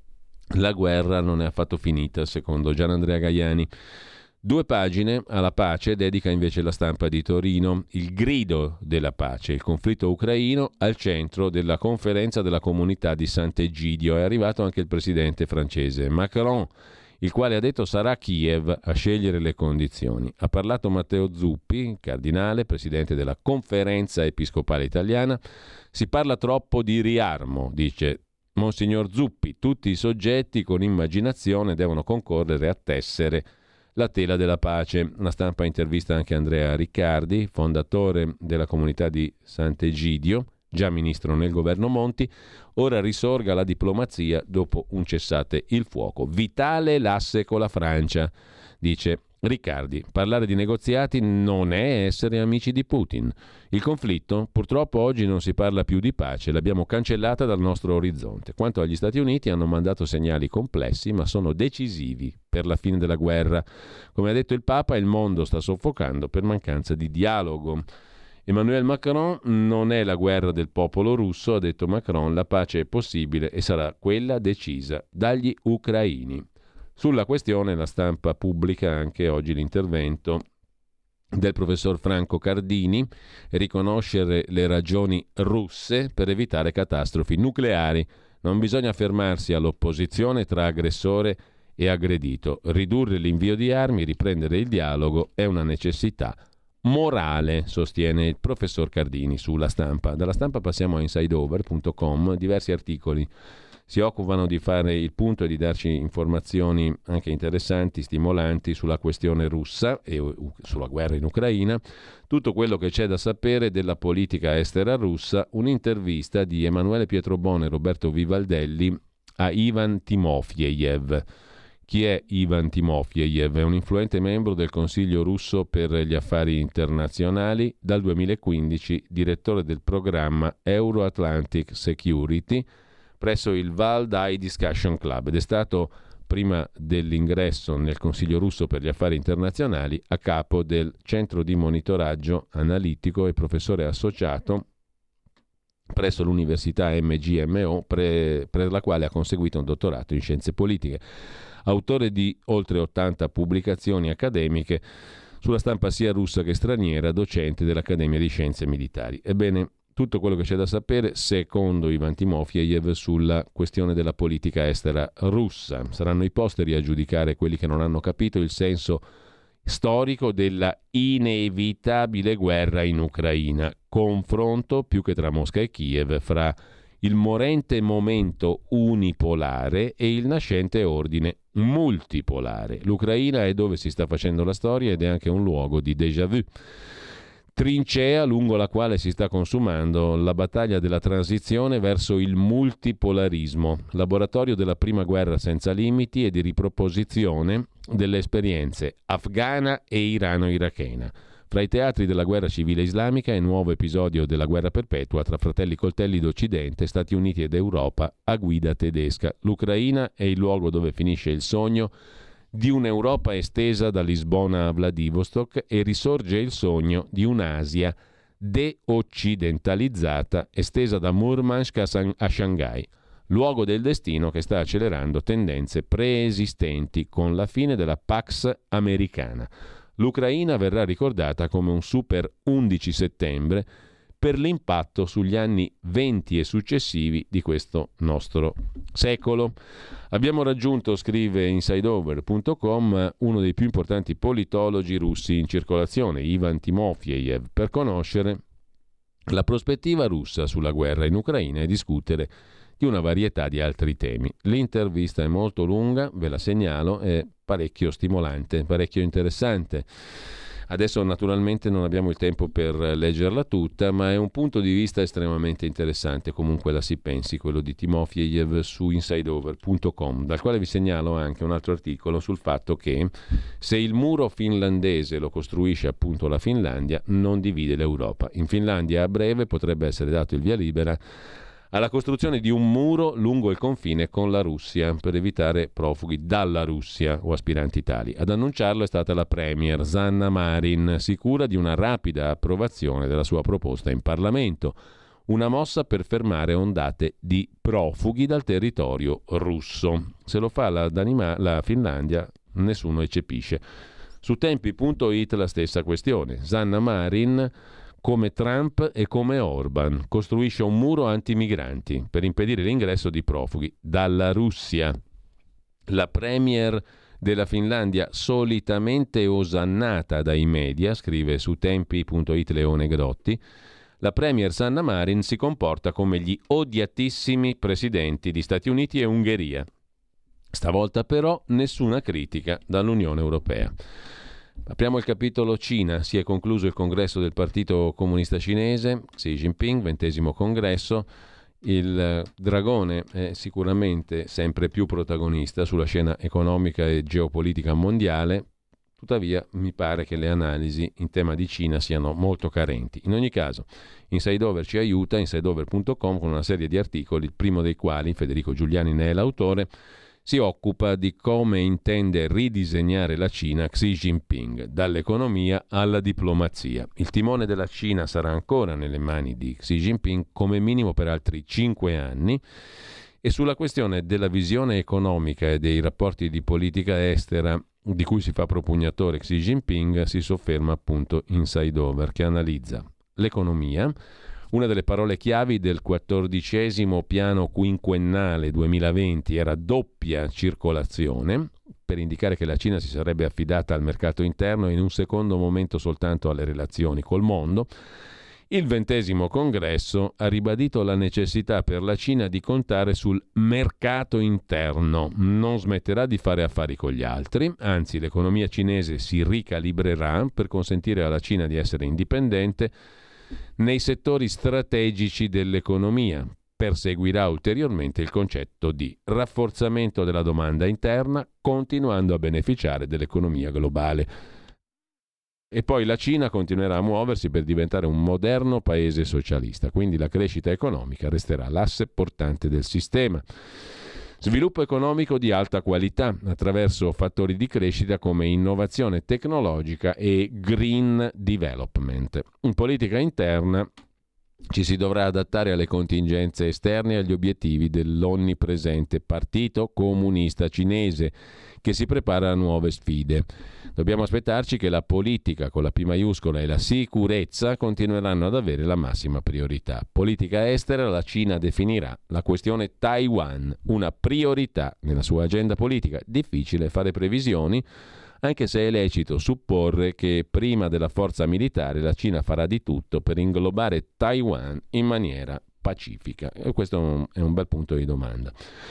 la guerra non è affatto finita, secondo Gianandrea Gaiani. Due pagine alla pace dedica invece La Stampa di Torino. Il grido della pace, il conflitto ucraino al centro della conferenza della comunità di Sant'Egidio. È arrivato anche il presidente francese Macron, il quale ha detto sarà Kiev a scegliere le condizioni. Ha parlato Matteo Zuppi, cardinale, presidente della Conferenza Episcopale Italiana. Si parla troppo di riarmo, dice Monsignor Zuppi. Tutti i soggetti con immaginazione devono concorrere a tessere la tela della pace. La Stampa intervista anche Andrea Riccardi, fondatore della comunità di Sant'Egidio, già ministro nel governo Monti. Ora risorga la diplomazia dopo un cessate il fuoco. Vitale l'asse con la Francia, dice Riccardi. Parlare di negoziati non è essere amici di Putin. Il conflitto, purtroppo oggi non si parla più di pace, l'abbiamo cancellata dal nostro orizzonte. Quanto agli Stati Uniti, hanno mandato segnali complessi ma sono decisivi per la fine della guerra. Come ha detto il Papa, il mondo sta soffocando per mancanza di dialogo. Emmanuel Macron, non è la guerra del popolo russo, ha detto Macron, la pace è possibile e sarà quella decisa dagli ucraini. Sulla questione La Stampa pubblica anche oggi l'intervento del professor Franco Cardini, riconoscere le ragioni russe per evitare catastrofi nucleari. Non bisogna fermarsi all'opposizione tra aggressore e aggredito. Ridurre l'invio di armi, riprendere il dialogo è una necessità morale, sostiene il professor Cardini sulla Stampa. Dalla Stampa passiamo a inside over punto com, diversi articoli si occupano di fare il punto e di darci informazioni anche interessanti, stimolanti sulla questione russa e sulla guerra in Ucraina, tutto quello che c'è da sapere della politica estera russa, un'intervista di Emanuele Pietrobone e Roberto Vivaldelli a Ivan Timofejev. Chi è Ivan Timofejev? È un influente membro del Consiglio russo per gli affari internazionali, dal duemilaquindici direttore del programma Euro-Atlantic Security presso il Valdai Discussion Club ed è stato, prima dell'ingresso nel Consiglio russo per gli affari internazionali, a capo del centro di monitoraggio analitico e professore associato presso l'Università M G M O, pre, per la quale ha conseguito un dottorato in scienze politiche. Autore di oltre ottanta pubblicazioni accademiche sulla stampa sia russa che straniera, docente dell'Accademia di Scienze Militari. Ebbene, tutto quello che c'è da sapere, secondo Ivan Timofejev, sulla questione della politica estera russa. Saranno i posteri a giudicare quelli che non hanno capito il senso storico della inevitabile guerra in Ucraina. Confronto, più che tra Mosca e Kiev, fra il morente momento unipolare e il nascente ordine multipolare. L'Ucraina è dove si sta facendo la storia ed è anche un luogo di déjà vu. Trincea lungo la quale si sta consumando la battaglia della transizione verso il multipolarismo, laboratorio della prima guerra senza limiti e di riproposizione delle esperienze afghana e irano-irachena. Fra i teatri della guerra civile islamica e nuovo episodio della guerra perpetua tra fratelli coltelli d'Occidente, Stati Uniti ed Europa a guida tedesca. L'Ucraina è il luogo dove finisce il sogno di un'Europa estesa da Lisbona a Vladivostok e risorge il sogno di un'Asia de-occidentalizzata estesa da Murmansk a, San- a Shanghai, luogo del destino che sta accelerando tendenze preesistenti con la fine della Pax americana. L'Ucraina verrà ricordata come un super undici settembre per l'impatto sugli anni venti e successivi di questo nostro secolo. Abbiamo raggiunto, scrive inside over punto com, uno dei più importanti politologi russi in circolazione, Ivan Timofejev, per conoscere la prospettiva russa sulla guerra in Ucraina e discutere di una varietà di altri temi. L'intervista è molto lunga, ve la segnalo, è parecchio stimolante, parecchio interessante. Adesso naturalmente non abbiamo il tempo per leggerla tutta, ma è un punto di vista estremamente interessante, comunque la si pensi, quello di Timofejev su inside over punto com, dal quale vi segnalo anche un altro articolo sul fatto che se il muro finlandese lo costruisce appunto la Finlandia, non divide l'Europa. In Finlandia a breve potrebbe essere dato il via libera alla costruzione di un muro lungo il confine con la Russia per evitare profughi dalla Russia o aspiranti tali. Ad annunciarlo è stata la premier Sanna Marin, sicura di una rapida approvazione della sua proposta in Parlamento, una mossa per fermare ondate di profughi dal territorio russo. Se lo fa la, Danima- la Finlandia, nessuno eccepisce. Su tempi punto it la stessa questione. Sanna Marin, come Trump e come Orban, costruisce un muro antimigranti per impedire l'ingresso di profughi dalla Russia. La premier della Finlandia, solitamente osannata dai media, scrive su tempi punto it Leone Grotti, la premier Sanna Marin si comporta come gli odiatissimi presidenti di Stati Uniti e Ungheria. Stavolta però nessuna critica dall'Unione Europea. Apriamo il capitolo Cina. Si è concluso il congresso del Partito Comunista Cinese, Xi Jinping, ventesimo congresso. Il dragone è sicuramente sempre più protagonista sulla scena economica e geopolitica mondiale, tuttavia mi pare che le analisi in tema di Cina siano molto carenti. In ogni caso, Inside Over ci aiuta, inside over punto com, con una serie di articoli, il primo dei quali, Federico Giuliani ne è l'autore, si occupa di come intende ridisegnare la Cina Xi Jinping, dall'economia alla diplomazia. Il timone della Cina sarà ancora nelle mani di Xi Jinping come minimo per altri cinque anni e sulla questione della visione economica e dei rapporti di politica estera di cui si fa propugnatore Xi Jinping, si sofferma appunto Inside Over, che analizza l'economia. Una delle parole chiavi del quattordicesimo piano quinquennale duemilaventi era doppia circolazione, per indicare che la Cina si sarebbe affidata al mercato interno e in un secondo momento soltanto alle relazioni col mondo. Il ventesimo congresso ha ribadito la necessità per la Cina di contare sul mercato interno. Non smetterà di fare affari con gli altri, anzi l'economia cinese si ricalibrerà per consentire alla Cina di essere indipendente nei settori strategici dell'economia. Perseguirà ulteriormente il concetto di rafforzamento della domanda interna, continuando a beneficiare dell'economia globale. E poi la Cina continuerà a muoversi per diventare un moderno paese socialista, quindi la crescita economica resterà l'asse portante del sistema. Sviluppo economico di alta qualità attraverso fattori di crescita come innovazione tecnologica e green development. In politica interna ci si dovrà adattare alle contingenze esterne e agli obiettivi dell'onnipresente Partito Comunista Cinese, che si prepara a nuove sfide. Dobbiamo aspettarci che la politica con la P maiuscola e la sicurezza continueranno ad avere la massima priorità. Politica estera, la Cina definirà la questione Taiwan una priorità nella sua agenda politica. Difficile fare previsioni, anche se è lecito supporre che prima della forza militare la Cina farà di tutto per inglobare Taiwan in maniera pacifica. E questo è un bel punto di domanda.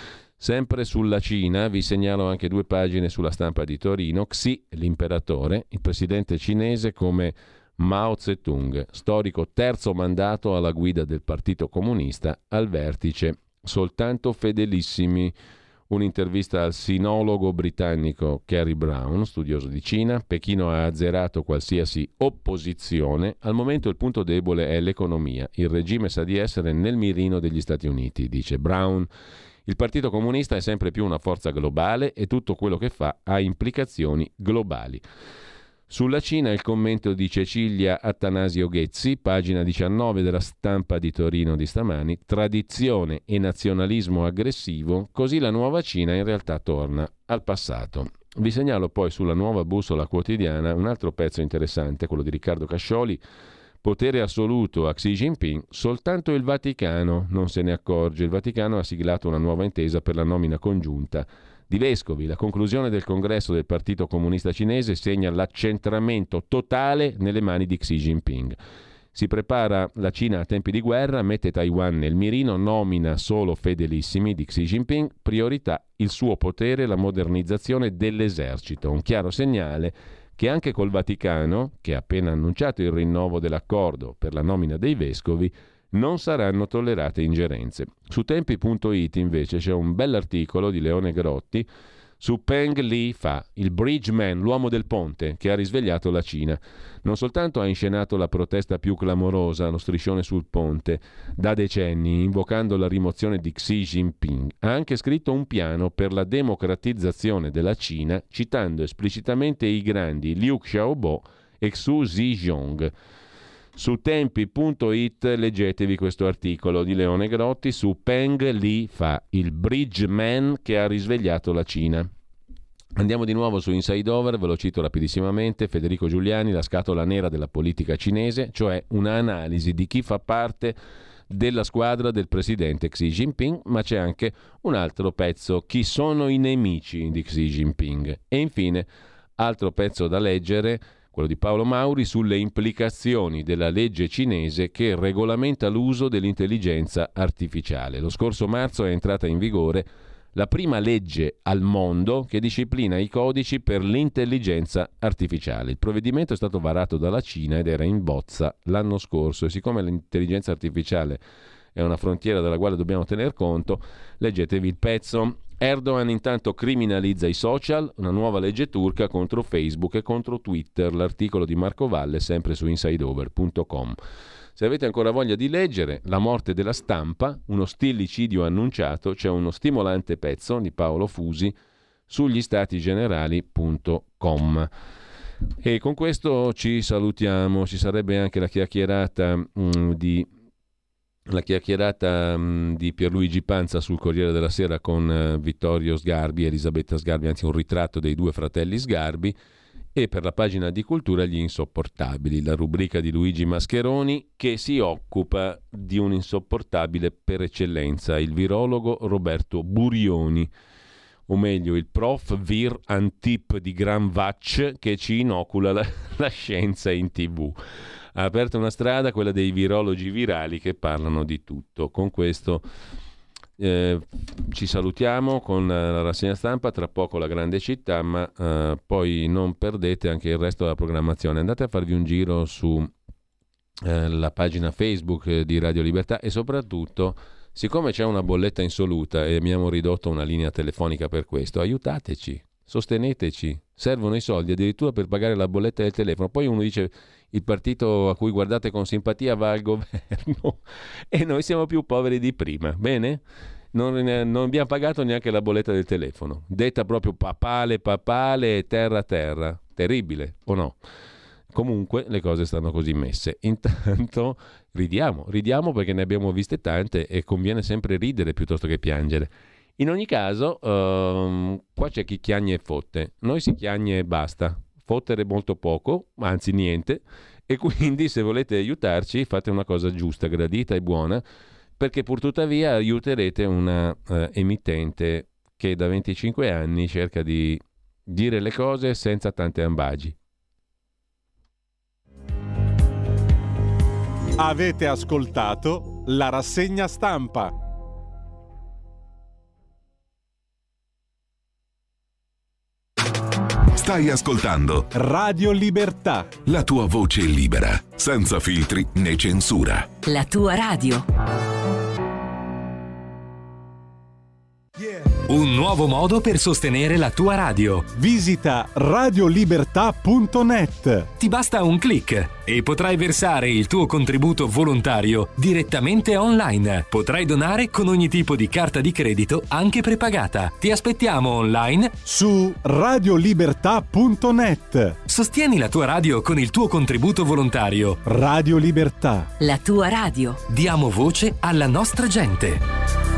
Sempre sulla Cina vi segnalo anche due pagine sulla Stampa di Torino. Xi, l'imperatore, il presidente cinese come Mao Zedong, storico terzo mandato alla guida del Partito Comunista, al vertice soltanto fedelissimi. Un'intervista al sinologo britannico Kerry Brown, studioso di Cina. Pechino ha azzerato qualsiasi opposizione. Al momento il punto debole è l'economia. Il regime sa di essere nel mirino degli Stati Uniti, dice Brown. Il Partito Comunista è sempre più una forza globale e tutto quello che fa ha implicazioni globali. Sulla Cina il commento di Cecilia Attanasio Ghezzi, pagina diciannove della Stampa di Torino di stamani. Tradizione e nazionalismo aggressivo, così la nuova Cina in realtà torna al passato. Vi segnalo poi sulla Nuova Bussola Quotidiana un altro pezzo interessante, quello di Riccardo Cascioli. Potere assoluto a Xi Jinping, soltanto il Vaticano non se ne accorge. Il Vaticano ha siglato una nuova intesa per la nomina congiunta di vescovi. La conclusione del congresso del Partito Comunista Cinese segna l'accentramento totale nelle mani di Xi Jinping. Si prepara la Cina a tempi di guerra, mette Taiwan nel mirino, nomina solo fedelissimi di Xi Jinping, priorità il suo potere e la modernizzazione dell'esercito. Un chiaro segnale che anche col Vaticano, che ha appena annunciato il rinnovo dell'accordo per la nomina dei vescovi, non saranno tollerate ingerenze. Su tempi punto it invece c'è un bell'articolo di Leone Grotti su Peng Li-fa, il bridgeman, l'uomo del ponte, che ha risvegliato la Cina. Non soltanto ha inscenato la protesta più clamorosa, lo striscione sul ponte, da decenni, invocando la rimozione di Xi Jinping, ha anche scritto un piano per la democratizzazione della Cina, citando esplicitamente i grandi Liu Xiaobo e Xu Zhejiang. Su tempi punto it leggetevi questo articolo di Leone Grotti su Peng Li-fa, il bridgeman che ha risvegliato la Cina. Andiamo di nuovo su Inside Over, ve lo cito rapidissimamente. Federico Giuliani, la scatola nera della politica cinese, cioè un'analisi di chi fa parte della squadra del presidente Xi Jinping, ma c'è anche un altro pezzo, chi sono i nemici di Xi Jinping. E infine, altro pezzo da leggere, quello di Paolo Mauri, sulle implicazioni della legge cinese che regolamenta l'uso dell'intelligenza artificiale. Lo scorso marzo è entrata in vigore la prima legge al mondo che disciplina i codici per l'intelligenza artificiale. Il provvedimento è stato varato dalla Cina ed era in bozza l'anno scorso e siccome l'intelligenza artificiale è una frontiera della quale dobbiamo tener conto, leggetevi il pezzo. Erdogan intanto criminalizza i social, una nuova legge turca contro Facebook e contro Twitter, l'articolo di Marco Valle sempre su insideover punto com. Se avete ancora voglia di leggere La morte della stampa, uno stillicidio annunciato, c'è uno stimolante pezzo di Paolo Fusi sugli stati generali punto com. E con questo ci salutiamo, ci sarebbe anche la chiacchierata mh, di la chiacchierata mh, di Pierluigi Panza sul Corriere della Sera con uh, Vittorio Sgarbi, Elisabetta Sgarbi, anzi un ritratto dei due fratelli Sgarbi, e per la pagina di cultura Gli Insopportabili, la rubrica di Luigi Mascheroni che si occupa di un insopportabile per eccellenza, il virologo Roberto Burioni, o meglio il prof Vir Antip di Gran Vac che ci inocula la, la scienza in tv. Ha aperto una strada, quella dei virologi virali che parlano di tutto. Con questo eh, ci salutiamo con la rassegna stampa, tra poco la grande città, ma eh, poi non perdete anche il resto della programmazione. Andate a farvi un giro su eh, la pagina Facebook di Radio Libertà e soprattutto, siccome c'è una bolletta insoluta e abbiamo ridotto una linea telefonica per questo, aiutateci, sosteneteci, servono i soldi addirittura per pagare la bolletta del telefono. Poi uno dice: il partito a cui guardate con simpatia va al governo e noi siamo più poveri di prima. Bene? Non, non abbiamo pagato neanche la bolletta del telefono, detta proprio papale, papale, terra, terra. Terribile, o no? Comunque le cose stanno così messe. Intanto ridiamo, ridiamo perché ne abbiamo viste tante e conviene sempre ridere piuttosto che piangere. In ogni caso, um, qua c'è chi chiagna e fotte. Noi si chiagna e basta. Fottere molto poco, anzi niente, e quindi se volete aiutarci fate una cosa giusta, gradita e buona, perché pur tuttavia aiuterete una uh, emittente che da venticinque anni cerca di dire le cose senza tante ambagi. Avete ascoltato la rassegna stampa. Stai ascoltando Radio Libertà, la tua voce libera, senza filtri né censura. La tua radio. Un nuovo modo per sostenere la tua radio. visita radiolibertà punto net. Ti basta un click e potrai versare il tuo contributo volontario direttamente online. Potrai donare con ogni tipo di carta di credito, anche prepagata. Ti aspettiamo online su radiolibertà punto net. Sostieni la tua radio con il tuo contributo volontario. Radio Libertà. La tua radio. Diamo voce alla nostra gente.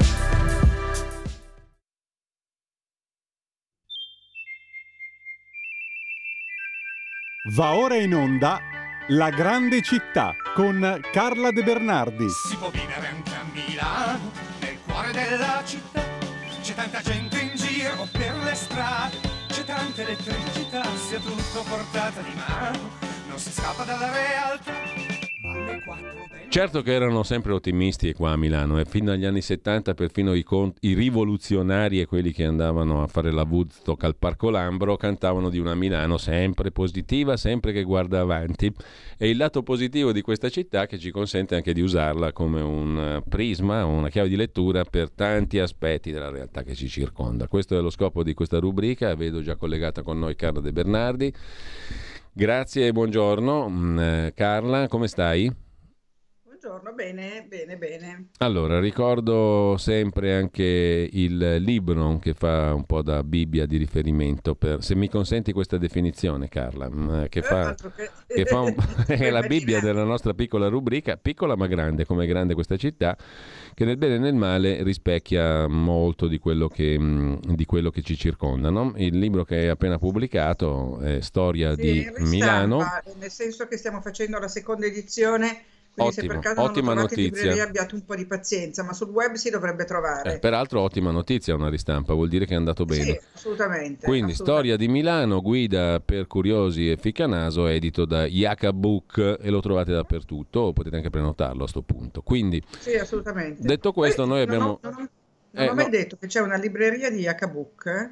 Va ora in onda La grande città con Carla De Bernardi. Si può vivere anche a Milano, nel cuore della città. C'è tanta gente in giro per le strade, c'è tanta elettricità, sia tutto portata di mano, non si scappa dalla realtà. Alle quattro del... Certo che erano sempre ottimisti qua a Milano e fino agli anni settanta perfino i, con- i rivoluzionari e quelli che andavano a fare la Woodstock al Parco Lambro cantavano di una Milano sempre positiva, sempre che guarda avanti. E il lato positivo di questa città che ci consente anche di usarla come un prisma, una chiave di lettura per tanti aspetti della realtà che ci circonda. Questo è lo scopo di questa rubrica. Vedo già collegata con noi Carla De Bernardi. Grazie e buongiorno. Carla, come stai? Buongiorno, bene, bene, bene. Allora, ricordo sempre anche il libro che fa un po' da Bibbia di riferimento, per, se mi consenti questa definizione, Carla, che fa, che... che fa un, è la Bibbia della nostra piccola rubrica, piccola ma grande, come è grande questa città, che nel bene e nel male rispecchia molto di quello che, di quello che ci circonda, no? Il libro che hai appena pubblicato è Storia sì, di ristampa, Milano. Nel senso che stiamo facendo la seconda edizione. Quindi Ottimo, se per caso ottima non lo trovate notizia. in libreria abbiate un po' di pazienza, ma sul web si dovrebbe trovare. Eh, peraltro ottima notizia una ristampa, vuol dire che è andato bene. Sì, assolutamente. Quindi assolutamente. Storia di Milano, guida per curiosi e ficcanaso, edito da Iaca Book e lo trovate dappertutto, o potete anche prenotarlo a sto punto. Quindi, sì, assolutamente. Detto questo, Poi, noi non abbiamo... Ho, non ho, non eh, ho mai no. detto che c'è una libreria di Iaca Book,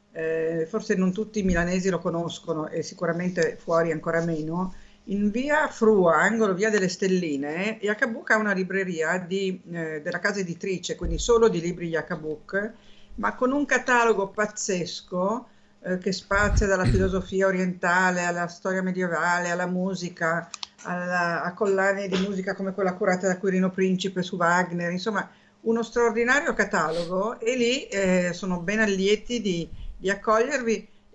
eh, forse non tutti i milanesi lo conoscono e sicuramente fuori ancora meno. In via Frua, angolo via delle Stelline, Iaca Book ha una libreria di, eh, della casa editrice, quindi solo di libri Iaca Book, ma con un catalogo pazzesco eh, che spazia dalla filosofia orientale alla storia medievale, alla musica, alla, a collane di musica come quella curata da Quirino Principe su Wagner, insomma uno straordinario catalogo, e lì eh, sono ben allieti di, di accogliervi.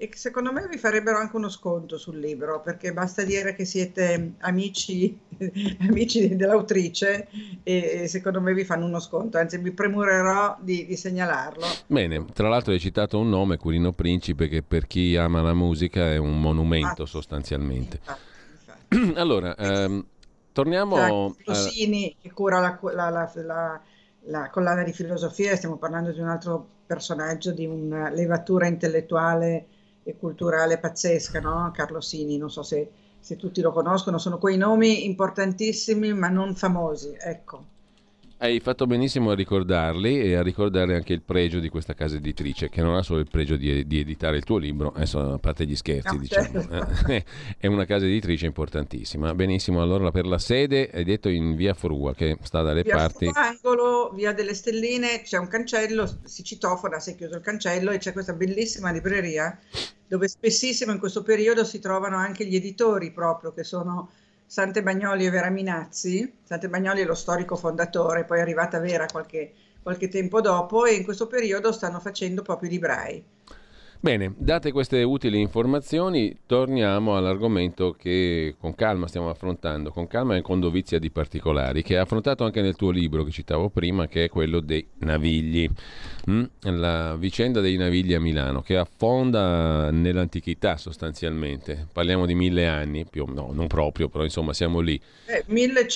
e che secondo me vi farebbero anche uno sconto sul libro, perché basta dire che siete amici, amici dell'autrice e secondo me vi fanno uno sconto, anzi mi premurerò di, di segnalarlo. Bene, tra l'altro hai citato un nome, Quirino Principe, che per chi ama la musica è un monumento, ah, sostanzialmente. Infatti, infatti. Allora, ehm, torniamo... Rossini, che cura la, la, la, la, la collana di filosofia, stiamo parlando di un altro personaggio di una levatura intellettuale e culturale pazzesca, no? Carlo Sini, non so se, se tutti lo conoscono, sono quei nomi importantissimi ma non famosi, ecco. Hai fatto benissimo a ricordarli e a ricordare anche il pregio di questa casa editrice, che non ha solo il pregio di, di editare il tuo libro, adesso a parte gli scherzi, no, diciamo, certo. È una casa editrice importantissima. Benissimo, allora per la sede hai detto in via Frua, che sta dalle via parti... Frua, angolo, via delle Stelline, c'è un cancello, si citofona, si è chiuso il cancello e c'è questa bellissima libreria dove spessissimo in questo periodo si trovano anche gli editori proprio, che sono... Sante Bagnoli e Vera Minazzi. Sante Bagnoli è lo storico fondatore, poi è arrivata Vera qualche, qualche tempo dopo e in questo periodo stanno facendo proprio i librai. Bene, date queste utili informazioni, torniamo all'argomento che con calma stiamo affrontando, con calma e con dovizia di particolari, che è affrontato anche nel tuo libro che citavo prima, che è quello dei Navigli. Mm? La vicenda dei Navigli a Milano, che affonda nell'antichità sostanzialmente. Parliamo di mille anni, più no, non proprio, però insomma siamo lì. Eh,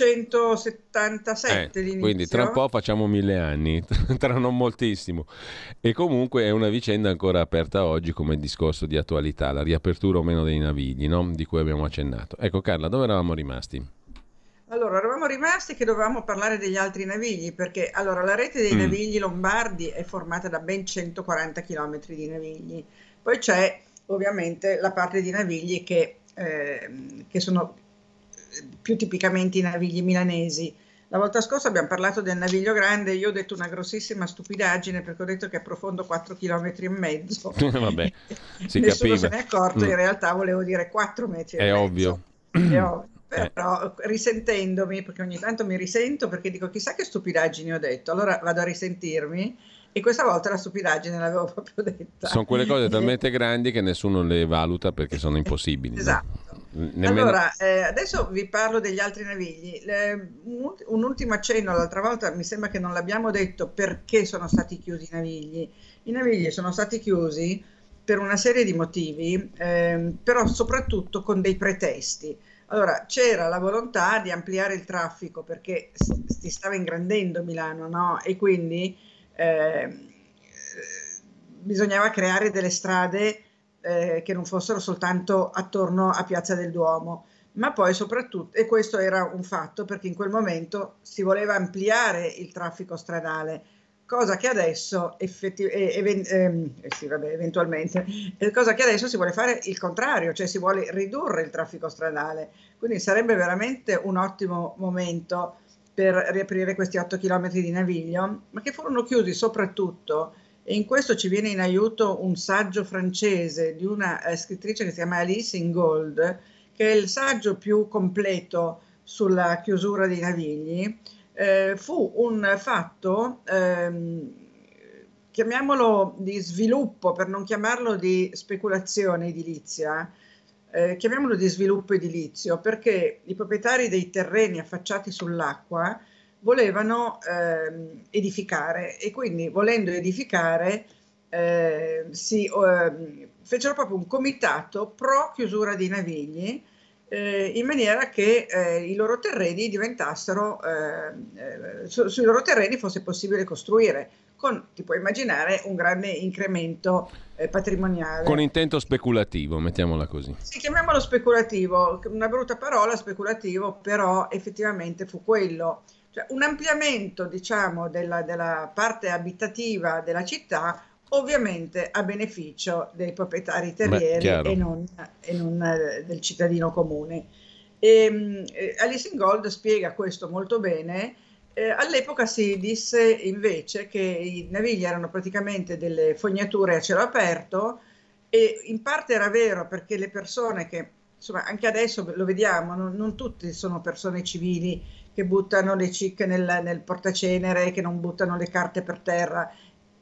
millecentosettantasette eh, l'inizio. Quindi tra un po' facciamo mille anni, tra non moltissimo. E comunque è una vicenda ancora aperta oggi come discorso di attualità, la riapertura o meno dei Navigli, no? Di cui abbiamo accennato. Ecco Carla, dove eravamo rimasti? Allora, eravamo rimasti che dovevamo parlare degli altri navigli, perché allora la rete dei mm. navigli lombardi è formata da ben centoquaranta chilometri di navigli. Poi c'è ovviamente la parte di navigli che, eh, che sono più tipicamente i navigli milanesi. La volta scorsa abbiamo parlato del Naviglio Grande, io ho detto una grossissima stupidaggine perché ho detto che è profondo quattro chilometri e mezzo. Vabbè, si nessuno capiva. se ne è accorto, mm. in realtà volevo dire quattro metri è e ovvio. mezzo. È ovvio. Però risentendomi, perché ogni tanto mi risento perché dico chissà che stupidaggini ho detto, allora vado a risentirmi e questa volta la stupidaggine l'avevo proprio detta. Sono quelle cose talmente grandi che nessuno le valuta perché sono impossibili. Esatto. No? Nemmeno... Allora, eh, adesso vi parlo degli altri navigli. Le, un, un ultimo accenno, l'altra volta mi sembra che non l'abbiamo detto perché sono stati chiusi i navigli. I navigli sono stati chiusi per una serie di motivi, eh, però soprattutto con dei pretesti. Allora, c'era la volontà di ampliare il traffico perché si stava ingrandendo Milano, no? E quindi eh, bisognava creare delle strade eh, che non fossero soltanto attorno a Piazza del Duomo, ma poi soprattutto, e questo era un fatto perché in quel momento si voleva ampliare il traffico stradale, cosa che adesso effetti- eh, even- ehm, eh sì, vabbè, eventualmente, eh, cosa che adesso si vuole fare il contrario, cioè si vuole ridurre il traffico stradale, quindi sarebbe veramente un ottimo momento per riaprire questi otto chilometri di Naviglio, ma che furono chiusi soprattutto, e in questo ci viene in aiuto un saggio francese di una eh, scrittrice che si chiama Alice Ingold, che è il saggio più completo sulla chiusura dei Navigli. Eh, fu un fatto, ehm, chiamiamolo di sviluppo, per non chiamarlo di speculazione edilizia, eh, chiamiamolo di sviluppo edilizio, perché i proprietari dei terreni affacciati sull'acqua volevano ehm, edificare e quindi volendo edificare eh, si, eh, fecero proprio un comitato pro chiusura dei Navigli, Eh, in maniera che eh, i loro terreni diventassero, eh, eh, su, sui loro terreni fosse possibile costruire, con, ti puoi immaginare, un grande incremento eh, patrimoniale. Con intento speculativo, mettiamola così. Sì, chiamiamolo speculativo, una brutta parola, speculativo, però effettivamente fu quello. Cioè, un ampliamento, diciamo, della, della parte abitativa della città, ovviamente a beneficio dei proprietari terrieri Beh, e non, e non eh, del cittadino comune. E, eh, Alice Ingold spiega questo molto bene. Eh, all'epoca si disse invece che i Navigli erano praticamente delle fognature a cielo aperto e in parte era vero perché le persone che, insomma, anche adesso lo vediamo, non, non tutti sono persone civili che buttano le cicche nel, nel portacenere, che non buttano le carte per terra.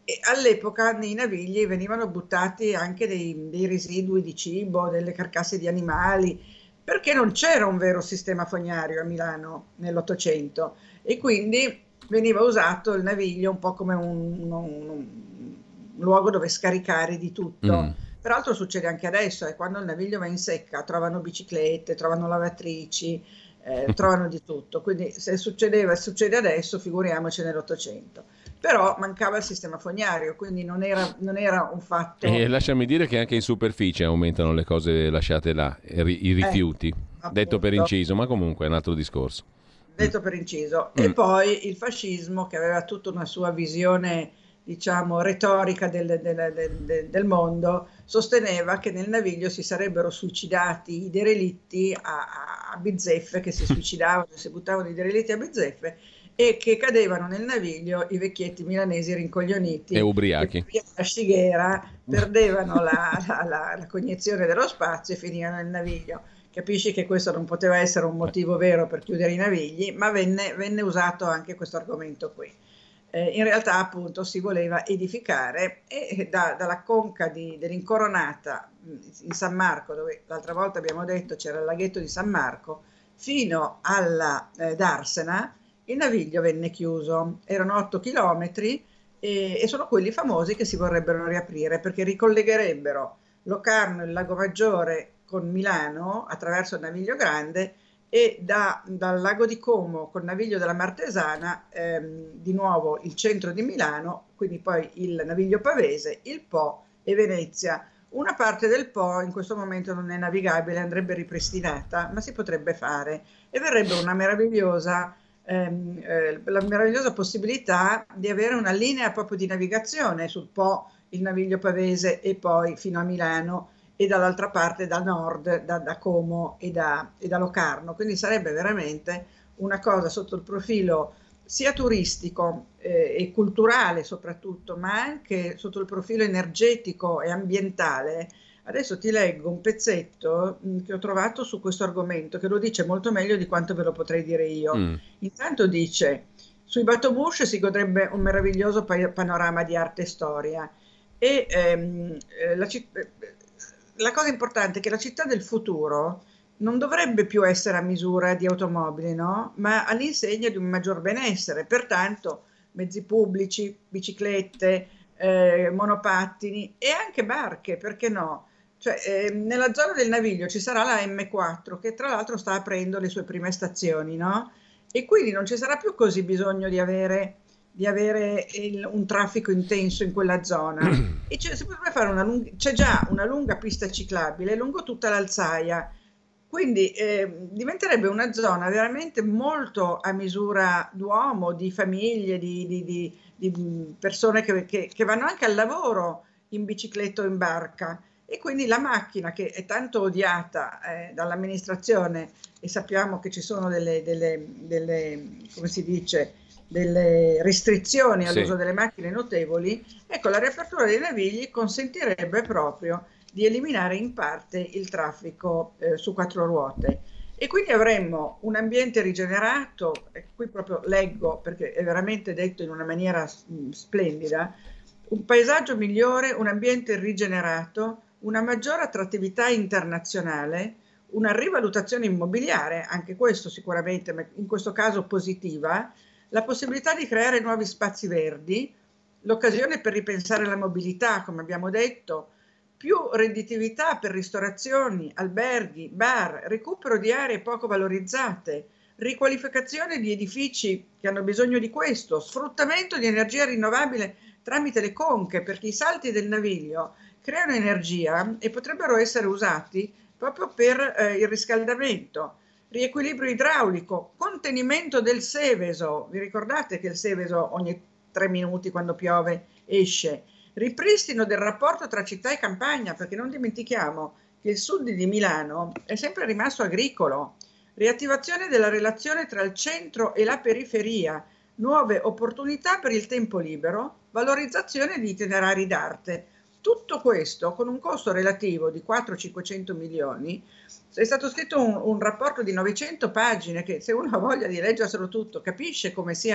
E all'epoca nei navigli venivano buttati anche dei, dei residui di cibo, delle carcasse di animali, perché non c'era un vero sistema fognario a Milano nell'Ottocento e quindi veniva usato il naviglio un po' come un, un, un, un luogo dove scaricare di tutto. Mm. Peraltro succede anche adesso, e quando il naviglio va in secca trovano biciclette, trovano lavatrici, eh, trovano di tutto. Quindi se succedeva e succede adesso, figuriamoci nell'Ottocento. Però mancava il sistema fognario, quindi non era, non era un fatto... E lasciami dire che anche in superficie aumentano le cose lasciate là, i ri- i rifiuti, Eh, detto per appunto. inciso, ma comunque è un altro discorso. Detto per inciso. Mm. E poi il fascismo, che aveva tutta una sua visione, diciamo, retorica del, del- del- del- del mondo, sosteneva che nel naviglio si sarebbero suicidati i derelitti a, a- a bizzeffe, che si suicidavano, si buttavano i derelitti a bizzeffe, e che cadevano nel naviglio i vecchietti milanesi rincoglioniti E ubriachi. che per la scighera perdevano la, la- la- la cognizione dello spazio e finivano nel naviglio. Capisci che questo non poteva essere un motivo vero per chiudere i navigli, ma venne, venne usato anche questo argomento qui. Eh, in realtà appunto si voleva edificare e da- dalla conca di- dell'Incoronata mh, in San Marco, dove l'altra volta abbiamo detto c'era il laghetto di San Marco, fino alla eh, Darsena, il naviglio venne chiuso. Erano otto chilometri e, e sono quelli famosi che si vorrebbero riaprire perché ricollegherebbero Locarno e il Lago Maggiore con Milano attraverso il Naviglio Grande e da- dal Lago di Como col Naviglio della Martesana ehm, di nuovo il centro di Milano, quindi poi il Naviglio Pavese, il Po e Venezia. Una parte del Po in questo momento non è navigabile, andrebbe ripristinata, ma si potrebbe fare e verrebbe una meravigliosa ehm, eh, la meravigliosa possibilità di avere una linea proprio di navigazione sul Po, il Naviglio Pavese e poi fino a Milano e dall'altra parte da nord, da, da Como e da, e da Locarno. Quindi sarebbe veramente una cosa sotto il profilo sia turistico eh, e culturale soprattutto, ma anche sotto il profilo energetico e ambientale. Adesso ti leggo un pezzetto mh, che ho trovato su questo argomento, che lo dice molto meglio di quanto ve lo potrei dire io. Mm. Intanto dice, sui Bateau-Mouche si godrebbe un meraviglioso pa- panorama di arte e storia. E ehm, eh, la, citt- eh, la cosa importante è che la città del futuro non dovrebbe più essere a misura di automobili, no? Ma all'insegna di un maggior benessere. Pertanto mezzi pubblici, biciclette, eh, monopattini e anche barche, perché no? Cioè, eh, nella zona del Naviglio ci sarà la emme quattro che tra l'altro sta aprendo le sue prime stazioni, no? E quindi non ci sarà più così bisogno di avere, di avere il- un traffico intenso in quella zona. E c'è, si potrebbe fare una lung- c'è già una lunga pista ciclabile lungo tutta l'Alzaia. Quindi eh, diventerebbe una zona veramente molto a misura d'uomo, di famiglie, di, di- di- di persone che, che- che vanno anche al lavoro in bicicletta o in barca. E quindi la macchina, che è tanto odiata eh, dall'amministrazione, e sappiamo che ci sono delle, delle- delle, come si dice, delle restrizioni Sì. all'uso delle macchine notevoli, ecco, la riapertura dei navigli consentirebbe proprio di eliminare in parte il traffico eh, su quattro ruote. E quindi avremmo un ambiente rigenerato, e qui proprio leggo perché è veramente detto in una maniera mh, splendida, un paesaggio migliore, un ambiente rigenerato, una maggiore attrattività internazionale, una rivalutazione immobiliare, anche questo sicuramente, ma in questo caso positiva, la possibilità di creare nuovi spazi verdi, l'occasione per ripensare la mobilità, come abbiamo detto, più redditività per ristorazioni, alberghi, bar, recupero di aree poco valorizzate, riqualificazione di edifici che hanno bisogno di questo, sfruttamento di energia rinnovabile tramite le conche, perché i salti del Naviglio creano energia e potrebbero essere usati proprio per eh, il riscaldamento, riequilibrio idraulico, contenimento del Seveso, vi ricordate che il Seveso ogni tre minuti quando piove esce, ripristino del rapporto tra città e campagna, perché non dimentichiamo che il sud di Milano è sempre rimasto agricolo, riattivazione della relazione tra il centro e la periferia, nuove opportunità per il tempo libero, valorizzazione di itinerari d'arte. Tutto questo con un costo relativo di quattrocento cinquecento milioni. È stato scritto un, un rapporto di novecento pagine che, se uno ha voglia di leggerselo tutto, capisce come sia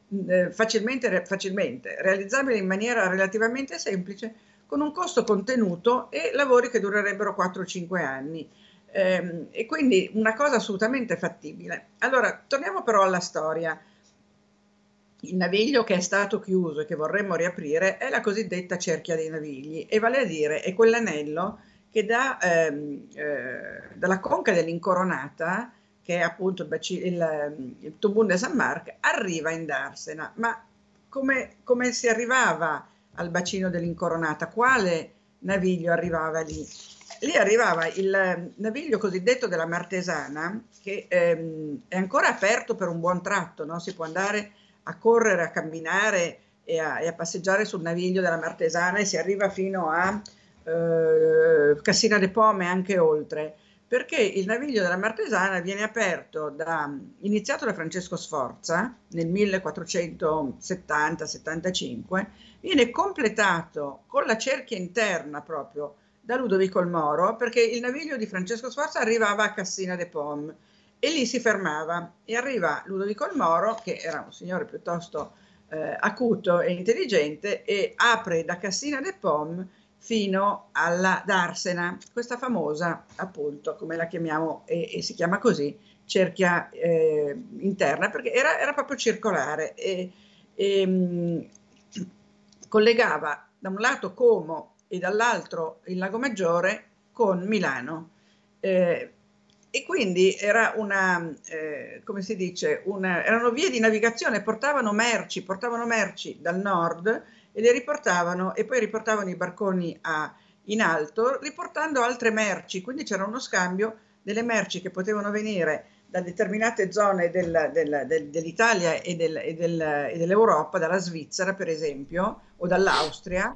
eh, facilmente, facilmente realizzabile in maniera relativamente semplice, con un costo contenuto e lavori che durerebbero quattro cinque anni. Eh, e quindi una cosa assolutamente fattibile. Allora, torniamo però alla storia. Il naviglio che è stato chiuso e che vorremmo riaprire è la cosiddetta cerchia dei navigli, e vale a dire è quell'anello che da, ehm, eh, dalla conca dell'Incoronata, che è appunto il, baci- il, il Tubun de San Marc, arriva in Darsena. Ma come, come si arrivava al bacino dell'Incoronata? Quale naviglio arrivava lì? Lì arrivava il naviglio cosiddetto della Martesana, che ehm, è ancora aperto per un buon tratto, no? Si può andare a correre, a camminare e a, e a passeggiare sul naviglio della Martesana, e si arriva fino a eh, Cassina de Pome e anche oltre, perché il naviglio della Martesana viene aperto da, iniziato da Francesco Sforza nel millequattrocentosettanta settantacinque, viene completato con la cerchia interna proprio da Ludovico il Moro, perché il naviglio di Francesco Sforza arrivava a Cassina de Pome e lì si fermava, e arriva Ludovico il Moro, che era un signore piuttosto eh, acuto e intelligente, e apre da Cassina de Pome fino alla Darsena, questa famosa, appunto, come la chiamiamo, e, e si chiama così, cerchia eh, interna, perché era, era proprio circolare e, e mh, collegava da un lato Como e dall'altro il Lago Maggiore con Milano. Eh, E quindi era una, eh, come si dice, una, erano vie di navigazione, portavano merci, portavano merci dal nord e le riportavano, e poi riportavano i barconi a, in alto, riportando altre merci. Quindi c'era uno scambio delle merci che potevano venire da determinate zone del, del, del, dell'Italia e, del, e, del, e dell'Europa, dalla Svizzera per esempio, o dall'Austria,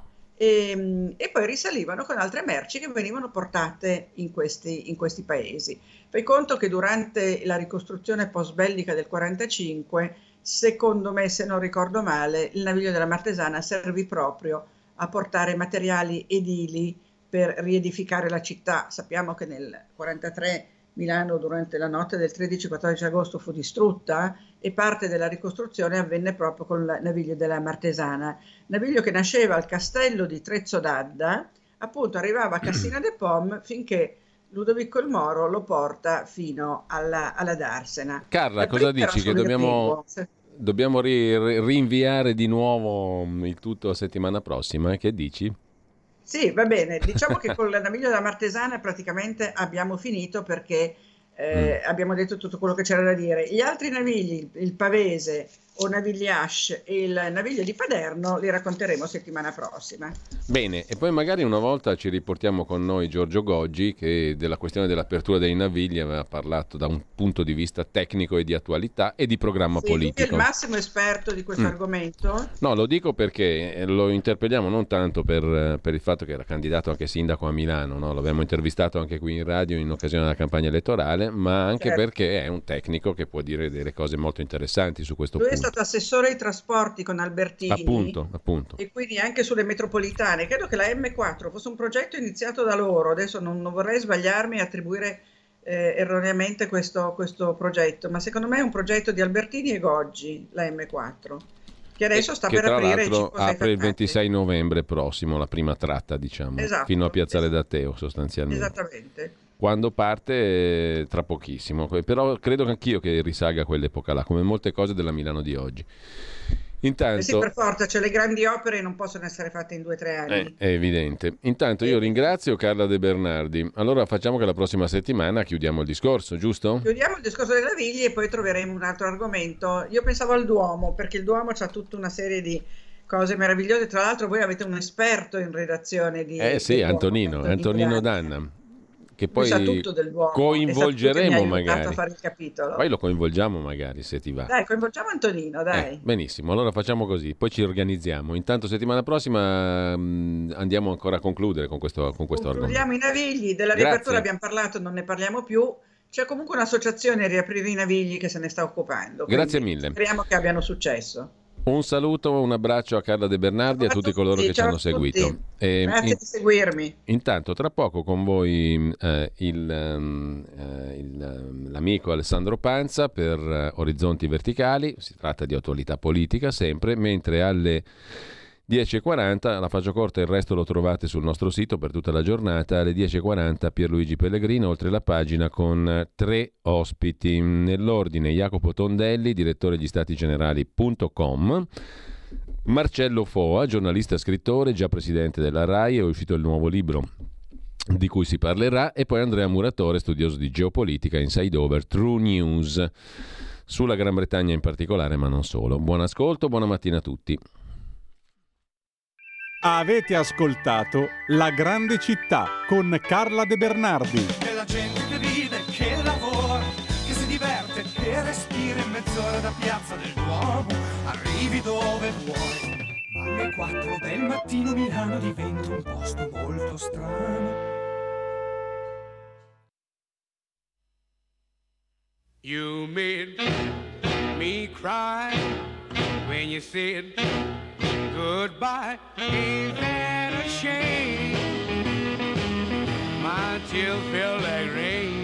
e, e poi risalivano con altre merci che venivano portate in questi, in questi paesi. Fai conto che durante la ricostruzione post-bellica del quarantacinque, secondo me, se non ricordo male, il naviglio della Martesana servì proprio a portare materiali edili per riedificare la città. Sappiamo che nel quarantatré Milano durante la notte del tredici quattordici agosto fu distrutta, e parte della ricostruzione avvenne proprio con il naviglio della Martesana, naviglio che nasceva al castello di Trezzo d'Adda, appunto arrivava a Cassina de Pome finché Ludovico il Moro lo porta fino alla, alla Darsena. Carla, cosa dici? Che dobbiamo, dobbiamo ri, rinviare di nuovo il tutto a settimana prossima? Che dici? Sì, va bene. Diciamo che con il naviglio della Martesana praticamente abbiamo finito, perché eh, mm. abbiamo detto tutto quello che c'era da dire. Gli altri navigli, il Pavese o Navigliash e il naviglio di Paderno, li racconteremo settimana prossima. Bene, e poi magari una volta ci riportiamo con noi Giorgio Goggi, che della questione dell'apertura dei navigli aveva parlato da un punto di vista tecnico e di attualità e di programma sì, politico. Lui è il massimo esperto di questo mm. argomento. No, lo dico perché lo interpelliamo non tanto per, per il fatto che era candidato anche sindaco a Milano, no? L'abbiamo intervistato anche qui in radio in occasione della campagna elettorale, ma anche certo. perché è un tecnico che può dire delle cose molto interessanti su questo Lui punto. È stato assessore ai trasporti con Albertini, appunto, appunto. E quindi anche sulle metropolitane. Credo che la emme quattro fosse un progetto iniziato da loro, adesso non, non vorrei sbagliarmi e attribuire eh, erroneamente questo, questo progetto, ma secondo me è un progetto di Albertini e Goggi, la emme quattro, che adesso sta che per tra aprire l'altro apre il ventisei novembre prossimo, la prima tratta, diciamo, esatto, fino a Piazzale esatto. d'Atteo sostanzialmente. Esattamente. Quando parte tra pochissimo, però credo anch'io che risalga a quell'epoca là, come molte cose della Milano di oggi. Intanto, eh sì, per forza, cioè le grandi opere non possono essere fatte in due o tre anni. Eh, è evidente. Intanto io ringrazio Carla De Bernardi. Allora facciamo che la prossima settimana chiudiamo il discorso, giusto? Chiudiamo il discorso dei navigli e poi troveremo un altro argomento. Io pensavo al Duomo, perché il Duomo c'ha tutta una serie di cose meravigliose. Tra l'altro voi avete un esperto in redazione di... Eh sì, Antonino, Duomo, Antonino Danna. Che poi coinvolgeremo magari. A fare il capitolo. Poi lo coinvolgiamo magari, se ti va. Dai, coinvolgiamo Antonino, dai. Eh, benissimo, allora facciamo così, poi ci organizziamo. Intanto settimana prossima mh, andiamo ancora a concludere con questo, con questo argomento. Concludiamo i navigli, della Grazie. riapertura abbiamo parlato, non ne parliamo più. C'è comunque un'associazione Riaprire i Navigli che se ne sta occupando. Grazie mille. Speriamo che abbiano successo. Un saluto, un abbraccio a Carla De Bernardi e a tutti coloro che ci hanno seguito. E Grazie in, di seguirmi. Intanto, tra poco con voi eh, il, eh, il, l'amico Alessandro Panza per eh, Orizzonti Verticali. Si tratta di attualità politica sempre, mentre alle dieci e quaranta, la faccio corta, il resto lo trovate sul nostro sito per tutta la giornata. Alle dieci e quaranta Pierluigi Pellegrino, oltre la pagina, con tre ospiti. Nell'ordine: Jacopo Tondelli, direttore gli stati generali punto com, Marcello Foa, giornalista e scrittore, già presidente della RAI, è uscito il nuovo libro di cui si parlerà, e poi Andrea Muratore, studioso di geopolitica, Inside Over, True News, sulla Gran Bretagna in particolare, ma non solo. Buon ascolto, buona mattina a tutti. Avete ascoltato La Grande Città con Carla De Bernardi. E la gente che vive, che lavora, che si diverte, che respira in mezz'ora da Piazza del Duomo, arrivi dove vuoi. Ma alle quattro del mattino Milano diventa un posto molto strano. You made me cry when you said goodbye. Ain't that a shame? My tears feel like rain